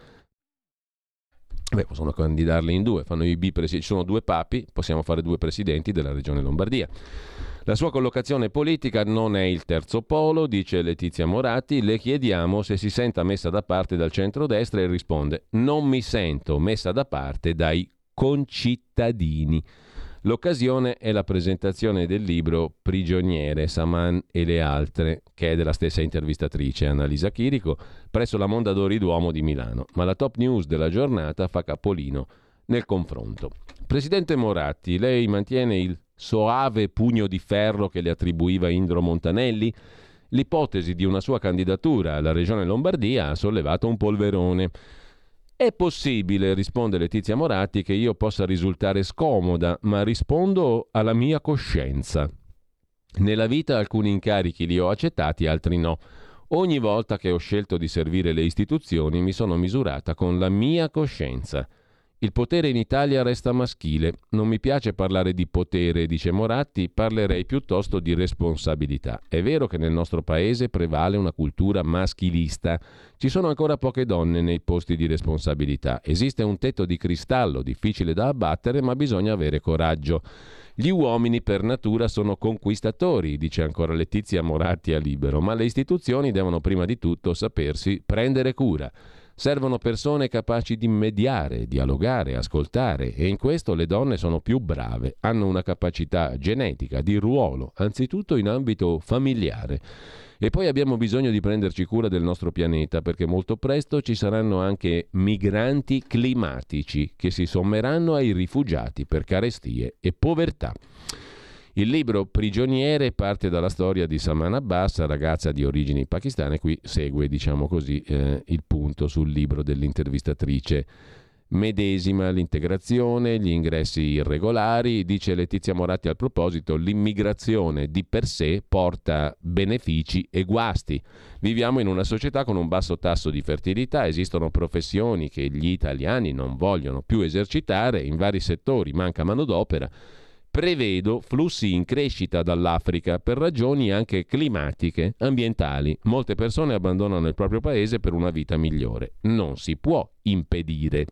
Possono candidarli in 2, fanno i bipresidenti, ci sono 2 papi, possiamo fare 2 presidenti della Regione Lombardia. La sua collocazione politica non è il terzo polo, dice Letizia Moratti. Le chiediamo se si senta messa da parte dal centrodestra e risponde: non mi sento messa da parte dai concittadini. L'occasione è la presentazione del libro Prigioniere, Saman e le altre, che è della stessa intervistatrice Annalisa Chirico, presso la Mondadori Duomo di Milano. Ma la top news della giornata fa capolino nel confronto. Presidente Moratti, lei mantiene il soave pugno di ferro che le attribuiva Indro Montanelli? L'ipotesi di una sua candidatura alla Regione Lombardia ha sollevato un polverone. È possibile, risponde Letizia Moratti, che io possa risultare scomoda, ma rispondo alla mia coscienza. Nella vita alcuni incarichi li ho accettati, altri no. Ogni volta che ho scelto di servire le istituzioni mi sono misurata con la mia coscienza. Il potere in Italia resta maschile. Non mi piace parlare di potere, dice Moratti, parlerei piuttosto di responsabilità. È vero che nel nostro paese prevale una cultura maschilista. Ci sono ancora poche donne nei posti di responsabilità. Esiste un tetto di cristallo difficile da abbattere, ma bisogna avere coraggio. Gli uomini per natura sono conquistatori, dice ancora Letizia Moratti a Libero, ma le istituzioni devono prima di tutto sapersi prendere cura. Servono persone capaci di mediare, dialogare, ascoltare, e in questo le donne sono più brave, hanno una capacità genetica, di ruolo, anzitutto in ambito familiare. E poi abbiamo bisogno di prenderci cura del nostro pianeta, perché molto presto ci saranno anche migranti climatici che si sommeranno ai rifugiati per carestie e povertà. Il libro Prigioniere parte dalla storia di Saman Abbas, ragazza di origini pakistane. Qui segue, diciamo così, il punto sul libro dell'intervistatrice. Medesima l'integrazione, gli ingressi irregolari, dice Letizia Moratti al proposito, l'immigrazione di per sé porta benefici e guasti. Viviamo in una società con un basso tasso di fertilità, esistono professioni che gli italiani non vogliono più esercitare, in vari settori manca manodopera. Prevedo flussi in crescita dall'Africa per ragioni anche climatiche, ambientali. Molte persone abbandonano il proprio paese per una vita migliore. Non si può impedire.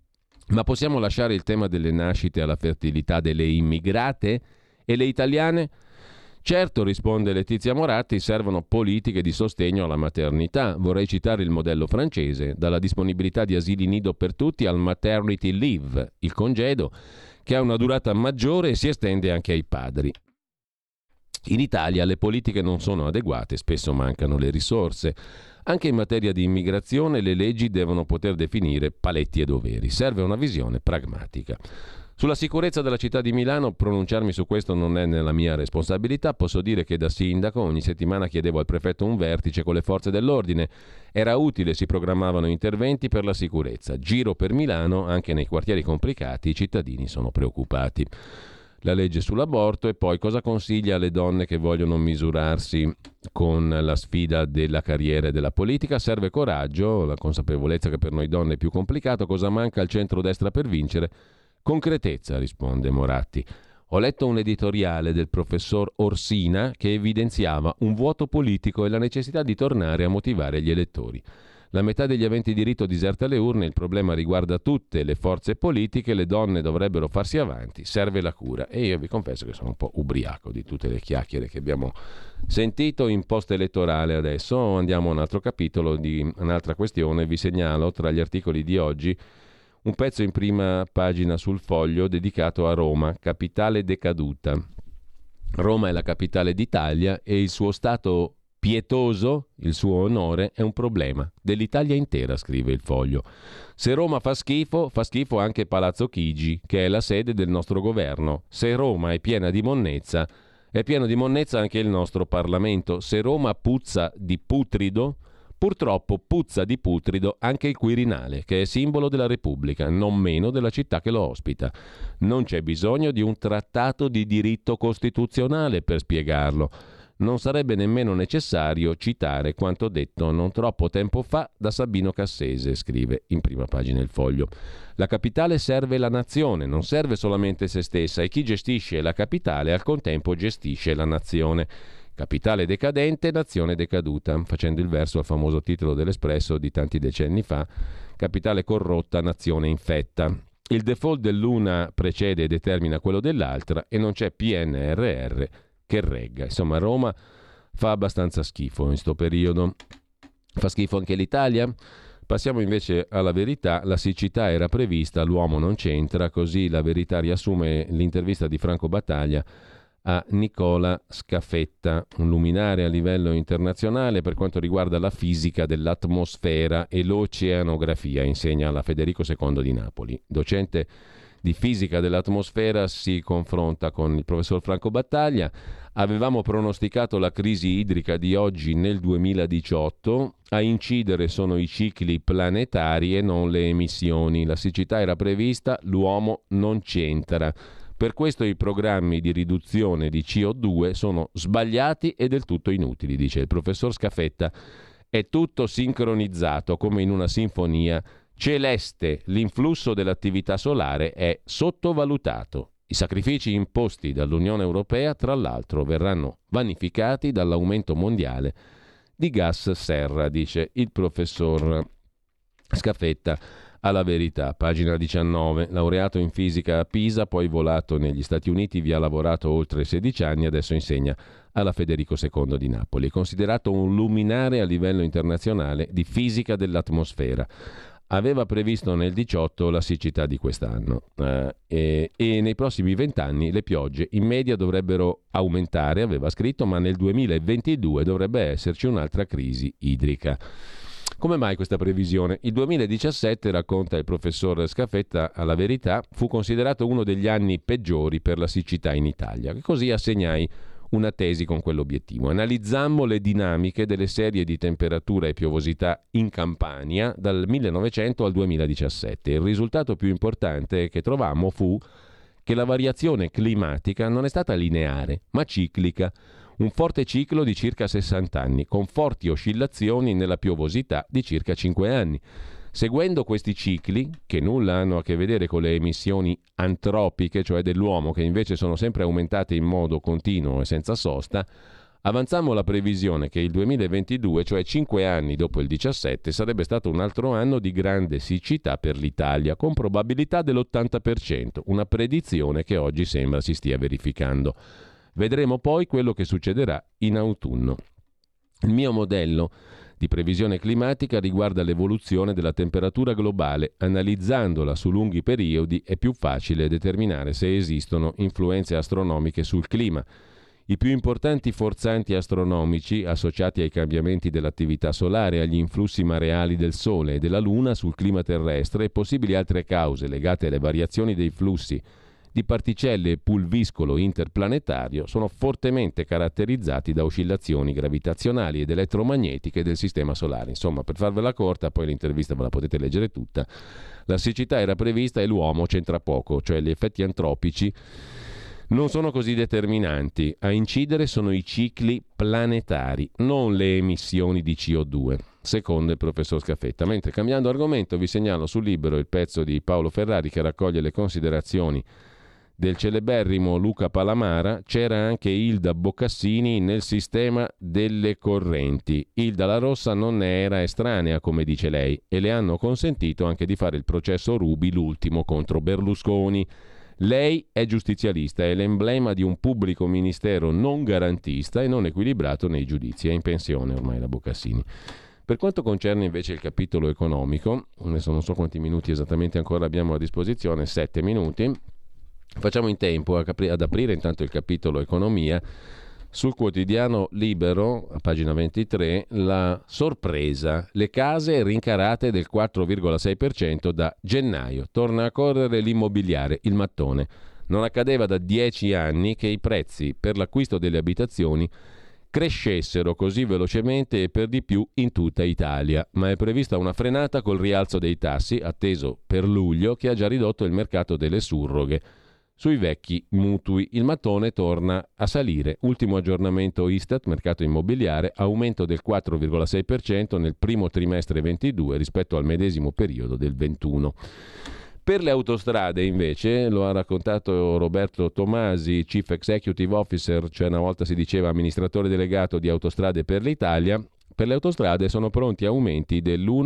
Ma possiamo lasciare il tema delle nascite alla fertilità delle immigrate e le italiane? Certo, risponde Letizia Moratti, servono politiche di sostegno alla maternità. Vorrei citare il modello francese, dalla disponibilità di asili nido per tutti al maternity leave, il congedo, che ha una durata maggiore e si estende anche ai padri. In Italia le politiche non sono adeguate, spesso mancano le risorse. Anche in materia di immigrazione le leggi devono poter definire paletti e doveri. Serve una visione pragmatica. Sulla sicurezza della città di Milano, pronunciarmi su questo non è nella mia responsabilità. Posso dire che da sindaco ogni settimana chiedevo al prefetto un vertice con le forze dell'ordine. Era utile, si programmavano interventi per la sicurezza. Giro per Milano, anche nei quartieri complicati, i cittadini sono preoccupati. La legge sull'aborto e poi cosa consiglia alle donne che vogliono misurarsi con la sfida della carriera e della politica? Serve coraggio, la consapevolezza che per noi donne è più complicato. Cosa manca al centrodestra per vincere? Concretezza, risponde Moratti. Ho letto un editoriale del professor Orsina che evidenziava un vuoto politico e la necessità di tornare a motivare gli elettori. La metà degli aventi diritto diserta le urne, il problema riguarda tutte le forze politiche, le donne dovrebbero farsi avanti, serve la cura. E io vi confesso che sono un po' ubriaco di tutte le chiacchiere che abbiamo sentito in post elettorale. Adesso andiamo a un altro capitolo di un'altra questione. Vi segnalo tra gli articoli di oggi un pezzo in prima pagina sul Foglio dedicato a Roma, capitale decaduta. Roma è la capitale d'Italia e il suo stato pietoso, il suo onore, è un problema dell'Italia intera, scrive il Foglio. Se Roma fa schifo anche Palazzo Chigi, che è la sede del nostro governo. Se Roma è piena di monnezza, è pieno di monnezza anche il nostro Parlamento. Se Roma puzza di putrido, purtroppo puzza di putrido anche il Quirinale, che è simbolo della Repubblica, non meno della città che lo ospita. Non c'è bisogno di un trattato di diritto costituzionale per spiegarlo. Non sarebbe nemmeno necessario citare quanto detto non troppo tempo fa da Sabino Cassese, scrive in prima pagina il Foglio. La capitale serve la nazione, non serve solamente se stessa, e chi gestisce la capitale al contempo gestisce la nazione. Capitale decadente, nazione decaduta, facendo il verso al famoso titolo dell'Espresso di tanti decenni fa, capitale corrotta, nazione infetta. Il default dell'una precede e determina quello dell'altra e non c'è PNRR che regga. Insomma, Roma fa abbastanza schifo in sto periodo. Fa schifo anche l'Italia? Passiamo invece alla Verità. La siccità era prevista, l'uomo non c'entra, così la Verità riassume l'intervista di Franco Battaglia a Nicola Scafetta, un luminare a livello internazionale per quanto riguarda la fisica dell'atmosfera e l'oceanografia, insegna alla Federico II di Napoli. Docente di fisica dell'atmosfera, si confronta con il professor Franco Battaglia. Avevamo pronosticato la crisi idrica di oggi nel 2018, a incidere sono i cicli planetari e non le emissioni. La siccità era prevista, l'uomo non c'entra. Per questo i programmi di riduzione di CO2 sono sbagliati e del tutto inutili, dice il professor Scafetta. È tutto sincronizzato come in una sinfonia celeste. L'influsso dell'attività solare è sottovalutato. I sacrifici imposti dall'Unione Europea, tra l'altro, verranno vanificati dall'aumento mondiale di gas serra, dice il professor Scafetta alla Verità. Pagina 19. Laureato in fisica a Pisa, poi volato negli Stati Uniti, vi ha lavorato oltre 16 anni, adesso insegna alla Federico II di Napoli. Considerato un luminare a livello internazionale di fisica dell'atmosfera. Aveva previsto nel 18 la siccità di quest'anno e nei prossimi 20 anni le piogge in media dovrebbero aumentare, aveva scritto, ma nel 2022 dovrebbe esserci un'altra crisi idrica. Come mai questa previsione? Il 2017, racconta il professor Scafetta alla Verità, fu considerato uno degli anni peggiori per la siccità in Italia. Così assegnai una tesi con quell'obiettivo. Analizzammo le dinamiche delle serie di temperatura e piovosità in Campania dal 1900 al 2017. Il risultato più importante che trovammo fu che la variazione climatica non è stata lineare, ma ciclica. Un forte ciclo di circa 60 anni, con forti oscillazioni nella piovosità di circa 5 anni. Seguendo questi cicli, che nulla hanno a che vedere con le emissioni antropiche, cioè dell'uomo, che invece sono sempre aumentate in modo continuo e senza sosta, avanzammo la previsione che il 2022, cioè 5 anni dopo il 17, sarebbe stato un altro anno di grande siccità per l'Italia, con probabilità dell'80%, una predizione che oggi sembra si stia verificando. Vedremo poi quello che succederà in autunno. Il mio modello di previsione climatica riguarda l'evoluzione della temperatura globale. Analizzandola su lunghi periodi è più facile determinare se esistono influenze astronomiche sul clima. I più importanti forzanti astronomici associati ai cambiamenti dell'attività solare, agli influssi mareali del Sole e della Luna sul clima terrestre e possibili altre cause legate alle variazioni dei flussi di particelle e pulviscolo interplanetario sono fortemente caratterizzati da oscillazioni gravitazionali ed elettromagnetiche del sistema solare. Insomma, per farvela corta, poi l'intervista ve la potete leggere tutta, la siccità era prevista e l'uomo c'entra poco, cioè gli effetti antropici non sono così determinanti. A incidere sono i cicli planetari, non le emissioni di CO2, secondo il professor Scaffetta. Mentre, cambiando argomento, vi segnalo sul Libero il pezzo di Paolo Ferrari che raccoglie le considerazioni del celeberrimo Luca Palamara. C'era anche Ilda Boccassini nel sistema delle correnti. Ilda La Rossa non ne era estranea, come dice lei, e le hanno consentito anche di fare il processo Ruby, l'ultimo contro Berlusconi. Lei è giustizialista, è l'emblema di un pubblico ministero non garantista e non equilibrato nei giudizi. È in pensione ormai la Boccassini. Per quanto concerne invece il capitolo economico, adesso non so quanti minuti esattamente ancora abbiamo a disposizione, 7 minuti, facciamo in tempo ad aprire intanto il capitolo economia. Sul quotidiano Libero, a pagina 23, la sorpresa: le case rincarate del 4,6% da gennaio. Torna a correre l'immobiliare, il mattone. Non accadeva da 10 anni che i prezzi per l'acquisto delle abitazioni crescessero così velocemente e per di più in tutta Italia, ma è prevista una frenata col rialzo dei tassi atteso per luglio, che ha già ridotto il mercato delle surroghe sui vecchi mutui. Il mattone torna a salire. Ultimo aggiornamento Istat, mercato immobiliare, aumento del 4,6% nel primo trimestre 22 rispetto al medesimo periodo del 21. Per le autostrade invece, lo ha raccontato Roberto Tomasi, Chief Executive Officer, cioè una volta si diceva amministratore delegato di Autostrade per l'Italia. Per le autostrade sono pronti aumenti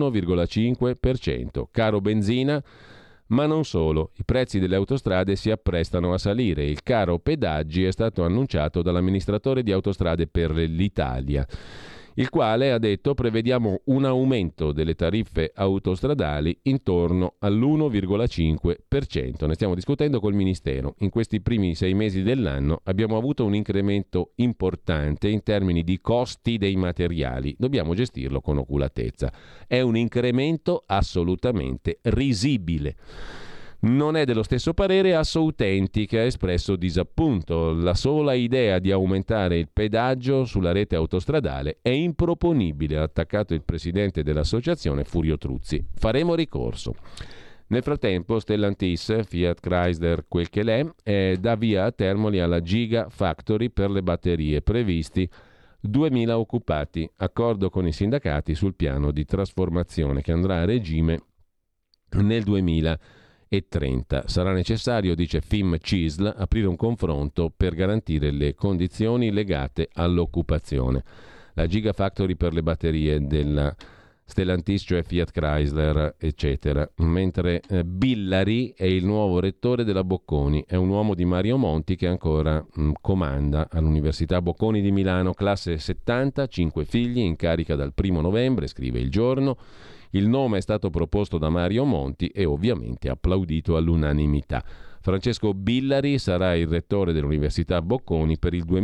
dell'1,5%. Caro benzina, ma non solo, i prezzi delle autostrade si apprestano a salire. Il caro pedaggi è stato annunciato dall'amministratore di Autostrade per l'Italia, il quale ha detto: prevediamo un aumento delle tariffe autostradali intorno all'1,5%. Ne stiamo discutendo col Ministero. In questi primi 6 mesi dell'anno abbiamo avuto un incremento importante in termini di costi dei materiali. Dobbiamo gestirlo con oculatezza. È un incremento assolutamente risibile. Non è dello stesso parere Assoutenti, che ha espresso disappunto. La sola idea di aumentare il pedaggio sulla rete autostradale è improponibile, ha attaccato il presidente dell'associazione Furio Truzzi. Faremo ricorso. Nel frattempo Stellantis, Fiat Chrysler quel che l'è, dà via a Termoli alla Gigafactory per le batterie, previsti 2.000 occupati, accordo con i sindacati sul piano di trasformazione che andrà a regime nel 2030. Sarà necessario, dice Fim Cisl, aprire un confronto per garantire le condizioni legate all'occupazione. La Gigafactory per le batterie della Stellantis, cioè Fiat Chrysler, eccetera. Mentre Billari è il nuovo rettore della Bocconi, è un uomo di Mario Monti che ancora comanda all'Università Bocconi di Milano, classe 70, 5 figli, in carica dal 1 novembre, scrive Il Giorno. Il nome è stato proposto da Mario Monti e ovviamente applaudito all'unanimità. Francesco Billari sarà il rettore dell'Università Bocconi per il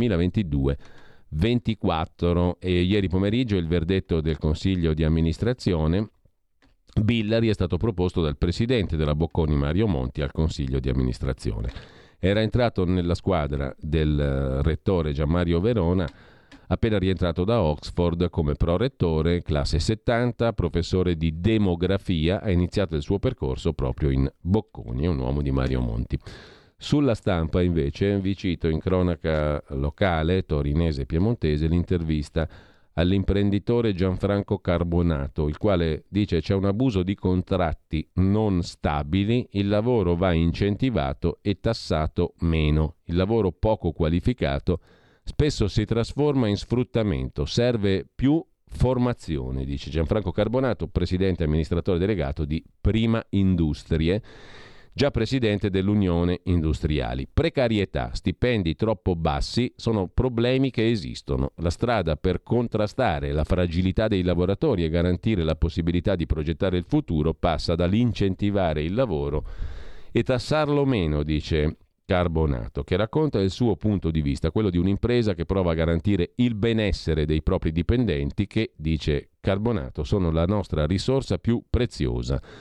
2022-24 e ieri pomeriggio il verdetto del Consiglio di amministrazione. Billari è stato proposto dal presidente della Bocconi Mario Monti al Consiglio di amministrazione. Era entrato nella squadra del rettore Gianmario Verona, appena rientrato da Oxford come prorettore, classe 70, professore di demografia, ha iniziato il suo percorso proprio in Bocconi, è un uomo di Mario Monti. Sulla Stampa invece vi cito in cronaca locale, torinese e piemontese, l'intervista all'imprenditore Gianfranco Carbonato, il quale dice: c'è un abuso di contratti non stabili, il lavoro va incentivato e tassato meno, il lavoro poco qualificato spesso si trasforma in sfruttamento, serve più formazione, dice Gianfranco Carbonato, presidente e amministratore delegato di Prima Industrie, già presidente dell'Unione Industriali. Precarietà, stipendi troppo bassi sono problemi che esistono. La strada per contrastare la fragilità dei lavoratori e garantire la possibilità di progettare il futuro passa dall'incentivare il lavoro e tassarlo meno, dice Carbonato, che racconta il suo punto di vista, quello di un'impresa che prova a garantire il benessere dei propri dipendenti che, dice Carbonato, sono la nostra risorsa più preziosa.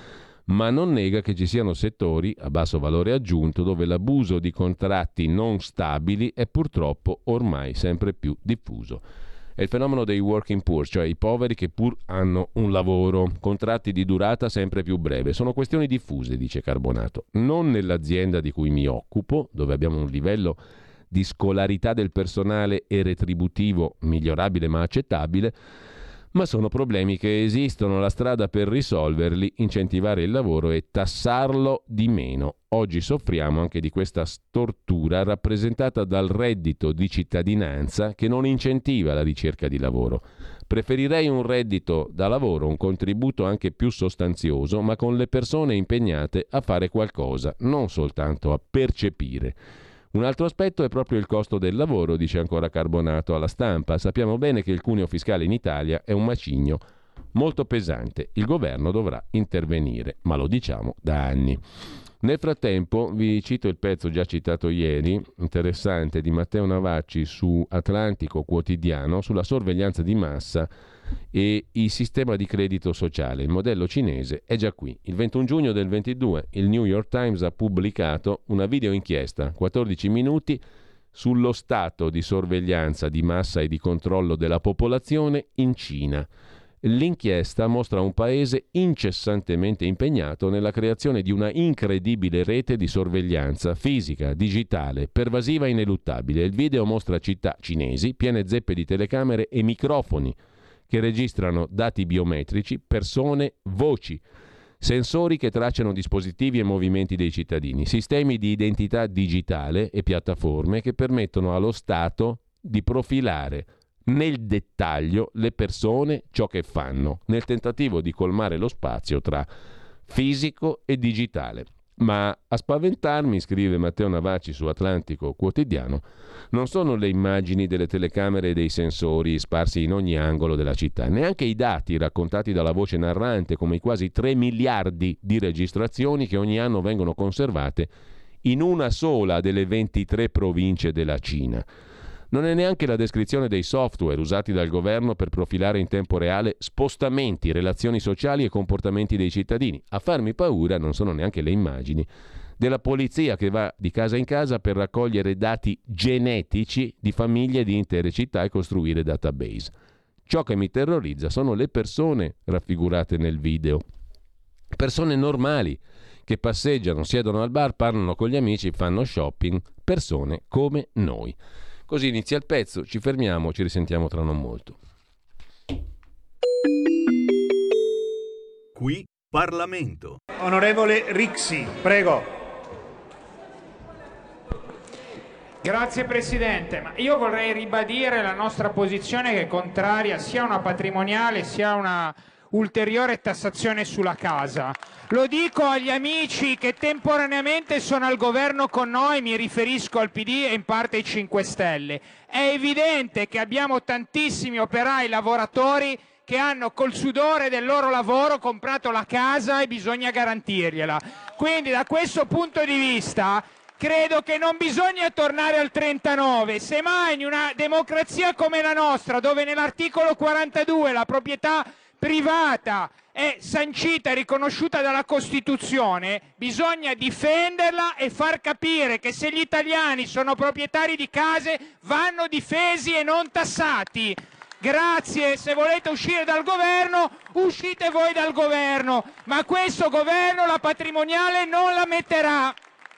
ma non nega che ci siano settori a basso valore aggiunto dove l'abuso di contratti non stabili è purtroppo ormai sempre più diffuso. È il fenomeno dei working poor, cioè i poveri che pur hanno un lavoro, contratti di durata sempre più breve. Sono questioni diffuse, dice Carbonato, non nell'azienda di cui mi occupo, dove abbiamo un livello di scolarità del personale e retributivo migliorabile ma accettabile, ma sono problemi che esistono. La strada per risolverli, incentivare il lavoro e tassarlo di meno. Oggi soffriamo anche di questa stortura rappresentata dal reddito di cittadinanza che non incentiva la ricerca di lavoro. Preferirei un reddito da lavoro, un contributo anche più sostanzioso, ma con le persone impegnate a fare qualcosa, non soltanto a percepire. Un altro aspetto è proprio il costo del lavoro, dice ancora Carbonato alla Stampa. Sappiamo bene che il cuneo fiscale in Italia è un macigno molto pesante. Il governo dovrà intervenire, ma lo diciamo da anni. Nel frattempo vi cito il pezzo già citato ieri, interessante, di Matteo Navacci su Atlantico Quotidiano sulla sorveglianza di massa e il sistema di credito sociale. Il modello cinese è già qui. Il 21 giugno del 22 il New York Times ha pubblicato una video inchiesta, 14 minuti, sullo stato di sorveglianza di massa e di controllo della popolazione in Cina. L'inchiesta mostra un paese incessantemente impegnato nella creazione di una incredibile rete di sorveglianza fisica, digitale, pervasiva e ineluttabile. Il video mostra città cinesi piene zeppe di telecamere e microfoni che registrano dati biometrici, persone, voci, sensori che tracciano dispositivi e movimenti dei cittadini, sistemi di identità digitale e piattaforme che permettono allo Stato di profilare nel dettaglio le persone, ciò che fanno, nel tentativo di colmare lo spazio tra fisico e digitale. Ma a spaventarmi, scrive Matteo Navacci su Atlantico Quotidiano, non sono le immagini delle telecamere e dei sensori sparsi in ogni angolo della città, neanche i dati raccontati dalla voce narrante, come i quasi 3 miliardi di registrazioni che ogni anno vengono conservate in una sola delle 23 province della Cina. Non è neanche la descrizione dei software usati dal governo per profilare in tempo reale spostamenti, relazioni sociali e comportamenti dei cittadini. A farmi paura non sono neanche le immagini della polizia che va di casa in casa per raccogliere dati genetici di famiglie di intere città e costruire database. Ciò che mi terrorizza sono le persone raffigurate nel video. Persone normali che passeggiano, siedono al bar, parlano con gli amici, fanno shopping. Persone come noi. Così inizia il pezzo, ci fermiamo, ci risentiamo tra non molto. Qui Parlamento. Onorevole Rixi, prego. Grazie Presidente, ma io vorrei ribadire la nostra posizione che è contraria sia a una patrimoniale sia a una ulteriore tassazione sulla casa. Lo dico agli amici che temporaneamente sono al governo con noi, mi riferisco al PD e in parte ai 5 Stelle. È evidente che abbiamo tantissimi operai lavoratori che hanno col sudore del loro lavoro comprato la casa e bisogna garantirgliela. Quindi da questo punto di vista credo che non bisogna tornare al 39, semmai in una democrazia come la nostra, dove nell'articolo 42 la proprietà privata è sancita e riconosciuta dalla Costituzione, bisogna difenderla e far capire che se gli italiani sono proprietari di case vanno difesi e non tassati. Grazie, se volete uscire dal governo, uscite voi dal governo, ma questo governo la patrimoniale non la metterà.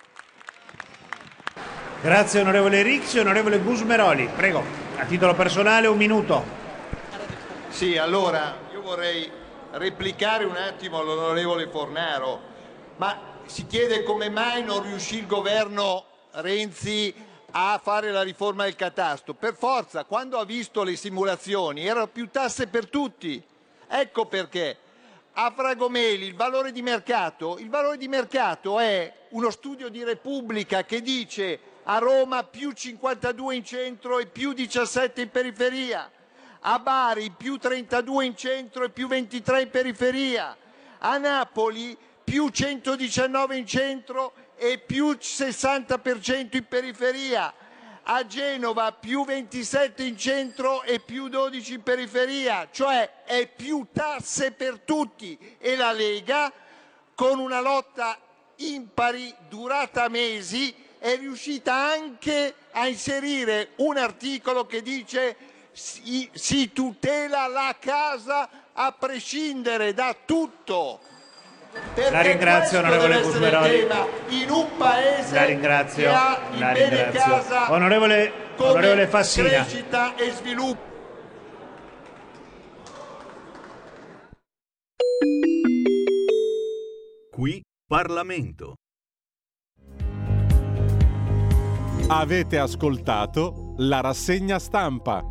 Grazie onorevole Rixi. Onorevole Gusmeroli, prego, a titolo personale 1 minuto. Sì, allora io vorrei replicare un attimo all'onorevole Fornaro, ma si chiede come mai non riuscì il governo Renzi a fare la riforma del catasto. Per forza, quando ha visto le simulazioni erano più tasse per tutti, ecco perché. A Fragomeli il valore di mercato è uno studio di Repubblica che dice a Roma più 52 in centro e più 17 in periferia, a Bari più 32 in centro e più 23 in periferia, a Napoli più 119 in centro e più 60% in periferia, a Genova più 27 in centro e più 12 in periferia, cioè è più tasse per tutti, e la Lega con una lotta impari durata mesi, è riuscita anche a inserire un articolo che dice si tutela la casa a prescindere da tutto. La ringrazio, onorevole Busmeroli. In un paese la ringrazio, che ha in bene casa onorevole Fassina. Crescita e sviluppo. Qui Parlamento. Avete ascoltato la rassegna stampa.